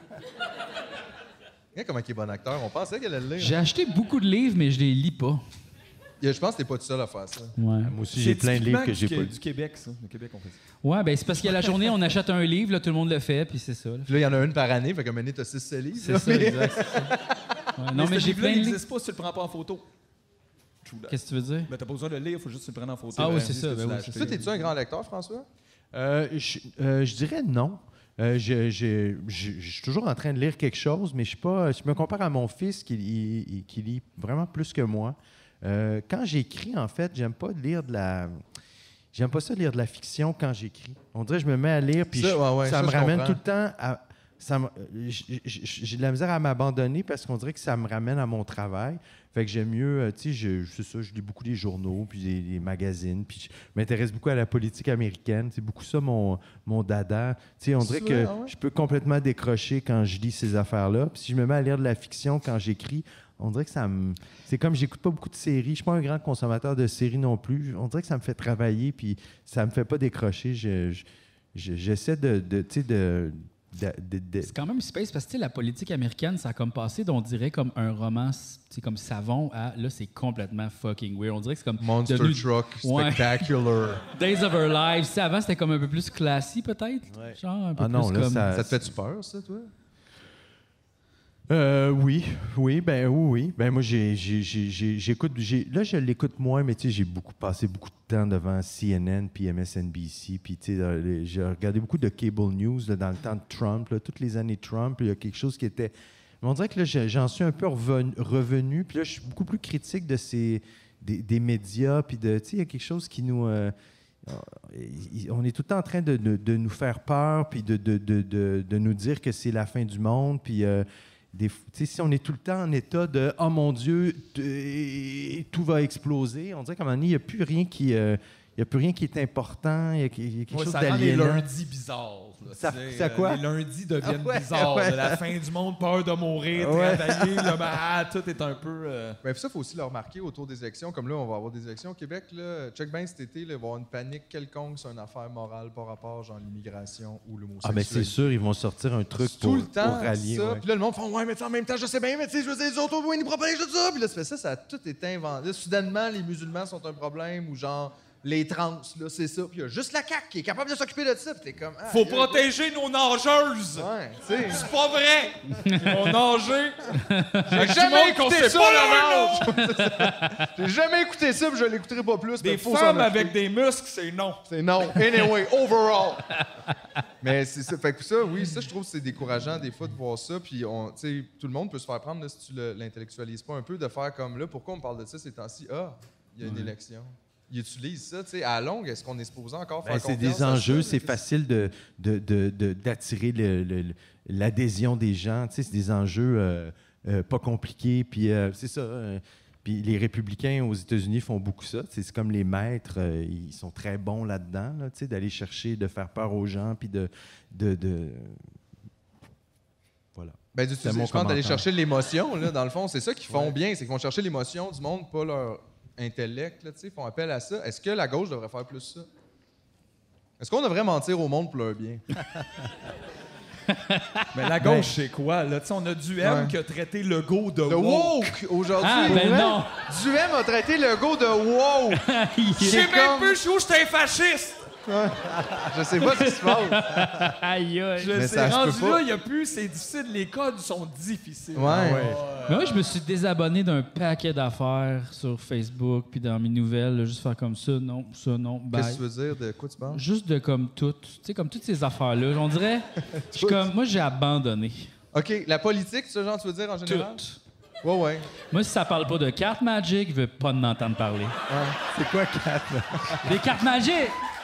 Regarde comment il est bon acteur. On pensait qu'elle allait le lire. J'ai acheté beaucoup de livres, mais je les lis pas. Il y a- Je pense que t'es pas tout seul à faire ça. Ouais. Moi aussi, j'ai plein de livres que j'ai pas du, lus. du Québec, ça. Le Québec, on fait ça. Ouais, ben c'est parce qu'il y a la journée, on achète un livre, là, tout le monde le fait, puis c'est ça. là. Puis là, il y en a une par année, fait qu'à un moment donné, t'as six sept livres. C'est là, ça, mais- exact. c'est ça. Ouais, non, mais, ce j'ai livre-là, plein de il livres. n'existe pas si tu le prends pas en photo. Qu'est-ce que tu veux dire? Ben, t'as pas besoin de le lire, il faut juste que tu le prennes en photo. Ah oui, Ben, c'est dis ça, que ben tu oui, l'as c'est acheté. Toi, t'es-tu un grand lecteur, François? Euh, je, euh, je dirais non. Euh, je, je- je- je suis toujours en train de lire quelque chose, mais je suis pas. Je me compare à mon fils qui, il- il- qui lit vraiment plus que moi. Euh, quand j'écris, en fait, j'aime pas lire de la. J'aime pas ça lire de la fiction quand j'écris. On dirait que je me mets à lire puis Ça, je- ouais, ouais, ça ça, me je ramène comprends. tout le temps à. Ça me- j- j- J'ai de la misère à m'abandonner parce qu'on dirait que ça me ramène à mon travail. Fait que j'aime mieux, euh, tu sais, je, c'est ça, je lis beaucoup des journaux, puis des, des magazines, puis je m'intéresse beaucoup à la politique américaine. C'est beaucoup ça mon, mon dada. Tu sais, on dirait C'est que vrai, ah ouais? je peux complètement décrocher quand je lis ces affaires-là. Puis si je me mets à lire de la fiction quand j'écris, on dirait que ça me... C'est comme, j'écoute pas beaucoup de séries. Je suis pas un grand consommateur de séries non plus. On dirait que ça me fait travailler, puis ça me fait pas décrocher. Je, je- je- j'essaie de, de, tu sais, de... de- de- de- C'est quand même space parce que tu sais, la politique américaine, ça a comme passé d'on dirait comme un roman, c'est comme savon à là, c'est complètement fucking weird. On dirait que c'est comme Monster devenu Truck Ouais. Spectacular. Days of Our Lives. Tu sais, avant, c'était comme un peu plus classique, peut-être. Ouais. Genre un peu Ah non, plus là, comme... ça- Ça te fait-tu peur, ça, toi? Euh, oui, oui, ben oui, oui. Ben moi, j'ai, j'ai- j'ai- j'ai- j'écoute, j'ai, là, je l'écoute moins, mais tu sais, j'ai beaucoup passé beaucoup de temps devant C N N puis M S N B C, puis tu sais, euh, les- j'ai regardé beaucoup de cable news là, dans le temps de Trump, là, toutes les années Trump, il y a quelque chose qui était... Mais on dirait que là, je- j'en suis un peu revenu, revenu, puis là, je suis beaucoup plus critique de ces... des, des médias, puis de... Tu sais, il y a quelque chose qui nous... euh, on est tout le temps en train de, de- de nous faire peur, puis de, de, de, de- de nous dire que c'est la fin du monde, puis... euh, des, tu sais, si on est tout le temps en état de « Oh mon Dieu, t- tout va exploser », on dirait qu'à un moment donné, il n'y a plus rien qui... euh, il y a plus rien qui est important, il y a, il y a quelque Ouais, chose ça rend les d'aliénant. lundis bizarres. là, Ça- tu sais, ça euh, quoi? Les lundis deviennent Ah ouais, bizarres. ouais. là, La fin du monde, peur de mourir, Ouais. travailler, là, ben, ah, tout est un peu... euh, Ben, ça, il faut aussi le remarquer autour des élections. Comme là, on va avoir des élections au Québec. Là. Check bien cet été, là, il va y avoir une panique quelconque sur une affaire morale par rapport genre l'immigration ou Ah, l'homosexualité. mais c'est sûr, ils vont sortir un truc tout pour, le temps, pour rallier. ça. ouais. Puis là, le monde fait « Ouais, mais tu sais, en même temps, je sais bien, mais tu sais, je veux dire, les autres, oui, ils propagent tout ça. » Puis là, ça fait ça, ça a tout été inventé. Là, soudainement, les musulmans sont un problème ou genre les trans, là, c'est ça. Puis il y a juste la C A Q qui est capable de s'occuper de ça. Puis t'es comme... Ah, Faut il y a- protéger nos nageuses! Ouais, tu sais. C'est pas vrai! Ils vont nager! J'ai jamais écouté ça, la J'ai jamais écouté ça, puis je l'écouterai pas plus. mais Des faut femmes s'en occuper. avec des muscles, c'est non. C'est non. Anyway, overall. Mais c'est ça. Fait que ça, oui, ça, je trouve que c'est décourageant des fois de voir ça. Puis, on, tu sais, tout le monde peut se faire prendre, là, si tu le- l'intellectualises pas un peu, de faire comme là, pourquoi on parle de ça ces temps-ci? Ah, il y a une élection. ils utilisent ça, tu sais, à la longue, est-ce qu'on est supposé encore faire Ben, c'est confiance des à enjeux, ça? c'est facile de, de, de- de- d'attirer le- le- le- l'adhésion des gens. Tu sais, c'est des enjeux euh, euh, pas compliqués. Puis euh, c'est ça. euh, puis les républicains aux États-Unis font beaucoup ça. Tu sais, c'est comme les maîtres, euh, ils sont très bons là-dedans, là, tu sais, d'aller chercher, de faire peur aux gens, puis de, de, de- voilà. Ben, d'utiliser, mon je pense d'aller commentaire. chercher l'émotion, là, dans le fond. C'est ça qu'ils font bien, c'est qu'ils vont chercher l'émotion du monde, pas leur intellect, là, tu sais, ils font appel à ça. Est-ce que la gauche devrait faire plus ça? Est-ce qu'on devrait mentir au monde pour leur bien? Mais la gauche, c'est quoi? Là? Tu sais, on a du M Ouais. qui a traité Legault de Le woke. woke, aujourd'hui. Ah, Pour ben vrai, non! Duhem a traité le go de woke. Je sais C'est même comme- plus où j'étais fasciste. Je sais pas ce qui se passe. Aïe, aïe. Je Mais sais, ça se rendu peut pas. là, il n'y a plus, c'est difficile. Les codes sont difficiles. Ouais. Mais moi, je me suis désabonné d'un paquet d'affaires sur Facebook, puis dans mes nouvelles, là, juste faire comme ça, non, ça, non, bye. Qu'est-ce que tu veux dire? De quoi tu parles? Juste de comme tout, tu sais, comme toutes ces affaires-là. On dirait, je suis comme, moi, j'ai abandonné. OK, la politique, c'est ce genre tu veux dire en général? Tout. Ouais, ouais. Moi, si ça parle pas de cartes Magic, je veux pas de m'entendre parler. C'est quoi, Kat? Des cartes magiques!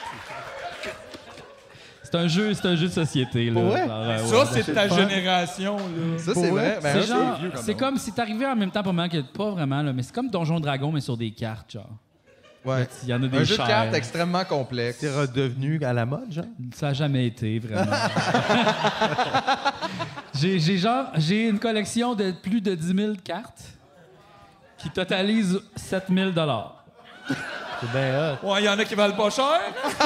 C'est un jeu, c'est un jeu de société, là. Pour vrai? Genre, euh, Ça, ouais. c'est de ta génération. Là. Ça, c'est vrai. Ben, C'est un genre, vieux comme c'est nom. comme si t'arrivais en même temps, pas mal que pas vraiment, là, mais c'est comme Donjon Dragon, mais sur des cartes, genre. peu. Ouais. Il y en a des Un jeu de chères. cartes extrêmement complexe. C'est redevenu à la mode, genre? Ça a jamais été, vraiment. j'ai, j'ai genre, j'ai une collection de plus de dix mille cartes qui totalise sept mille dollars. C'est bien hot. Ouais, il y en a qui valent pas cher.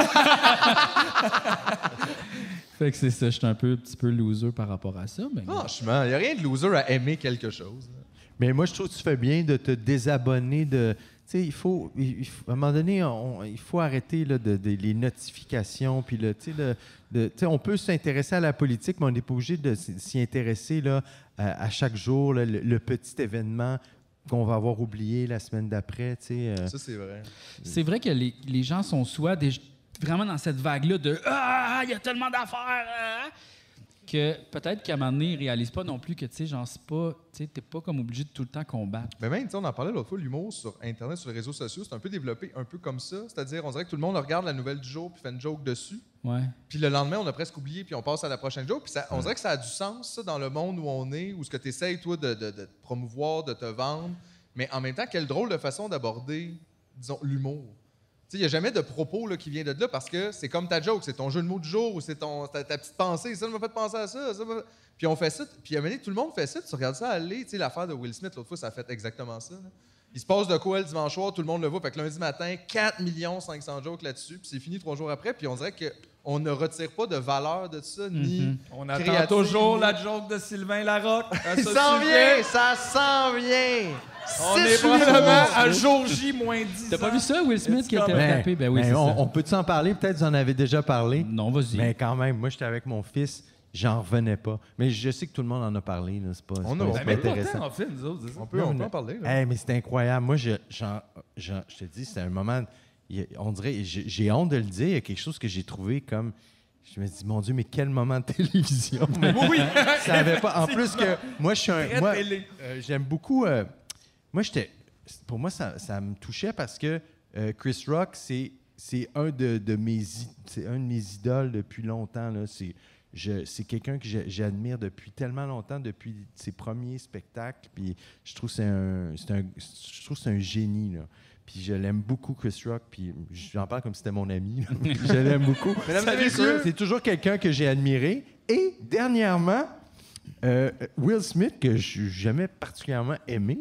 Fait que c'est ça, je suis un peu, petit peu loser par rapport à ça, mais Franchement, il n'y a rien de loser à aimer quelque chose. là. Mais moi, je trouve que tu fais bien de te désabonner de. Tu sais, il faut, il il faut- à un moment donné, on- il faut arrêter là, de, de- les notifications. Puis, le, tu sais, le- de- tu sais, on peut s'intéresser à la politique, mais on n'est pas obligé de s'y s'y intéresser là, à, à chaque jour, là, le, le petit événement qu'on va avoir oublié la semaine d'après. Tu sais, euh. Ça, c'est vrai. c'est vrai que les, les gens sont soit des- vraiment dans cette vague-là de « Ah, il y a tellement d'affaires! ah! » que peut-être qu'à un moment donné, ils réalisent pas non plus que, tu sais, genre, c'est pas... Tu sais, t'es pas comme obligé de tout le temps combattre. Mais même, tu sais, on en parlait l'autre fois, l'humour sur Internet, sur les réseaux sociaux, c'est un peu développé un peu comme ça. C'est-à-dire, on dirait que tout le monde regarde la nouvelle du jour puis fait une joke dessus. Ouais. Puis le lendemain, on a presque oublié, puis on passe à la prochaine joke. Puis ça- on dirait que ça a du sens, ça, dans le monde où on est, où ce que tu essayes, toi, de, de- de te promouvoir, de te vendre. Mais en même temps, quelle drôle de façon d'aborder, disons, l'humour. Tu sais, il n'y a jamais de propos là, qui vient de là parce que c'est comme ta joke, c'est ton jeu de mots du jour ou c'est ton, ta, ta petite pensée. Ça m'a fait penser à ça. ça m'a- Puis on fait ça. Puis à un moment donné, tout le monde fait ça. Puis tu regardes ça aller. Tu sais, l'affaire de Will Smith, l'autre fois, ça a fait exactement ça. là. Il se passe de quoi le dimanche soir, tout le monde le voit. Fait que lundi matin, quatre millions cinq cents jokes là-dessus. Puis c'est fini trois jours après. Puis on dirait qu'on ne retire pas de valeur de ça, ni. On attend créative, toujours ni- la joke de Sylvain Larocque. à Il ce s'en sujet. vient! Ça s'en vient! On Six est jours. probablement à jour J moins dix. T'as pas vu ça, Will Smith, qui a été Ben, tapé? Ben oui, ben, c'est on, ça. on peut-tu en parler? Peut-être que vous en avez déjà parlé. Non, vas-y. Mais quand même, moi, j'étais avec mon fils, j'en revenais pas. Mais je sais que tout le monde en a parlé. Là. C'est pas, c'est On pas- a- c'est on pas a Même pas intéressant. tant, en fait, nous autres, c'est ça. On peut, on peut en parler. là. Hey, mais c'était incroyable. Moi, je, j'en- j'en- je te dis, c'était un moment. il y a- On dirait, j'ai j'ai honte de le dire, il y a quelque chose que j'ai trouvé comme. Je me dis, mon Dieu, mais quel moment de télévision. Mais Oui, oui. ça avait pas. En plus que moi, je suis un. Très Moi, télé. euh, j'aime beaucoup. euh, moi, j'étais. Pour moi, ça, ça me touchait parce que euh, Chris Rock, c'est c'est un de, de mes i- c'est un de mes idoles depuis longtemps. Là. C'est je- c'est quelqu'un que j'ai- j'admire depuis tellement longtemps, depuis ses premiers spectacles. Puis je trouve que c'est un, c'est un, je trouve que c'est un génie. Là. Puis je l'aime beaucoup, Chris Rock. Puis j'en parle comme si c'était mon ami. là. Puis je l'aime beaucoup. Mesdames et Salut, messieurs. Chris. C'est toujours quelqu'un que j'ai admiré. Et dernièrement, euh, Will Smith, que je n'ai jamais particulièrement aimé,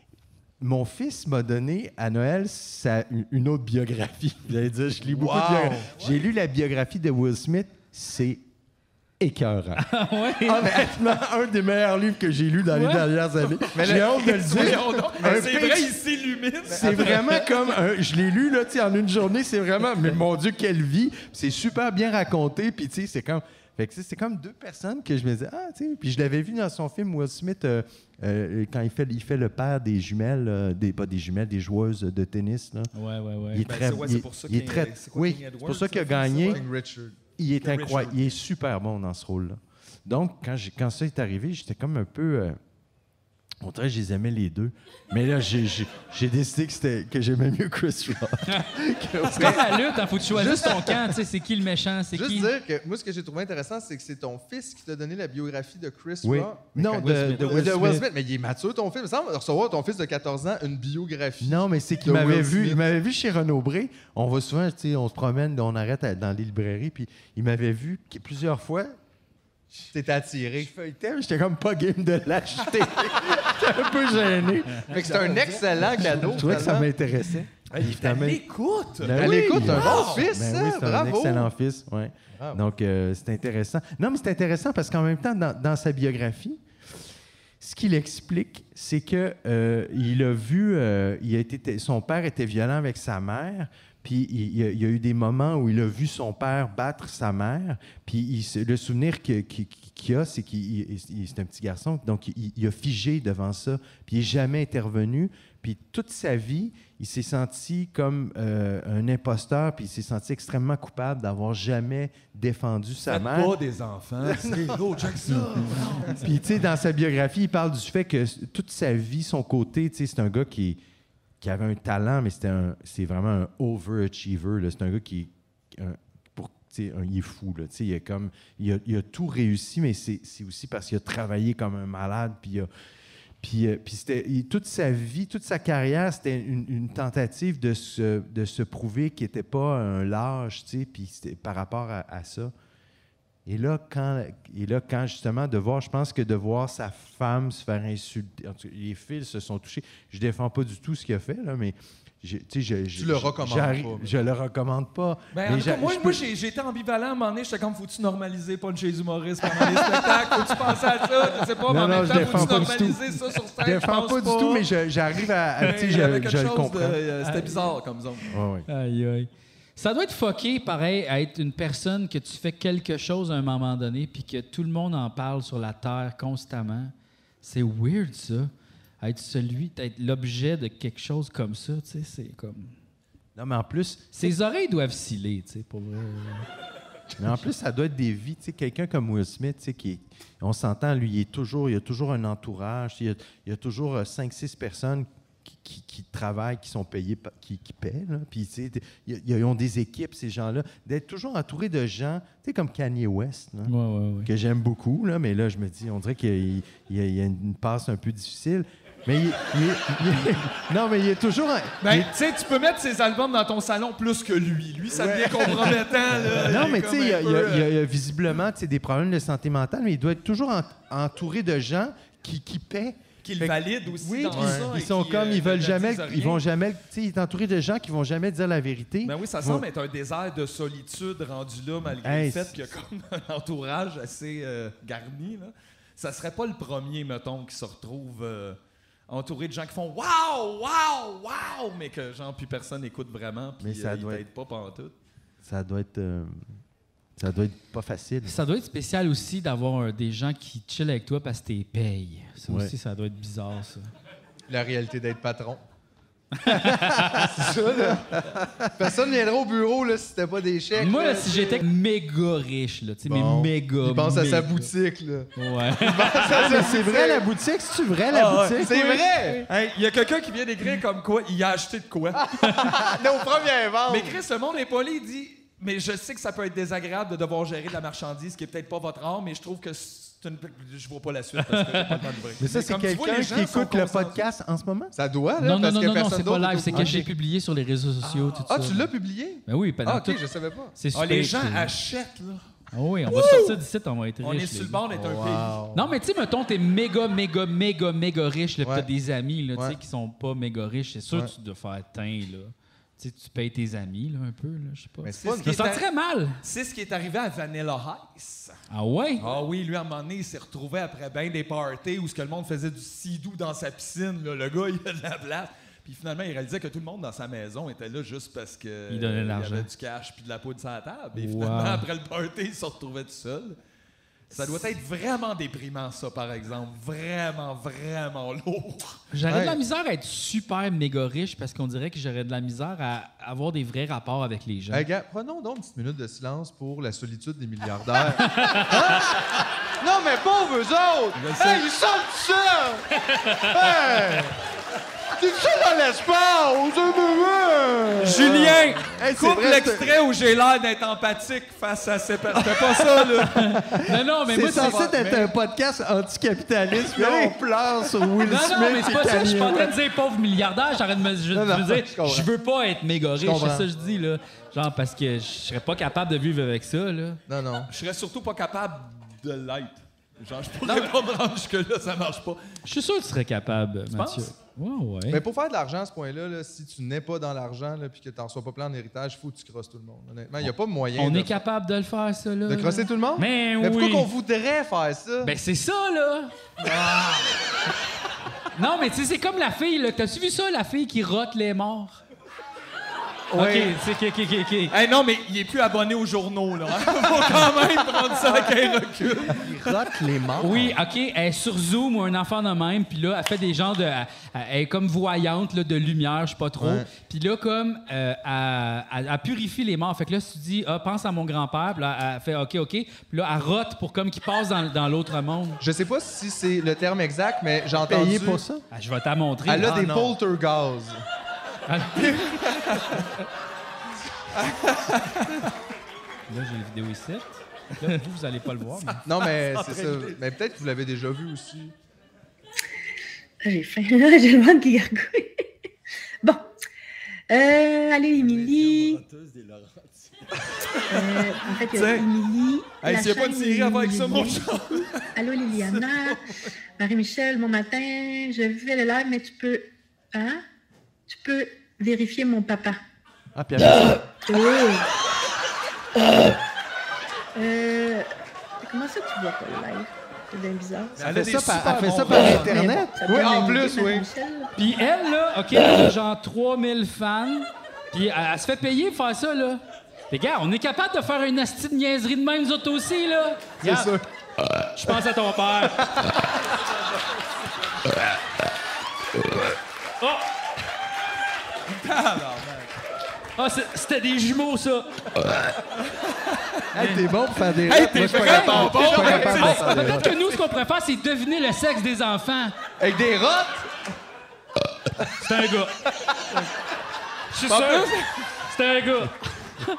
mon fils m'a donné à Noël sa- une autre biographie. Vous allez dire, je lis beaucoup Wow. de biographies. J'ai lu la biographie de Will Smith. C'est écœurant. ouais. Honnêtement, un des meilleurs livres que j'ai lu dans les Ouais. dernières années. J'ai honte de le dire. Voyons donc. Un C'est pitch- vrai, il s'illumine. c'est vraiment comme un- je l'ai lu là, tu sais, en une journée, c'est vraiment mais mon Dieu quelle vie, c'est super bien raconté puis tu sais c'est comme fait que, tu sais, c'est comme deux personnes que je me disais ah tu sais puis je l'avais vu dans son film Will Smith euh, euh, quand il fait il fait le père des jumelles euh, des pas des jumelles des joueuses de tennis là. Ouais, ouais, ouais. Il est Ben, très c'est- ouais, il c'est est- pour ça il est qu'il- très c'est quoi, oui, King c'est pour Edward, ça qu'il a ça, ça, gagné. ouais. King Richard. Il est King incroyable, Richard. il est super bon dans ce rôle là. Donc quand j'ai quand ça est arrivé, j'étais comme un peu euh, On dirait que je les aimais les deux. Mais là, j'ai, j'ai, j'ai décidé que, c'était, que j'aimais mieux Chris Rock. C'est comme la lutte, il faut que tu choisisses ton camp. Tu sais, c'est qui le méchant, c'est Juste qui... dire que moi, ce que j'ai trouvé intéressant, c'est que c'est ton fils qui t'a donné la biographie de Chris Oui. Rock. Non, Quand- de, Will Smith. de Will de Will Smith. Smith. Mais il est mature, ton fils. Il me semble recevoir ton fils de quatorze ans une biographie. Non, mais c'est qu'il de m'avait Will vu, Smith. il m'avait vu chez Renaud Bré. On va souvent, tu sais, on se promène, on arrête à- dans les librairies, puis il m'avait vu qu- plusieurs fois. T'étais attiré. Je feuilletais, mais j'étais comme pas game de l'acheter. J'étais un peu gêné. Fait que c'est un excellent cadeau. Je trouvais que ça finalement. m'intéressait. Hey, Puis t'as finalement- l'écoute! Ben À oui. l'écoute, un bon Ben fils, oui, ça. c'est un Bravo. excellent fils, oui. Bravo. Donc, euh, c'est intéressant. Non, mais c'est intéressant parce qu'en même temps, dans, dans sa biographie, ce qu'il explique, c'est que euh, il a vu, euh, il a été, son père était violent avec sa mère, puis il, il a, il y a eu des moments où il a vu son père battre sa mère, puis il se- le souvenir que- qu'il qu'il a, c'est qu'il il- il- c'est un petit garçon, donc il, il a figé devant ça, puis il n'est jamais intervenu, puis toute sa vie, il s'est senti comme euh, un imposteur, puis il s'est senti extrêmement coupable d'avoir jamais défendu sa Faites mère. pas des enfants, c'est gros, check ça! Puis, tu sais, dans sa biographie, il parle du fait que s- toute sa vie, son côté, tu sais, c'est un gars qui, qui avait un talent, mais c'était un, c'est vraiment un overachiever. là. C'est un gars qui, un- pour, tu sais, un- il est fou. Là, tu sais, il, a comme, il, a, il a tout réussi, mais c'est, c'est aussi parce qu'il a travaillé comme un malade. Puis, il a- puis, euh, puis c'était, il- toute sa vie, toute sa carrière, c'était une, une tentative de se, de se prouver qu'il n'était pas un lâche, tu sais, puis c'était par rapport à, à ça. Et là, quand, et là, quand justement, de voir, je pense que de voir sa femme se faire insulter, en tout cas, les fils se sont touchés. Je ne défends pas du tout ce qu'il a fait, là, mais je, tu sais, je, je, le je- recommandes j'arrive- pas, mais- Je le recommande pas. Ben, mais en tout cas, j'a- moi, je moi peux- j'ai, j'ai été ambivalent à un moment donné. J'étais comme, faut-tu normaliser pas une chaise humoriste pendant les spectacles? Faut-tu penser à ça? Je sais pas, mais Non, en non, même je temps, défends faut-tu pas du tout. normaliser ça sur scène? je défends pense pas du tout, mais je- j'arrive à. à- Mais tu sais, il y avait je, quelque je le chose comprends. de- euh, C'était bizarre comme zone. Ouais, ouais. Aïe, aïe. Ça doit être fucké, pareil, à être une personne que tu fais quelque chose à un moment donné puis que tout le monde en parle sur la Terre constamment. C'est weird, ça. Être celui, être l'objet de quelque chose comme ça, tu sais, c'est comme... Non, mais en plus, Ses oreilles doivent sciller, tu sais, pour vrai. mais en plus, ça doit être des vies. Tu sais, quelqu'un comme Will Smith, tu sais, qui est- on s'entend, lui, il, est toujours, il a toujours un entourage. Il y a, il y a toujours euh, cinq, six personnes qui, qui- qui travaillent, qui sont payées, pa- qui, qui paient. Là. Puis, tu sais, il y a- ils ont des équipes, ces gens-là. D'être toujours entouré de gens, tu sais, comme Kanye West, là, Ouais, ouais, ouais. que j'aime beaucoup, là, mais là, je me dis, on dirait qu'il y a, il y a- il y a une passe un peu difficile. Mais il, il est- il est- non, mais il est toujours... un- Ben, il est- tu sais, tu peux mettre ses albums dans ton salon plus que lui. Lui, ça devient compromettant. Là. Non, Il est mais tu sais, comme il y, a- un il y a- peu, il y a- il y a visiblement tu sais, des problèmes de santé mentale, mais il doit être toujours en- entouré de gens qui, qui paient. Qui le Fait que- valide aussi Oui, dans puis ça. ils et sont qui, comme, euh, ils veulent ne jamais, disent ils rien. vont jamais, tu sais, il est entouré de gens qui vont jamais dire la vérité. Ben oui, ça Ils vont- semble être un désert de solitude rendu là, malgré Hey, le fait c'est- qu'il y a comme un entourage assez euh, garni. Là. Ça serait pas le premier, mettons, qui se retrouve euh, entouré de gens qui font « Wow! Wow! Wow! » mais que, genre, puis personne n'écoute vraiment, puis Mais ça euh, ils doit t'aident pas pantoute. Ça doit être, euh, ça doit être pas facile. Ça doit être spécial aussi d'avoir euh, des gens qui chillent avec toi parce que t'es payes. Ça Ouais. aussi, ça doit être bizarre, ça. La réalité d'être patron. c'est ça, là. Personne viendrait au bureau là, si c'était pas des chèques. Moi, là, là, si tu sais. j'étais méga riche, là, tu sais, Bon. mais méga, Il pense à sa méga. boutique, là. Ouais. Ah, mais c'est vrai la boutique, c'est-tu vrai la Ah, ouais. boutique? C'est vrai! Hey, il y a quelqu'un qui vient d'écrire comme quoi il a acheté de quoi. Nos premières ventes! Mais Chris, le monde est poli, il dit « Mais je sais que ça peut être désagréable de devoir gérer de la marchandise qui est peut-être pas votre art, mais je trouve que c'est une... » Je vois pas la suite parce que j'ai pas le temps d'ouvrir. Mais ça, c'est comme tu vois, quelqu'un les gens qui sont écoute le consensus. podcast en ce moment? Ça doit, là, Non, non, parce non, que non, non, personne c'est pas d'autre live, est c'est au- que Ok. j'ai publié sur les réseaux sociaux, tout Ah, ça. tu l'as publié? Ben oui, pendant Ah, OK, tout. je savais pas. C'est Ah, super. les gens c'est- achètent, là. Ah oui, on va sortir d'ici, on va être On riches, est sur les le bord d'être un pays. Non, mais tu sais, mettons, t'es méga, méga, méga, méga riche, là, pis Ouais. t'as des amis, là, tu sais, Ouais. qui sont pas méga riches. C'est sûr Ouais. que tu dois faire teint, là. Tu sais, tu payes tes amis, là, un peu, là, je sais pas. Mais C'est pas ce une- qui Je me est sentirais mal. C'est ce qui est arrivé à Vanilla Ice. Ah ouais? Ah oui, lui, à un moment donné, il s'est retrouvé après bien des parties où ce que le monde faisait du sidou dans sa piscine. Là. Le gars, il a de la place. Puis finalement, il réalisait que tout le monde dans sa maison était là juste parce que Il donnait de y l'argent. avait du cash puis de la poudre sur la table. Et Wow. finalement, après le party, il se retrouvait tout seul. Ça doit être vraiment déprimant, ça, par exemple. Vraiment, vraiment lourd. J'aurais Ouais. de la misère à être super méga riche parce qu'on dirait que j'aurais de la misère à avoir des vrais rapports avec les gens. Hey, gars, prenons donc une petite minute de silence pour la solitude des milliardaires. Hein? Non, mais pauvres eux autres! Hey, ils sont tout seuls! Hey! T'es seul dans l'espace! Julien, Hey, c'est coupe vrai, l'extrait où j'ai l'air d'être empathique face à ces personnes. Fais pas ça, là. Non, non, mais C'est moi, censé c'est... être un podcast anticapitaliste, mais là, on pleure sur Will Non, Smith. non, mais c'est pas et ça. Je suis pas en Kanye train de dire pauvre milliardaire. J'arrête de me je, Non, non, je veux dire, je comprends. je veux pas être méga riche. comprends. C'est ça que je dis, là. Genre, parce que je serais pas capable de vivre avec ça, là. Non, non. Je serais surtout pas capable de l'être. Genre, je pourrais pas me rendre jusque-là, ça marche pas. Je suis sûr que tu serais capable, Tu Mathieu. penses? Ouais, ouais. Mais pour faire de l'argent à ce point-là, là, si tu n'es pas dans l'argent et que tu n'en reçois pas plein en héritage, il faut que tu crosses tout le monde. Honnêtement, il n'y a pas moyen On de, est capable de le faire, ça, là. de crosser tout le monde. Mais, Mais pourquoi oui. qu'on voudrait faire ça? Ben, c'est ça, là. Non, mais tu sais, c'est comme la fille, là. T'as-tu vu ça, la fille qui rote les morts? Oui. OK, c'est OK, OK, OK, OK. Hey, non, mais il est plus abonné aux journaux, là. Faut quand même prendre ça avec un recul. Il rote les morts. Oui, OK, elle est sur Zoom ou un enfant de même, puis là, elle fait des genres de... Elle, elle est comme voyante, là, de lumière, je sais pas trop. Ouais. Puis là, comme, euh, elle, elle- elle purifie les morts. Fait que là, si tu dis, ah, pense à mon grand-père, puis là, elle fait OK, OK. Puis là, elle rote pour comme qu'il passe dans, dans l'autre monde. Je sais pas si c'est le terme exact, mais j'ai entendu... Payé pour ça? Ah, je vais t'en montrer. Elle a Ah, des non. poltergaz. Là, j'ai une vidéo ici. Là, vous, vous allez pas le voir. mais- Non, mais c'est ça. Mais peut-être que vous l'avez déjà vu aussi. Ah, j'ai faim. J'ai le ventre qui gargouille. Bon. Euh, allez, Émilie. Euh, en fait, il y a Tiens. Émilie. Hey, la s'il y a pas de chaîne série à faire avec ça, mon Liliane. chat. Allô, Liliana. Marie-Michel, bon matin. Je fais le live, mais tu peux. Hein? Tu peux vérifier mon papa. Ah, puis après ça, Oh. Euh, comment ça tu vois pas le live? C'est bien bizarre. Elle a elle fait des ça par, super elle fait bons ça par vents. Internet. Mais bon, ça te Oui, donne en une plus, idée, oui. Marie-Michel. Puis elle, là, OK, elle a genre trois mille fans. Puis elle, elle se fait payer pour faire ça, là. Les gars, on est capable de faire une asti de niaiserie de même, nous autres aussi, là. C'est Regarde, sûr. Je pense à ton père. Oh! Ah, c'est- c'était des jumeaux, ça. Hey, t'es bon pour faire des Hey, rotes. t'es Moi, je suis pas vraiment capable. bon. Je suis pas Hey, capable de Hey, faire des Peut-être rotes. que nous, ce qu'on pourrait faire, c'est deviner le sexe des enfants. Avec des rottes? C'est un gars. Je suis sûr. C'est un gars.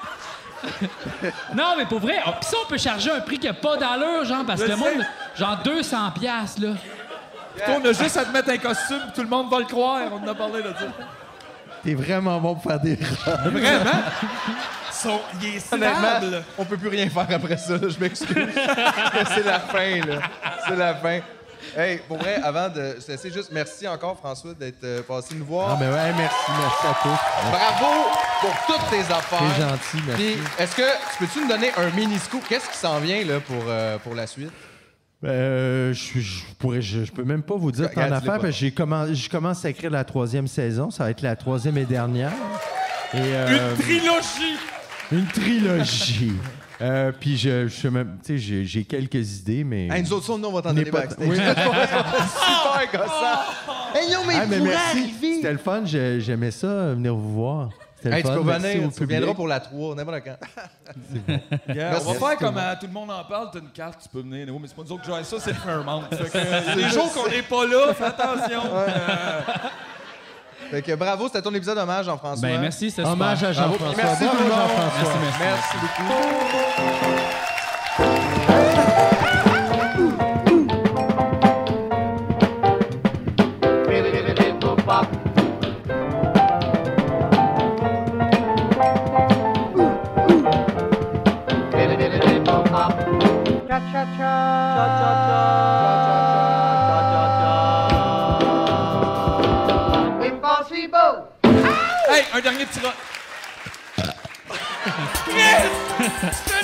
Non, mais pour vrai, oh, pis ça, on peut charger un prix qui n'a pas d'allure, genre, parce que Je le sais. monde, genre deux cents piastres, là. On a juste à te mettre un costume, tout le monde va le croire. On en a parlé de ça. T'es vraiment bon pour faire des rotes. Vraiment? Son, il est Honnêtement, stable. on peut plus rien faire après ça, là, je m'excuse. Mais c'est la fin, là. C'est la fin. Hey, pour vrai, avant de se laisser, juste merci encore, François, d'être euh, passé nous voir. Ah, mais ouais, merci, merci à tous. Bravo pour toutes tes affaires. T'es gentil, merci. Puis, est-ce que tu peux-tu nous donner un mini scoop? Qu'est-ce qui s'en vient là, pour, euh, pour la suite? Euh, je, je pourrais, je, je peux même pas vous dire Regarde, tant dis-le d'affaires pas. parce que j'ai commen- je commence à écrire la troisième saison. Ça va être la troisième et dernière. Et, euh, Une trilogie. une trilogie. Euh, puis je, je sais même, tu sais, j'ai, j'ai quelques idées, mais. Hey, nous autres, ça, nous, on va t'en On donner n'est pas- backstage. oui. Super gossant. Hey, non, mais Ah, mais il pourrait merci. arriver. C'était le fun. j'ai- J'aimais ça, euh, venir vous voir. C'était Hey, le tu fun. peux Merci venir, au tu public. viendras pour la trois, n'importe quand. Yeah, Merci. on va faire comme euh, tout le monde en parle, t'as une carte, tu peux venir. Oui, mais c'est pas nous autres qui jouons ça, c'est le Fairmount. Fait que, euh, les jours qu'on n'est pas là, fais attention. Euh, Fait que bravo, c'était ton épisode hommage, Jean-François. Ben, merci, c'était super. Hommage à Bravo. Jean-François. Merci Bravo, tout le monde. Jean-François. Merci beaucoup. Hey, un dernier petit rat. Yes!